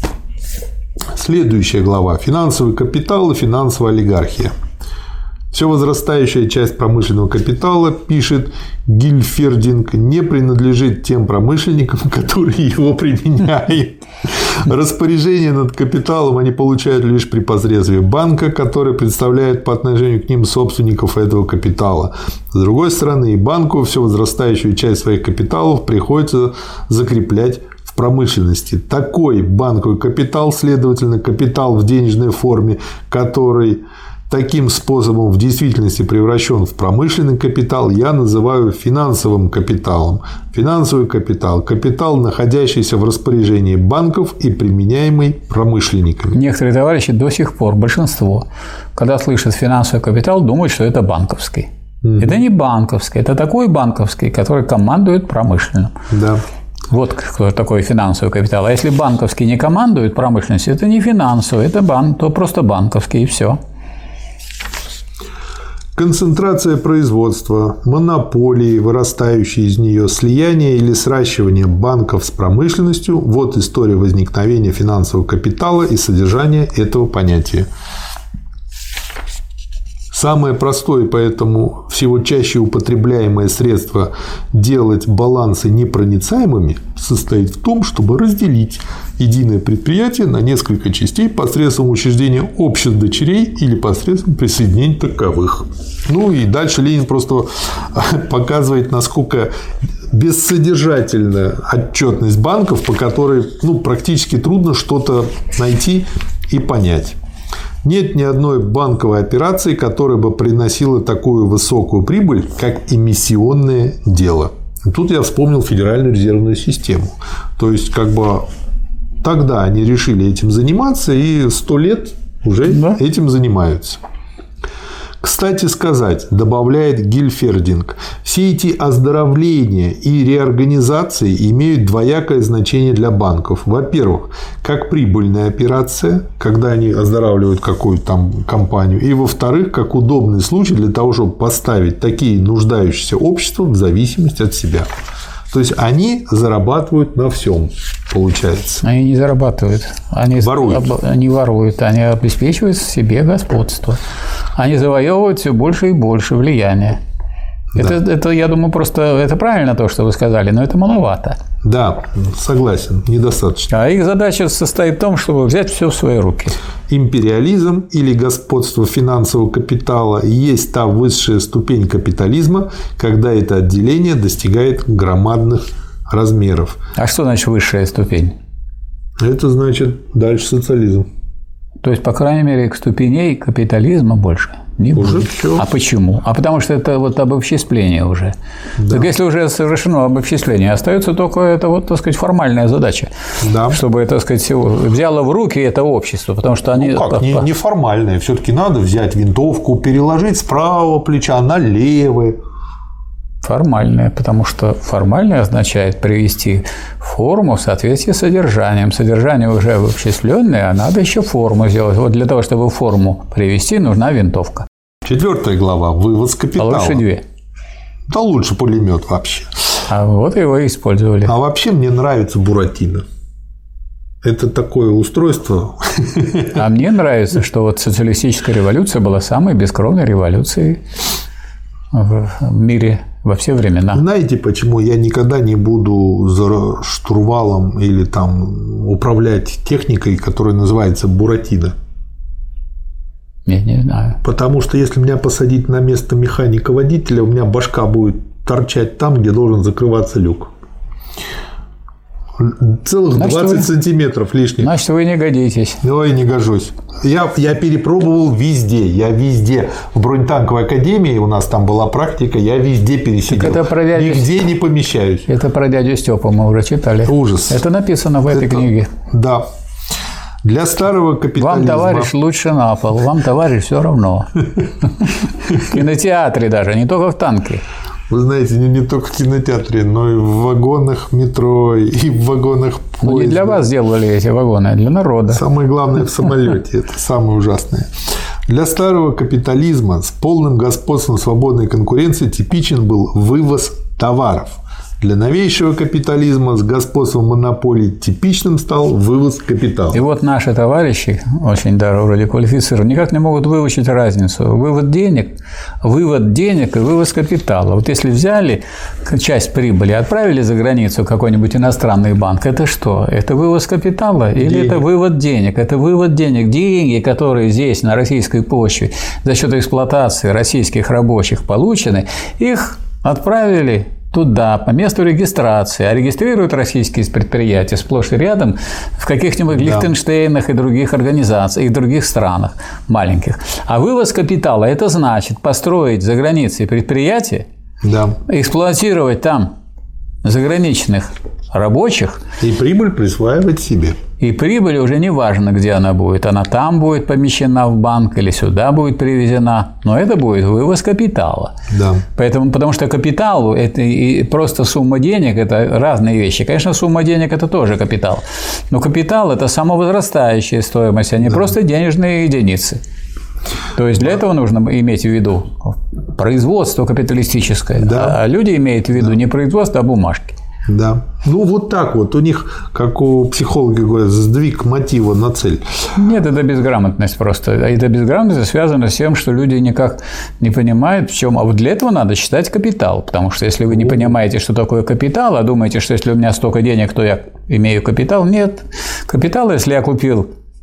Следующая глава. Финансовый капитал и финансовая олигархия. Все возрастающая часть промышленного капитала, пишет Гильфердинг, не принадлежит тем промышленникам, которые его применяют. Распоряжение над капиталом они получают лишь при посредстве банка, который представляет по отношению к ним собственников этого капитала. С другой стороны, и банку всю возрастающую часть своих капиталов приходится закреплять в промышленности. Такой банковый капитал, следовательно, капитал в денежной форме, который таким способом в действительности превращен в промышленный капитал, я называю финансовым капиталом. Финансовый капитал – капитал, находящийся в распоряжении банков и применяемый промышленниками. Некоторые товарищи до сих пор, большинство, когда слышат финансовый капитал, думают, что это банковский. Mm-hmm. Это не банковский, это такой банковский, который командует промышленным. Да. Вот кто такой финансовый капитал. А если банковский не командует промышленностью, это не финансовый, это банк, то просто банковский, и все. Концентрация производства, монополии, вырастающие из нее, слияние или сращивание банков с промышленностью – вот история возникновения финансового капитала и содержания этого понятия. Самое простое, поэтому всего чаще употребляемое средство делать балансы непроницаемыми состоит в том, чтобы разделить единое предприятие на несколько частей посредством учреждения обществ дочерей или посредством присоединения таковых. Ну и дальше Ленин просто показывает, насколько бессодержательная отчетность банков, по которой ну, практически трудно что-то найти и понять. Нет ни одной банковой операции, которая бы приносила такую высокую прибыль, как эмиссионное дело. И тут я вспомнил Федеральную резервную систему. То есть, как бы тогда они решили этим заниматься, и сто лет уже да. этим занимаются. Кстати сказать, добавляет Гильфердинг, все эти оздоровления и реорганизации имеют двоякое значение для банков. Во-первых, как прибыльная операция, когда они оздоравливают какую-то там компанию. И во-вторых, как удобный случай для того, чтобы поставить такие нуждающиеся общества в зависимости от себя. То есть, они зарабатывают на всем, получается. Они не зарабатывают. Они воруют. Они воруют. Они обеспечивают себе господство. Они завоевывают все больше и больше влияния. Да. Это, это, я думаю, просто это правильно то, что вы сказали, но это маловато. Да, согласен, недостаточно. А их задача состоит в том, чтобы взять все в свои руки. Империализм или господство финансового капитала есть та высшая ступень капитализма, когда это отделение достигает громадных размеров. А что значит высшая ступень? Это значит дальше социализм. То есть, по крайней мере, ступеней капитализма больше не уже будет. Все. А почему? А потому что это вот обобществление уже. Да. Так если уже совершено обобществление, остается только это вот, так сказать, формальная задача, да. чтобы, так сказать, взяло в руки это общество, потому что они… Ну как, не, неформальное. Все-таки надо взять винтовку, переложить с правого плеча на левое. Формальное, потому что формальное означает привести форму в соответствии с содержанием. Содержание уже обобществленное, а надо еще форму сделать. Вот для того, чтобы форму привести, нужна винтовка. Четвертая глава. Вывоз капитала. А лучше две. Да лучше пулемет вообще. А вот его и использовали. А вообще мне нравится Буратино. Это такое устройство. А мне нравится, что вот социалистическая революция была самой бескровной революцией в мире во все времена. Знаете, почему я никогда не буду за штурвалом или там управлять техникой, которая называется Буратино? Я не знаю. Потому что если меня посадить на место механика-водителя, у меня башка будет торчать там, где должен закрываться люк. Целых значит, двадцать вы... сантиметров лишних. Значит, вы не годитесь. Ой, не гожусь. Я, я перепробовал везде. Я везде. В бронетанковой академии у нас там была практика. Я везде пересидел. Так это про дядю... Нигде не помещаюсь. Это про дядю Степу мы уже читали. Ужас. Это написано в этой это... книге. Да. Для старого капитализма… Вам, товарищ, лучше на пол. Вам, товарищ, все равно. В кинотеатре даже, не только в танке. Вы знаете, не, не только в кинотеатре, но и в вагонах метро, и в вагонах поезда. Ну, не для вас сделали эти вагоны, а для народа. Самое главное в самолете. Это самое ужасное. Для старого капитализма с полным господством свободной конкуренции типичен был вывоз товаров. Для новейшего капитализма с господством монополий типичным стал вывоз капитала. И вот наши товарищи, очень даже вроде квалифицированные, никак не могут выучить разницу. Вывод денег, вывод денег и вывоз капитала. Вот если взяли часть прибыли, отправили за границу какой-нибудь иностранный банк, это что? Это вывоз капитала или денег. Это вывод денег? Это вывод денег. Деньги, которые здесь на российской почве за счет эксплуатации российских рабочих получены, их отправили туда, по месту регистрации, а регистрируют российские предприятия сплошь и рядом в каких-нибудь да. Лихтенштейнах и других организациях, и других странах маленьких. А вывоз капитала – это значит построить за границей предприятия, да. эксплуатировать там заграничных рабочих. И прибыль присваивать себе. И прибыль уже не важно, где она будет. Она там будет помещена в банк или сюда будет привезена. Но это будет вывоз капитала. Да. Поэтому, потому что капитал – это и просто сумма денег – это разные вещи. Конечно, сумма денег – это тоже капитал. Но капитал – это самовозрастающая стоимость, а не да. просто денежные единицы. То есть для этого нужно иметь в виду производство капиталистическое. Да. А люди имеют в виду да. не производство, а бумажки. Да. Ну, вот так вот. У них, как у психологов говорят, сдвиг мотива на цель. Нет, это безграмотность просто. Эта безграмотность связана с тем, что люди никак не понимают, в чем. А вот для этого надо считать капитал. Потому что если вы не понимаете, что такое капитал, а думаете, что если у меня столько денег, то я имею капитал. Нет. Капитал, если я купил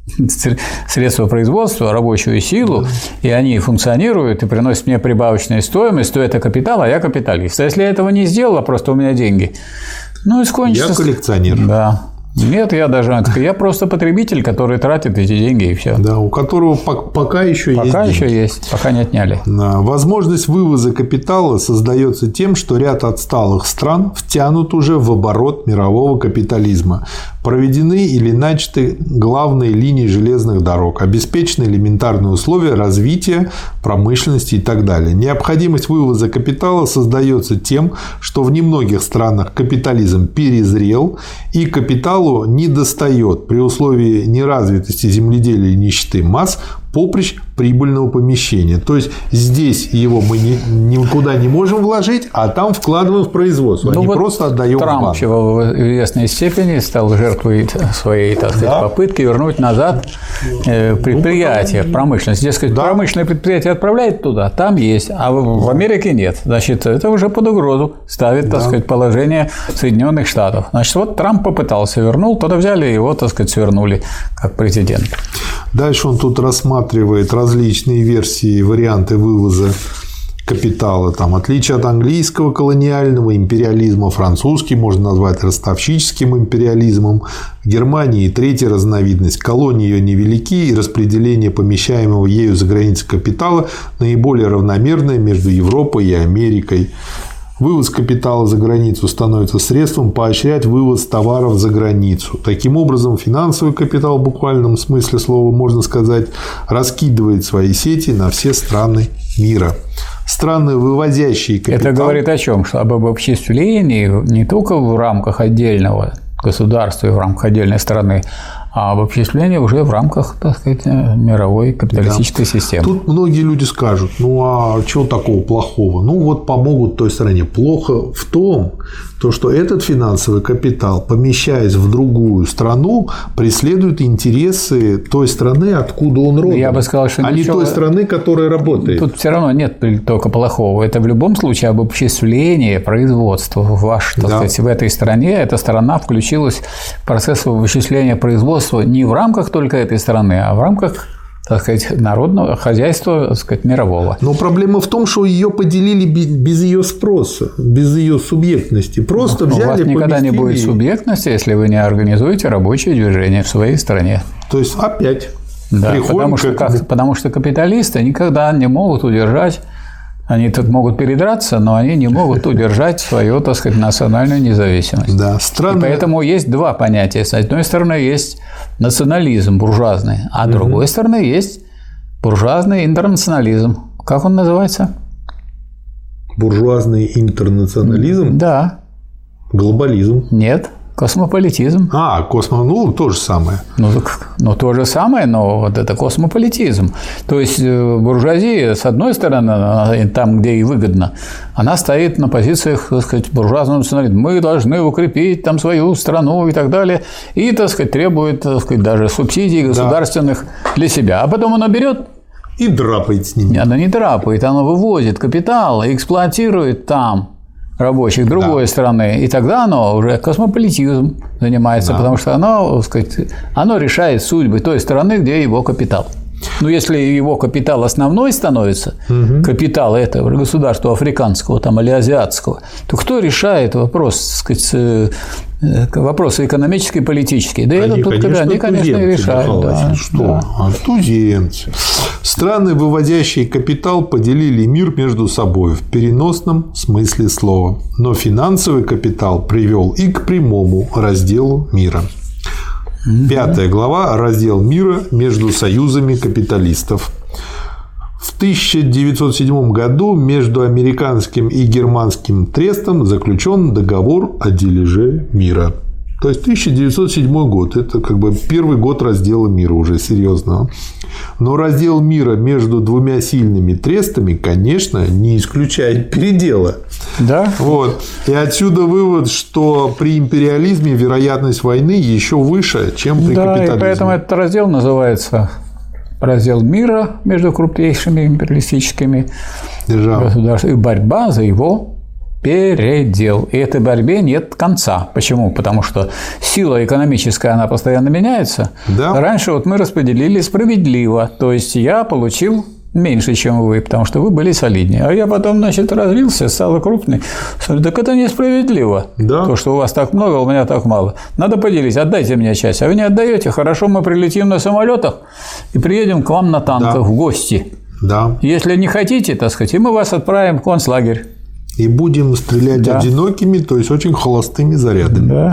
средства производства, рабочую силу, да. и они функционируют и приносят мне прибавочную стоимость, то это капитал, а я капиталист. А если я этого не сделал, а просто у меня деньги, ну и скончится. Я коллекционер. Да. Нет, я даже я просто потребитель, который тратит эти деньги и все. Да, у которого пока еще есть. Пока еще деньги. есть, пока не отняли. Возможность вывоза капитала создается тем, что ряд отсталых стран втянут уже в оборот мирового капитализма. Проведены или начаты главные линии железных дорог, обеспечены элементарные условия развития промышленности и так далее. Необходимость вывоза капитала создается тем, что в немногих странах капитализм перезрел и капитал не достает при условии неразвитости земледелия и нищеты масс поприщ прибыльного помещения. То есть здесь его мы ни, никуда не можем вложить, а там вкладываем в производство, ну, а не вот просто отдаем Трамп, в банк. чего в известной степени стал жертвой своей, так сказать, да. попытки вернуть назад предприятия, ну, промышленность. Дескать, да. промышленное предприятие отправляет туда, там есть, а в Америке нет. Значит, это уже под угрозу ставит, так да. сказать, положение Соединенных Штатов. Значит, вот Трамп попытался вернул, тогда взяли его, так сказать, свернули как президент. Дальше он тут рассматривает различные версии, варианты вывоза капитала. Там, отличие от английского колониального империализма, французский можно назвать ростовщическим империализмом. В Германии третья разновидность. Колонии ее невелики, и распределение помещаемого ею за границей капитала наиболее равномерное между Европой и Америкой. Вывоз капитала за границу становится средством поощрять вывоз товаров за границу. Таким образом, финансовый капитал в буквальном смысле слова, можно сказать, раскидывает свои сети на все страны мира. Страны, вывозящие капитал... Это говорит о чем? Что об обобществлении не только в рамках отдельного государства и в рамках отдельной страны, а об обобществлении уже в рамках, так сказать, мировой капиталистической да. системы. Тут многие люди скажут, ну а чего такого плохого? Ну вот помогут той стране. Плохо в том, то, что этот финансовый капитал, помещаясь в другую страну, преследует интересы той страны, откуда он родом, Я бы сказал, что а ничего... не той страны, которая работает. Тут все равно нет только плохого. Это в любом случае обобществление производства ваш, так да. сказать, в этой стране. Эта страна включилась в процесс обобществления производства не в рамках только этой страны, а в рамках, так сказать, народного хозяйства, так сказать, мирового. Но проблема в том, что ее поделили без ее спроса, без ее субъектности. Просто Но взяли, у вас никогда поместили... не будет субъектности, если вы не организуете рабочее движение в своей стране. То есть опять да, потому что, как, потому что капиталисты никогда не могут удержать. Они тут могут передраться, но они не могут удержать свою, так сказать, национальную независимость. Да, странно. И поэтому есть два понятия. С одной стороны, есть национализм буржуазный, а с угу. другой стороны, есть буржуазный интернационализм. Как он называется? Буржуазный интернационализм? Да. Глобализм? Нет. Космополитизм. А, космо, ну, то же самое. Ну, ну, то же самое, но вот это космополитизм. То есть буржуазия, с одной стороны, там, где ей выгодно, она стоит на позициях, так сказать, буржуазного национализма. Мы должны укрепить там свою страну и так далее. И, так сказать, требует, так сказать, даже субсидий государственных да. для себя. А потом она берет и драпает с ними. Она не драпает, она вывозит капитал и эксплуатирует там рабочих другой да. страны, и тогда оно уже космополитизм занимается, да. потому что оно, так сказать, оно решает судьбы той страны, где его капитал. Ну, если его капитал основной становится, угу. капитал этого государства африканского там, или азиатского, то кто решает вопрос, так сказать, вопросы экономические и политические? Да, они, это тут, конечно, они, конечно, и решают. Да, что? Да. А туземцы. Страны, выводящие капитал, поделили мир между собой в переносном смысле слова. Но финансовый капитал привел и к прямому разделу мира. Пятая глава. Раздел мира между союзами капиталистов. В тысяча девятьсот седьмом году между американским и германским трестом заключен договор о дележе мира. То есть тысяча девятьсот седьмой год – это как бы первый год раздела мира уже серьезного. Но раздел мира между двумя сильными трестами, конечно, не исключает передела. Да. Вот. И отсюда вывод, что при империализме вероятность войны еще выше, чем при да, капитализме. И поэтому этот раздел называется раздел мира между крупнейшими империалистическими государствами и борьба за его передел. И этой борьбе нет конца. Почему? Потому что сила экономическая, она постоянно меняется. Да. Раньше вот мы распределили справедливо. То есть я получил меньше, чем вы, потому что вы были солиднее. А я потом, значит, развился, стал крупный. Так это несправедливо. Да. То, что у вас так много, у меня так мало. Надо поделить, отдайте мне часть. А вы не отдаете, хорошо, мы прилетим на самолетах и приедем к вам на танках да. в гости. Да. Если не хотите, так сказать, и мы вас отправим в концлагерь. И будем стрелять да. одинокими, то есть очень холостыми зарядами. Да.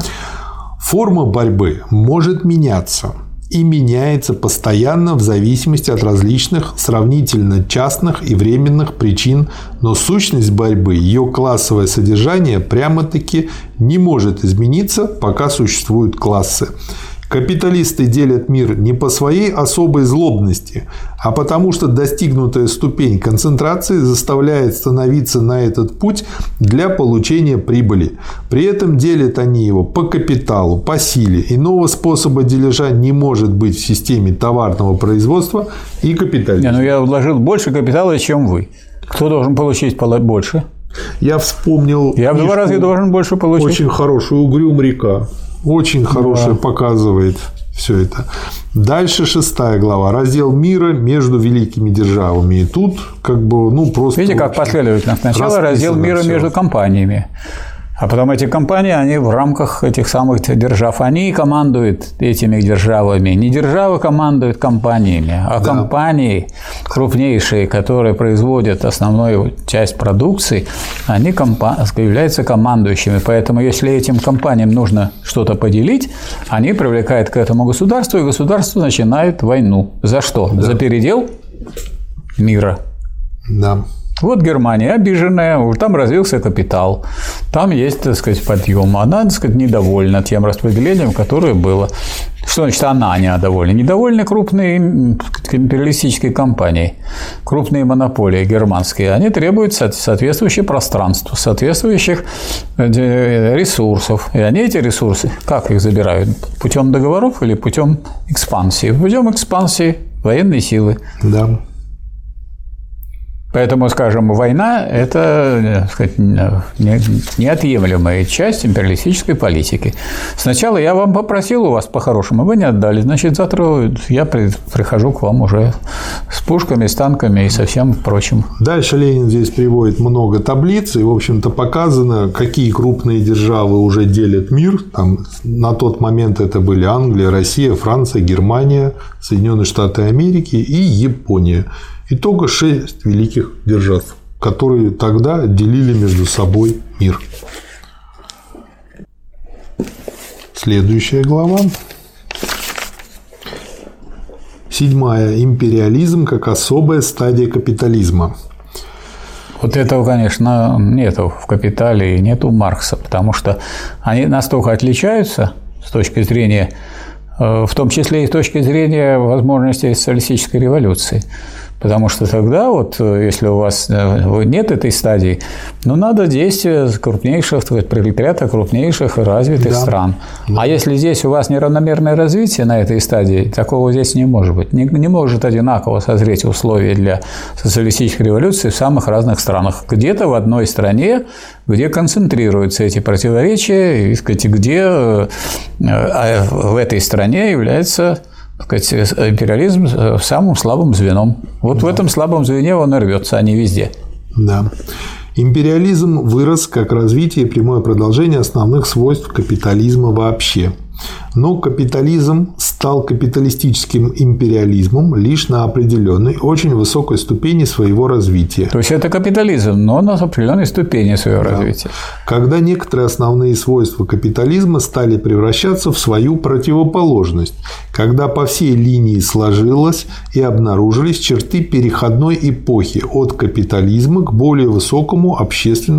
Форма борьбы может меняться и меняется постоянно в зависимости от различных сравнительно частных и временных причин, но сущность борьбы, ее классовое содержание прямо-таки не может измениться, пока существуют классы. Капиталисты делят мир не по своей особой злобности, а потому что достигнутая ступень концентрации заставляет становиться на этот путь для получения прибыли. При этом делят они его по капиталу, по силе. Иного способа дележа не может быть в системе товарного производства и капитализма. Не, ну я вложил больше капитала, чем вы. Кто должен получить больше? Я вспомнил... Я в два раза должен больше получить. Очень хорошую «Угрюм река». Очень хорошая, да. показывает все это. Дальше шестая глава. Раздел мира между великими державами. И тут как бы, ну, просто... Видите, как последовательно. Сначала раздел мира все. между компаниями. А потом эти компании, они в рамках этих самых держав, они командуют этими державами. Не державы командуют компаниями, а да. компании крупнейшие, которые производят основную часть продукции, они компа- являются командующими. Поэтому, если этим компаниям нужно что-то поделить, они привлекают к этому государство, и государство начинает войну. За что? Да. За передел мира. Да. Вот Германия обиженная, там развился капитал, там есть, так сказать, подъем. Она, так сказать, недовольна тем распределением, которое было. Что значит она недовольна? Недовольны крупные империалистические компании, крупные монополии германские. Они требуют соответствующее пространство, соответствующих ресурсов. И они эти ресурсы, как их забирают? Путем договоров или путем экспансии? Путем экспансии военной силы. Да. Поэтому, скажем, война – это, так сказать, неотъемлемая часть империалистической политики. Сначала я вам попросил у вас по-хорошему, вы не отдали. Значит, завтра я прихожу к вам уже с пушками, с танками и со всем прочим. Дальше Ленин здесь приводит много таблиц, и, в общем-то, показано, какие крупные державы уже делят мир. Там, на тот момент это были Англия, Россия, Франция, Германия, Соединенные Штаты Америки и Япония. Итого шесть великих держав, которые тогда делили между собой мир. Следующая глава. Седьмая. Империализм как особая стадия капитализма. Вот этого, конечно, нету в «Капитале» и нету у Маркса, потому что они настолько отличаются с точки зрения, в том числе и с точки зрения возможностей социалистической революции. Потому что тогда, вот, если у вас нет этой стадии, ну, надо действия крупнейших, пролетариата крупнейших и развитых да. стран. Да. А если здесь у вас неравномерное развитие на этой стадии, такого здесь не может быть. Не, не может одинаково созреть условия для социалистической революции в самых разных странах. Где-то в одной стране, где концентрируются эти противоречия, и, сказать, где в этой стране является... империализм самым слабым звеном. Вот да. в этом слабом звене он и рвется, а не везде. Да. Империализм вырос как развитие и прямое продолжение основных свойств капитализма вообще. Но капитализм стал капиталистическим империализмом лишь на определенной, очень высокой ступени своего развития. То есть это капитализм, но на определенной ступени своего да. развития. Когда некоторые основные свойства капитализма стали превращаться в свою противоположность, когда по всей линии сложилось и обнаружились черты переходной эпохи от капитализма к более высокому общественному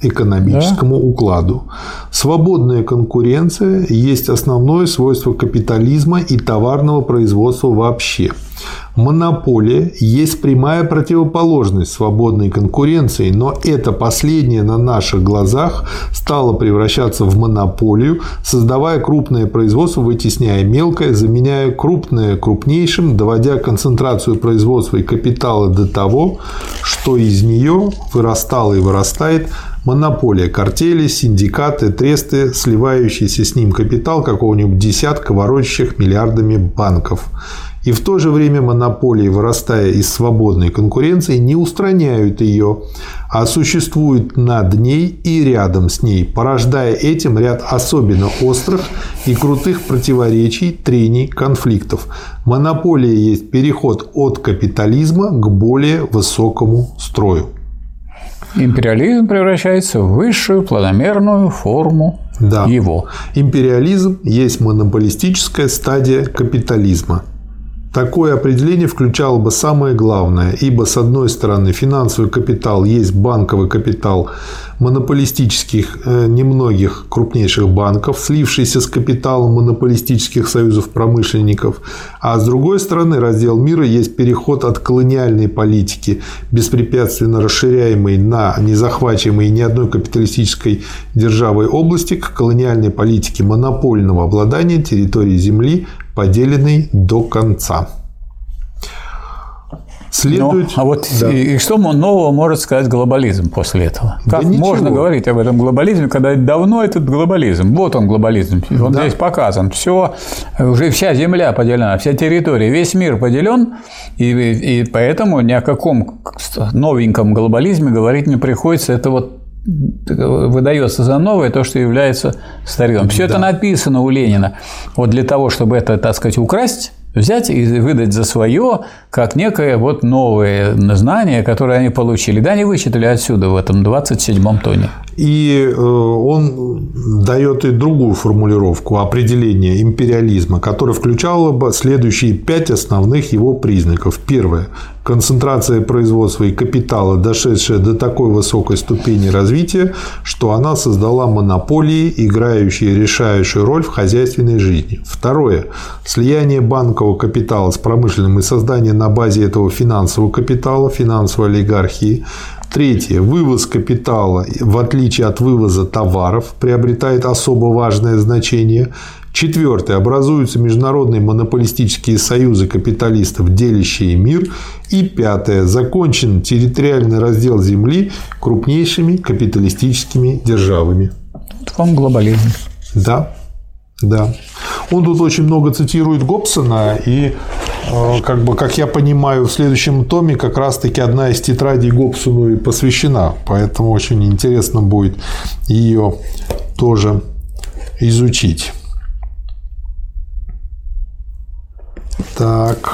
экономическому да. укладу. Свободная конкуренция есть основное свойство капитализма и товарного производства вообще. Монополия есть прямая противоположность свободной конкуренции, но это последнее на наших глазах стало превращаться в монополию, создавая крупное производство, вытесняя мелкое, заменяя крупное крупнейшим, доводя концентрацию производства и капитала до того, что из нее вырастало и вырастает монополия, картели, синдикаты, тресты, сливающийся с ним капитал какого-нибудь десятка ворочащих миллиардами банков. И в то же время монополии, вырастая из свободной конкуренции, не устраняют ее, а существуют над ней и рядом с ней, порождая этим ряд особенно острых и крутых противоречий, трений, конфликтов. Монополия есть переход от капитализма к более высокому строю. Империализм превращается в высшую планомерную форму да. его. Империализм есть монополистическая стадия капитализма. Такое определение включало бы самое главное, ибо, с одной стороны, финансовый капитал есть банковый капитал монополистических немногих крупнейших банков, слившийся с капиталом монополистических союзов промышленников, а с другой стороны, раздел мира есть переход от колониальной политики, беспрепятственно расширяемой на незахвачиваемой ни одной капиталистической державой области, к колониальной политике монопольного обладания территорией земли, поделенный до конца. Следует... Ну, а вот да. и, и что нового может сказать глобализм после этого? Как да можно ничего. говорить об этом глобализме, когда давно этот глобализм? Вот он глобализм, он да. здесь показан. Все, уже вся земля поделена, вся территория, весь мир поделен, и, и поэтому ни о каком новеньком глобализме говорить не приходится. Это вот выдается за новое то, что является старым. Все да. это написано у Ленина. Вот для того, чтобы это, так сказать, украсть, взять и выдать за свое, как некое вот новое знание, которое они получили. Да, они вычитали отсюда в этом двадцать седьмом томе. И он дает и другую формулировку определения империализма, которая включала бы следующие пять основных его признаков. Первое. Концентрация производства и капитала, дошедшая до такой высокой ступени развития, что она создала монополии, играющие решающую роль в хозяйственной жизни. Второе. Слияние банкового капитала с промышленным и создание на базе этого финансового капитала, финансовой олигархии. Третье. Вывоз капитала, в отличие от вывоза товаров, приобретает особо важное значение. Четвертое. Образуются международные монополистические союзы капиталистов, делящие мир. И пятое. Закончен территориальный раздел земли крупнейшими капиталистическими державами. Вот вам глобализм. Да. Да. Он тут очень много цитирует Гоббсона, и, как бы, как я понимаю, в следующем томе как раз-таки одна из тетрадей Гоббсону и посвящена, поэтому очень интересно будет ее тоже изучить. Так.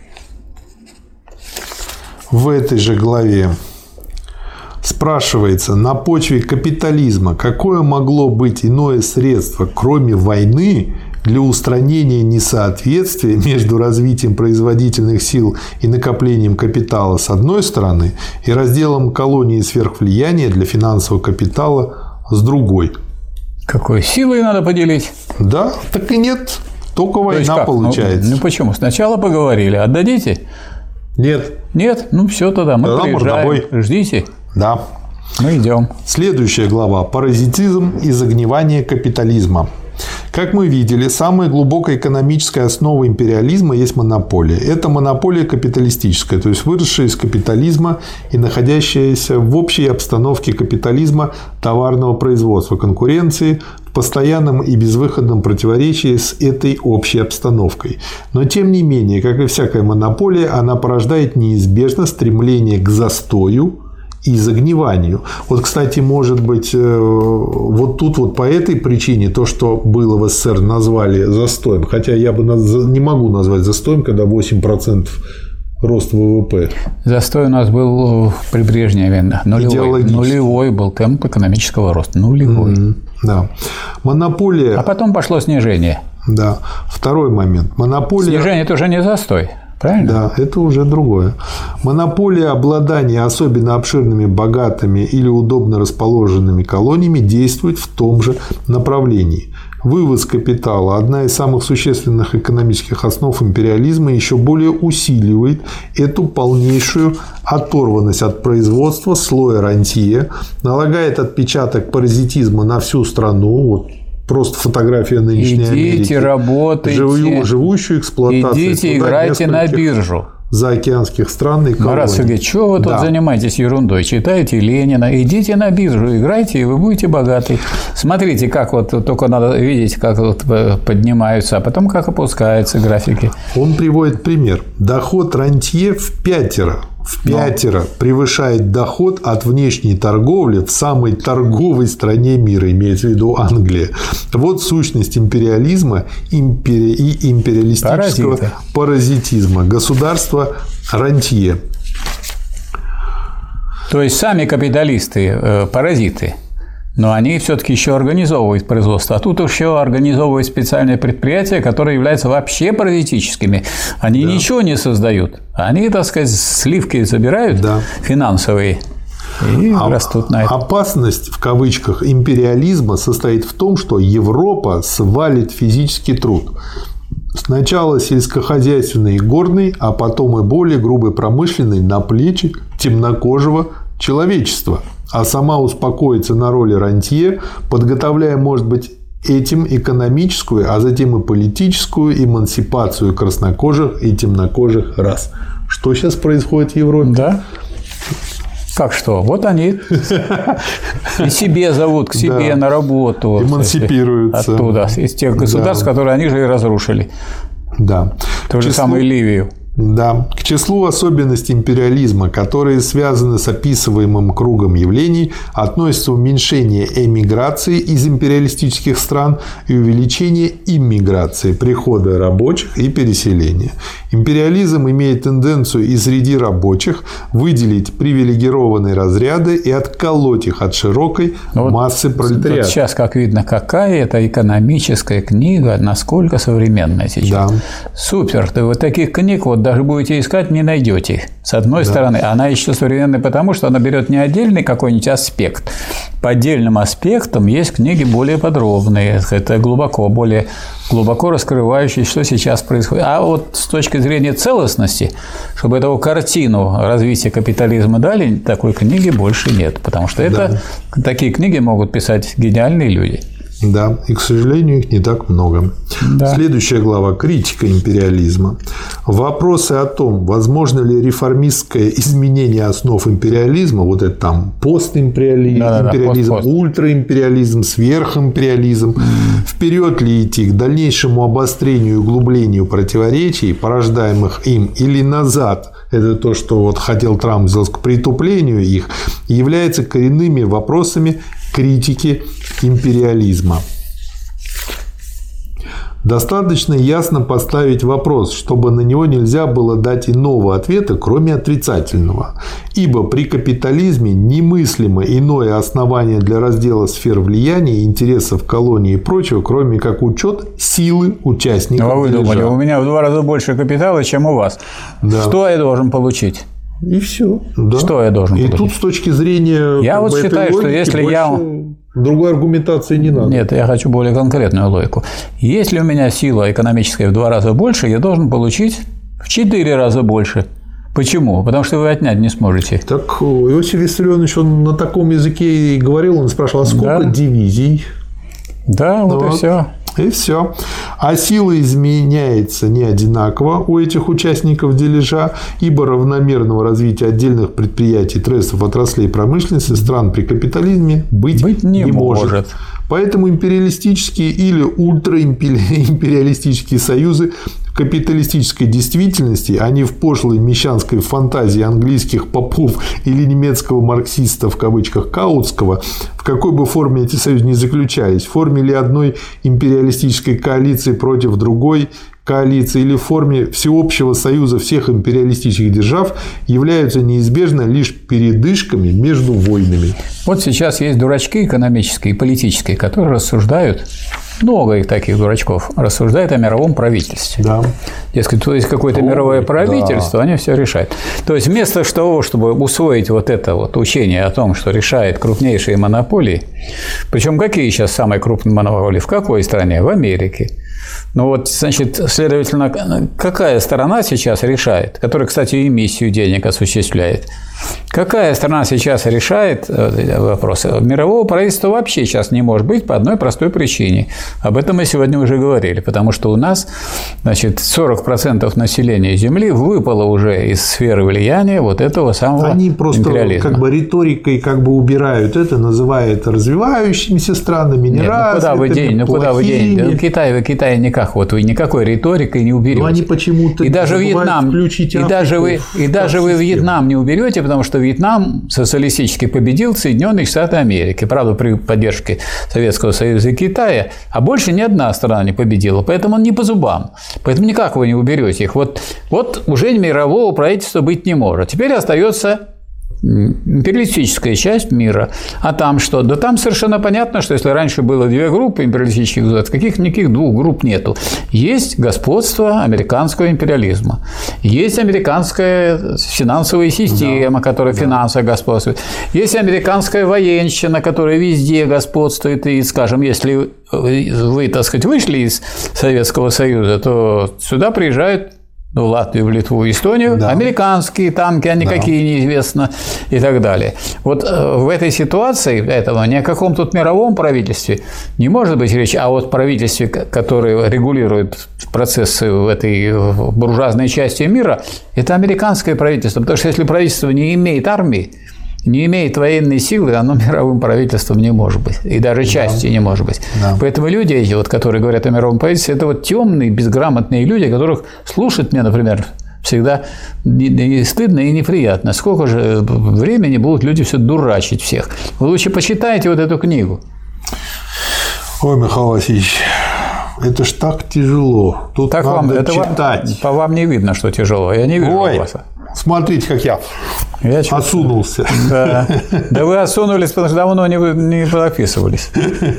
В этой же главе спрашивается, на почве капитализма какое могло быть иное средство, кроме войны, для устранения несоответствия между развитием производительных сил и накоплением капитала с одной стороны и разделом колонии сверхвлияния для финансового капитала с другой? Какой силой надо поделить? Да, так и нет. Только война То получается. Ну, ну почему? Сначала поговорили. Отдадите? Нет. Нет? Ну все тогда. Мы тогда приезжаем. Мордобой. Ждите. Да. Мы идем. Следующая глава. Паразитизм и загнивание капитализма. Как мы видели, самая глубокая экономическая основа империализма есть монополия. Это монополия капиталистическая, то есть выросшая из капитализма и находящаяся в общей обстановке капитализма товарного производства, конкуренции, в постоянном и безвыходном противоречии с этой общей обстановкой. Но, тем не менее, как и всякая монополия, она порождает неизбежно стремление к застою и загниванию. Вот, кстати, может быть, вот тут вот по этой причине то, что было в СССР, назвали застоем, хотя я бы не могу назвать застоем, когда восемь процентов рост ВВП. Застой у нас был при Брежневе. Нулевой, нулевой был темп экономического роста. Нулевой. Mm-hmm. Да. Монополия... А потом пошло снижение. Да. Второй момент. Монополия... Снижение – это уже не застой. Правильно? Да, это уже другое. Монополия обладания особенно обширными, богатыми или удобно расположенными колониями действует в том же направлении. Вывоз капитала – одна из самых существенных экономических основ империализма, еще более усиливает эту полнейшую оторванность от производства слоя рантье, налагает отпечаток паразитизма на всю страну. Вот просто фотография нынешней идите, Америки. Идите, работайте. Живую, живущую эксплуатацию. Идите, играйте на биржу. Заокеанских стран и колоний. Марат Сергеевич, что вы тут да. занимаетесь ерундой? Читаете Ленина, идите на биржу, играйте, и вы будете богаты. Смотрите, как вот только надо видеть, как вот поднимаются, а потом как опускаются графики. Он приводит пример. Доход рантье в пятеро, в пятеро Но. превышает доход от внешней торговли в самой торговой стране мира, имеется в виду Англия. Вот сущность империализма импери... и империалистического Паразиты. паразитизма. Государство рантье. То есть сами капиталисты э, паразиты, но они все-таки еще организовывают производство. А тут еще организовывают специальные предприятия, которые являются вообще паразитическими. Они да. ничего не создают. Они, так сказать, сливки забирают да. финансовые и а, растут на это. Опасность, в кавычках, империализма состоит в том, что Европа свалит физический труд. Сначала сельскохозяйственный и горный, а потом и более грубый промышленный на плечи темнокожего человечества. А сама успокоится на роли рантье, подготовляя, может быть, этим экономическую, а затем и политическую эмансипацию краснокожих и темнокожих рас. Что сейчас происходит в Европе? Да. Как что? Вот они и себе зовут к себе да. на работу. Эмансипируются. Оттуда, из тех государств, да. которые они же и разрушили. Да. То же самое Ливию. Да. К числу особенностей империализма, которые связаны с описываемым кругом явлений, относится уменьшение эмиграции из империалистических стран и увеличение иммиграции, прихода рабочих и переселения. Империализм имеет тенденцию и среди рабочих выделить привилегированные разряды и отколоть их от широкой вот массы пролетариата. Вот сейчас, как видно, какая это экономическая книга, насколько современная сейчас. Да. Супер. Вот таких книг вот даже будете искать, не найдете. С одной да. стороны, она еще современная, потому что она берет не отдельный какой-нибудь аспект. По отдельным аспектам есть книги более подробные, это глубоко, более глубоко раскрывающие, что сейчас происходит. А вот с точки зрения целостности, чтобы эту картину развития капитализма дали, такой книги больше нет, потому что это да. такие книги могут писать гениальные люди. Да, и, к сожалению, их не так много. Да. Следующая глава – критика империализма. Вопросы о том, возможно ли реформистское изменение основ империализма, вот это там постимпериализм, да, империализм, да, пост, ультраимпериализм, сверхимпериализм, mm. вперед ли идти к дальнейшему обострению и углублению противоречий, порождаемых им, или назад, это то, что вот хотел Трамп сделать к притуплению их, является коренными вопросами критики империализма. Достаточно ясно поставить вопрос, чтобы на него нельзя было дать иного ответа, кроме отрицательного. Ибо при капитализме немыслимо иное основание для раздела сфер влияния, интересов колонии и прочего, кроме как учет силы участников. Ну, а вы думали, у меня в два раза больше капитала, чем у вас. Да. Что я должен получить? И все. Да. Что я должен и получить? И тут с точки зрения я вот считаю, логики, что если я другой аргументации не надо. Нет, я хочу более конкретную логику. Если у меня сила экономическая в два раза больше, я должен получить в четыре раза больше. Почему? Потому что вы отнять не сможете. Так Иосиф Виссарионович, он на таком языке и говорил, он спрашивал, а сколько да. дивизий? Да, вот, вот и все. И все. А сила изменяется не одинаково у этих участников дележа, ибо равномерного развития отдельных предприятий, трестов, отраслей промышленности стран при капитализме быть, быть не, не может. может. Поэтому империалистические или ультраимпериалистические союзы в капиталистической действительности, а не в пошлой мещанской фантазии английских попов или немецкого марксиста, в кавычках, Каутского, в какой бы форме эти союзы ни заключались, в форме ли одной империалистической коалиции против другой коалиции или в форме всеобщего союза всех империалистических держав, являются неизбежно лишь передышками между войнами. Вот сейчас есть дурачки экономические и политические, которые рассуждают много их таких дурачков, рассуждает о мировом правительстве. Да. Дескать, то есть какое-то Ой, мировое правительство, да. Они все решают. То есть вместо того, чтобы усвоить вот это вот учение о том, что решает крупнейшие монополии, причем какие сейчас самые крупные монополии, в какой стране? В Америке. Ну вот, значит, следовательно, какая сторона сейчас решает, которая, кстати, эмиссию денег осуществляет, какая страна сейчас решает вопросы? Мирового правительства вообще сейчас не может быть по одной простой причине. Об этом мы сегодня уже говорили, потому что у нас, значит, сорок процентов населения Земли выпало уже из сферы влияния вот этого самого Они просто империализма. Как бы риторикой как бы убирают это, называя это развивающимися странами, не развитыми, ну куда вы денете, ну куда вы денете? Ну, Китай, вы Китай никак, вот вы никакой риторикой не уберете. Но они почему-то и даже Вьетнам, и даже вы, и даже вы Вьетнам не уберете, потому что Вьетнам социалистически победил Соединенные Штаты Америки, правда, при поддержке Советского Союза и Китая, а больше ни одна страна не победила, поэтому он не по зубам, поэтому никак вы не уберете их. Вот, вот уже мирового правительства быть не может. Теперь остается империалистическая часть мира. А там что? Да там совершенно понятно, что если раньше было две группы империалистических государств, каких никаких двух групп нету. Есть господство американского империализма. Есть американская финансовая система, да, которая да. финансово господствует. Есть американская военщина, которая везде господствует. И, скажем, если вы, так сказать, вышли из Советского Союза, то сюда приезжают в Латвию, в Литву, Эстонию, да. американские танки, а никакие да. неизвестно, и так далее. Вот в этой ситуации этого ни о каком тут мировом правительстве не может быть речи, а вот правительстве, которое регулирует процессы в этой буржуазной части мира, это американское правительство. Потому что если правительство не имеет армии, не имеет военной силы, оно мировым правительством не может быть. И даже части да. не может быть. Да. Поэтому люди эти, вот, которые говорят о мировом правительстве, это вот темные, безграмотные люди, которых слушать мне, например, всегда и стыдно, и неприятно. Сколько же времени будут люди все дурачить всех. Вы лучше почитайте вот эту книгу. Ой, Михаил Васильевич, это ж так тяжело. Тут так надо вам, это читать. Вам, по вам не видно, что тяжело. Я не вижу Ой. вас. Смотрите, как я, я осунулся. Да. да вы осунулись, потому что давно не, не прописывались.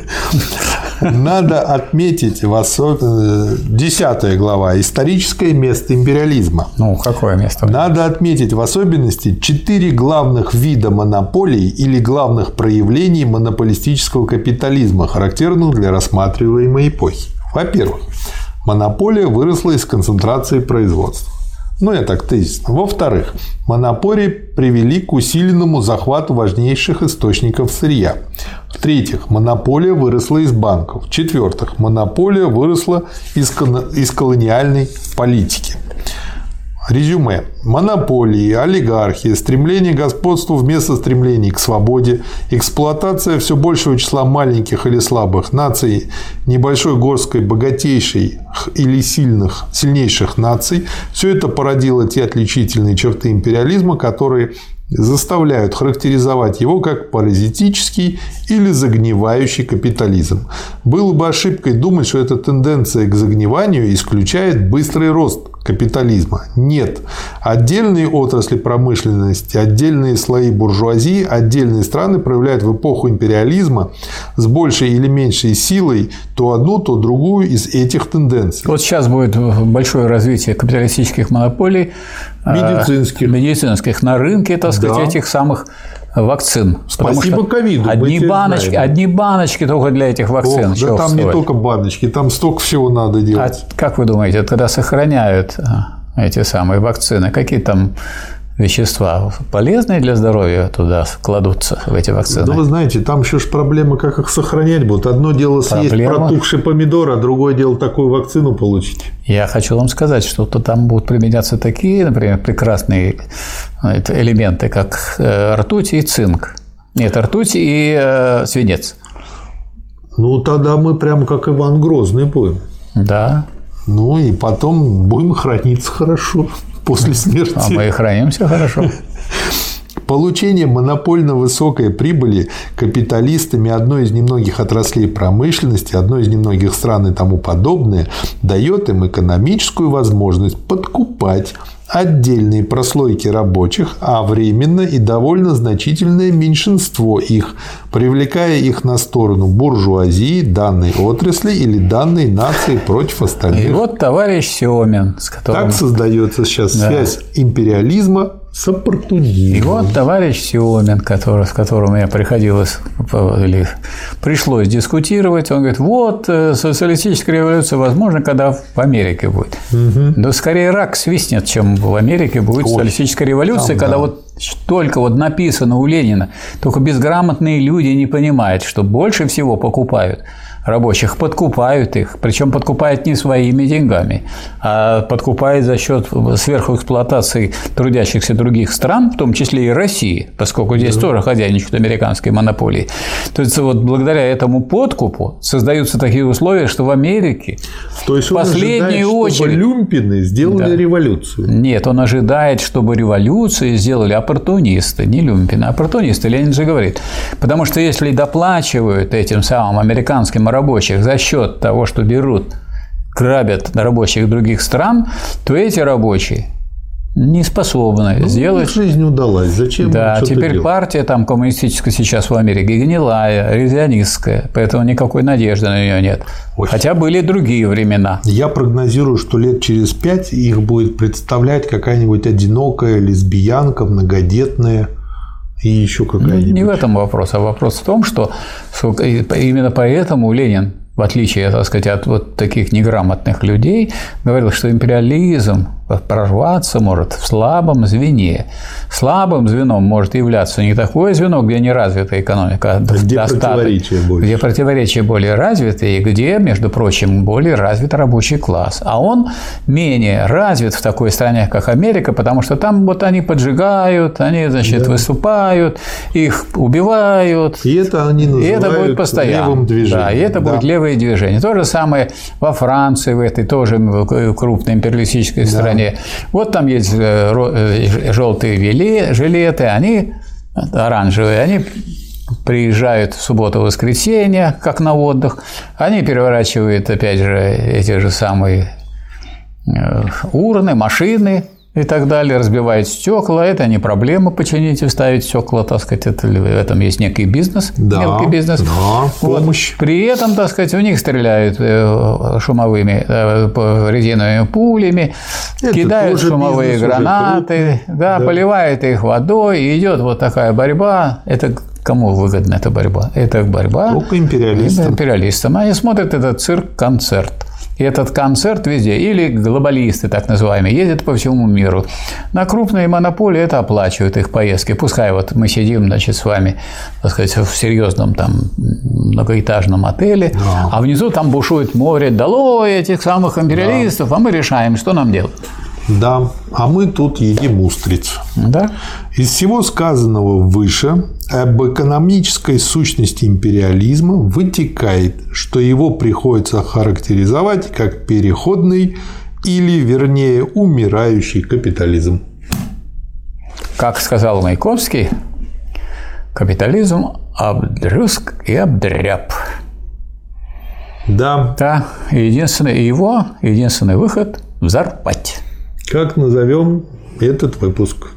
Надо отметить в особенности десятая глава «Историческое место империализма». Ну, какое место? Надо отметить в особенности четыре главных вида монополий или главных проявлений монополистического капитализма, характерных для рассматриваемой эпохи. Во-первых, монополия выросла из концентрации производства. Ну, я так тезисно. Во-вторых, монополии привели к усиленному захвату важнейших источников сырья. В-третьих, монополия выросла из банков. В-четвертых, монополия выросла из, из колониальной политики. Резюме. Монополии, олигархия, стремление к господству вместо стремлений к свободе, эксплуатация все большего числа маленьких или слабых наций, небольшой горсткой богатейшей или сильных, сильнейших наций – все это породило те отличительные черты империализма, которые заставляют характеризовать его как паразитический или загнивающий капитализм. Было бы ошибкой думать, что эта тенденция к загниванию исключает быстрый рост капитализма. Нет. Отдельные отрасли промышленности, отдельные слои буржуазии, отдельные страны проявляют в эпоху империализма с большей или меньшей силой то одну, то другую из этих тенденций. Вот сейчас будет большое развитие капиталистических монополий, медицинских, медицинских на рынке, так сказать, да. этих самых вакцин. Спасибо ковиду. Одни баночки, одни баночки только для этих вакцин. Ох, да там вставать? Не только баночки, там столько всего надо делать. А как вы думаете, когда сохраняют эти самые вакцины, какие там вещества полезные для здоровья туда кладутся в эти вакцины? Да вы знаете, там еще ж проблема, как их сохранять будут. Одно дело съесть проблема... протухший помидор, а другое дело такую вакцину получить. Я хочу вам сказать, что там будут применяться такие, например, прекрасные элементы, как ртуть и цинк. Нет, ртуть и э, свинец. Ну, тогда мы прям как Иван Грозный будем. Да. Ну, и потом будем храниться хорошо после смерти. А мы и хранимся хорошо. Получение монопольно высокой прибыли капиталистами одной из немногих отраслей промышленности, одной из немногих стран и тому подобное, дает им экономическую возможность подкупать отдельные прослойки рабочих, а временно и довольно значительное меньшинство их, привлекая их на сторону буржуазии данной отрасли или данной нации против остальных. И вот товарищ Семин, с которым... Так создается сейчас да. связь империализма с оппортунизмом. И вот товарищ Семин, который, с которым мне приходилось или пришлось дискутировать, он говорит, вот социалистическая революция возможна, когда в Америке будет. Угу. Да скорее рак свистнет, чем в Америке будет Ой, социалистическая революция, там, когда да. вот только вот написано у Ленина, только безграмотные люди не понимают, что больше всего покупают рабочих, подкупают их, причем подкупают не своими деньгами, а подкупают за счет сверхэксплуатации трудящихся других стран, в том числе и России, поскольку здесь да. тоже хозяйничают американские монополии. То есть вот благодаря этому подкупу создаются такие условия, что в Америке То есть в последнюю он ожидает, очередь чтобы люмпины сделали да. революцию. Нет, он ожидает, чтобы революцию сделали оппортунисты, не люмпины, а оппортунисты. Ленин же говорит, потому что если доплачивают этим самым американским рабочих за счет того, что берут, грабят рабочих других стран, то эти рабочие не способны ну, сделать. Жизнь удалась. Зачем? Да, теперь делать? Партия там коммунистическая сейчас в Америке гнилая, ревизионистская, поэтому никакой надежды на нее нет. Ой. Хотя были другие времена. Я прогнозирую, что лет через пять их будет представлять какая-нибудь одинокая лесбиянка, многодетная. И еще какая-нибудь. Не в этом вопрос, а вопрос в том, что именно поэтому Ленин, в отличие, так сказать, от вот таких неграмотных людей, говорил, что империализм прорваться может в слабом звене. Слабым звеном может являться не такое звено, где не развита экономика, а где противоречия больше. Где противоречия более развиты и где, между прочим, более развит рабочий класс. А он менее развит в такой стране, как Америка, потому что там вот они поджигают, они, значит, да. выступают, их убивают. И это они называют и это будет постоянно. левым движением. Да, и это да. будет левое движение. То же самое во Франции, в этой тоже крупной империалистической да. стране. Вот там есть желтые жилеты, они оранжевые, они приезжают в субботу-воскресенье, как на отдых, они переворачивают, опять же, эти же самые урны, машины и так далее, разбивают стекла. Это не проблема починить и вставить стекла, так сказать, это, в этом есть некий бизнес, да, мелкий бизнес. Да, вот. Помощь. При этом, так сказать, у них стреляют шумовыми резиновыми пулями, это кидают шумовые бизнес, гранаты, да, да. поливают их водой, и идет вот такая борьба. Это кому выгодна эта борьба? Это борьба только империалистам. империалистам. Они смотрят этот цирк-концерт. И этот концерт везде, или глобалисты, так называемые, ездят по всему миру. На крупные монополии это оплачивают их поездки. Пускай вот мы сидим, значит, с вами, так сказать, в серьезном там многоэтажном отеле, да. а внизу там бушует море, долой этих самых империалистов, да. а мы решаем, что нам делать. Да, а мы тут едим устриц. Да. Из всего сказанного выше об экономической сущности империализма вытекает, что его приходится характеризовать как переходный или, вернее, умирающий капитализм. Как сказал Маяковский, капитализм обдрюзг и обдряб. Да. Да, единственный его, единственный выход – взорвать. Как назовем этот выпуск?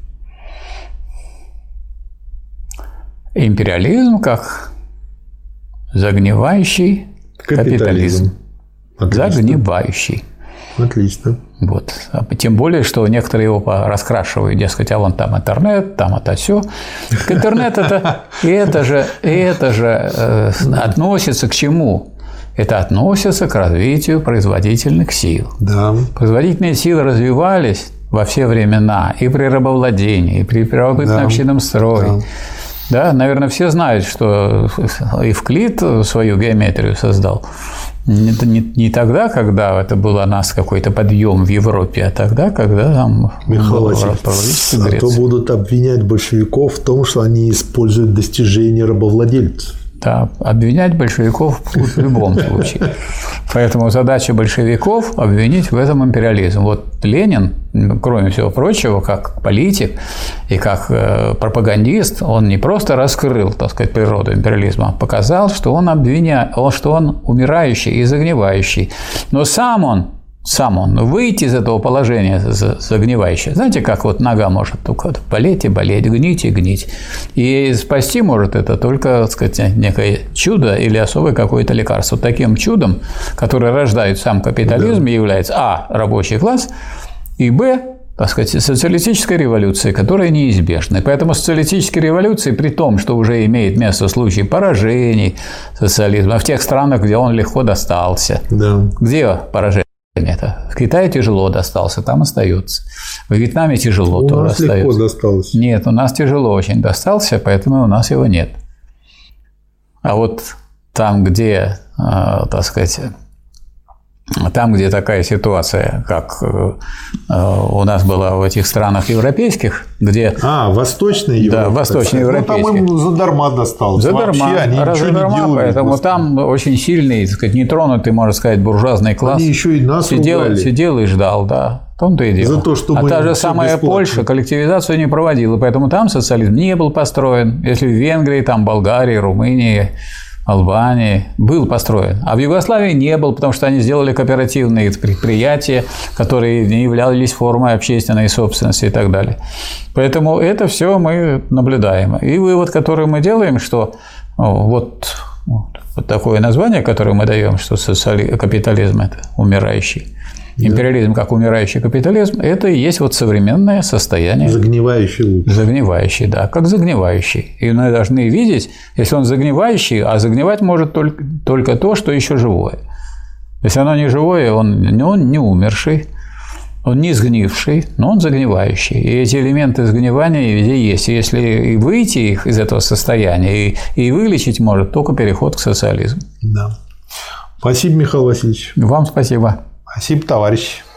Империализм как загнивающий капитализм. капитализм. Загнивающий. Отлично. Вот. Тем более, что некоторые его раскрашивают, дескать, а вон там интернет, там это все. Интернет это, это же, это же э, относится к чему? Это относится к развитию производительных сил. Да. Производительные силы развивались во все времена и при рабовладении, и при первобытно-общинном да. строе. Да. Да, наверное, все знают, что Евклид свою геометрию создал не, не, не тогда, когда это был у нас какой-то подъем в Европе, а тогда, когда там Михаил Васильевич, а то будут обвинять большевиков в том, что они используют достижения рабовладельцев. Да, обвинять большевиков в любом случае. Поэтому задача большевиков – обвинить в этом империализм. Вот Ленин, кроме всего прочего, как политик и как пропагандист, он не просто раскрыл, так сказать, природу империализма, а показал, что он обвиняет, что он умирающий и загнивающий. Но сам он сам он выйти из этого положения загнивающего. Знаете, как вот нога может только болеть и болеть, гнить и гнить. И спасти может это только, так сказать, некое чудо или особое какое-то лекарство. Таким чудом, которое рождает сам капитализм, да. является а. рабочий класс, и б. так сказать, социалистической революции, которая неизбежна. И поэтому социалистической революции, при том, что уже имеет место случай поражений социализма, в тех странах, где он легко достался, да. где поражение? Это. В Китае тяжело достался, там остается. В Вьетнаме тяжело у тоже нас остается. Легко досталось. Нет, у нас тяжело очень достался, поэтому у нас его нет. А вот там, где, так сказать, там, где такая ситуация, как у нас была в этих странах европейских, где… А, восточные европейские. Да, восточноевропейские. Ну, там им задарма досталось. Задарма, задарма, поэтому господи. Там очень сильный, так сказать, нетронутый, можно сказать, буржуазный класс. Они еще и нас сидел, ругали. сидел и ждал, да. В том-то и дело. За то, что а та же самая бесплатно. Польша коллективизацию не проводила, поэтому там социализм не был построен. Если в Венгрии, там Болгарии, Румынии, Албании был построен, а в Югославии не был, потому что они сделали кооперативные предприятия, которые не являлись формой общественной собственности и так далее. Поэтому это все мы наблюдаем. И вывод, который мы делаем, что вот, вот такое название, которое мы даем, что социали... капитализм – это умирающий. Империализм как умирающий капитализм – это и есть вот современное состояние. Загнивающий лучше. Загнивающий, да, как загнивающий. И мы должны видеть, если он загнивающий, а загнивать может только, только то, что еще живое. Если оно не живое, он, он не умерший, он не сгнивший, но он загнивающий. И эти элементы сгнивания везде есть. И если и выйти их из этого состояния, и, и вылечить может только переход к социализму. Да. Спасибо, Михаил Васильевич. Вам спасибо. Спасибо, товарищ.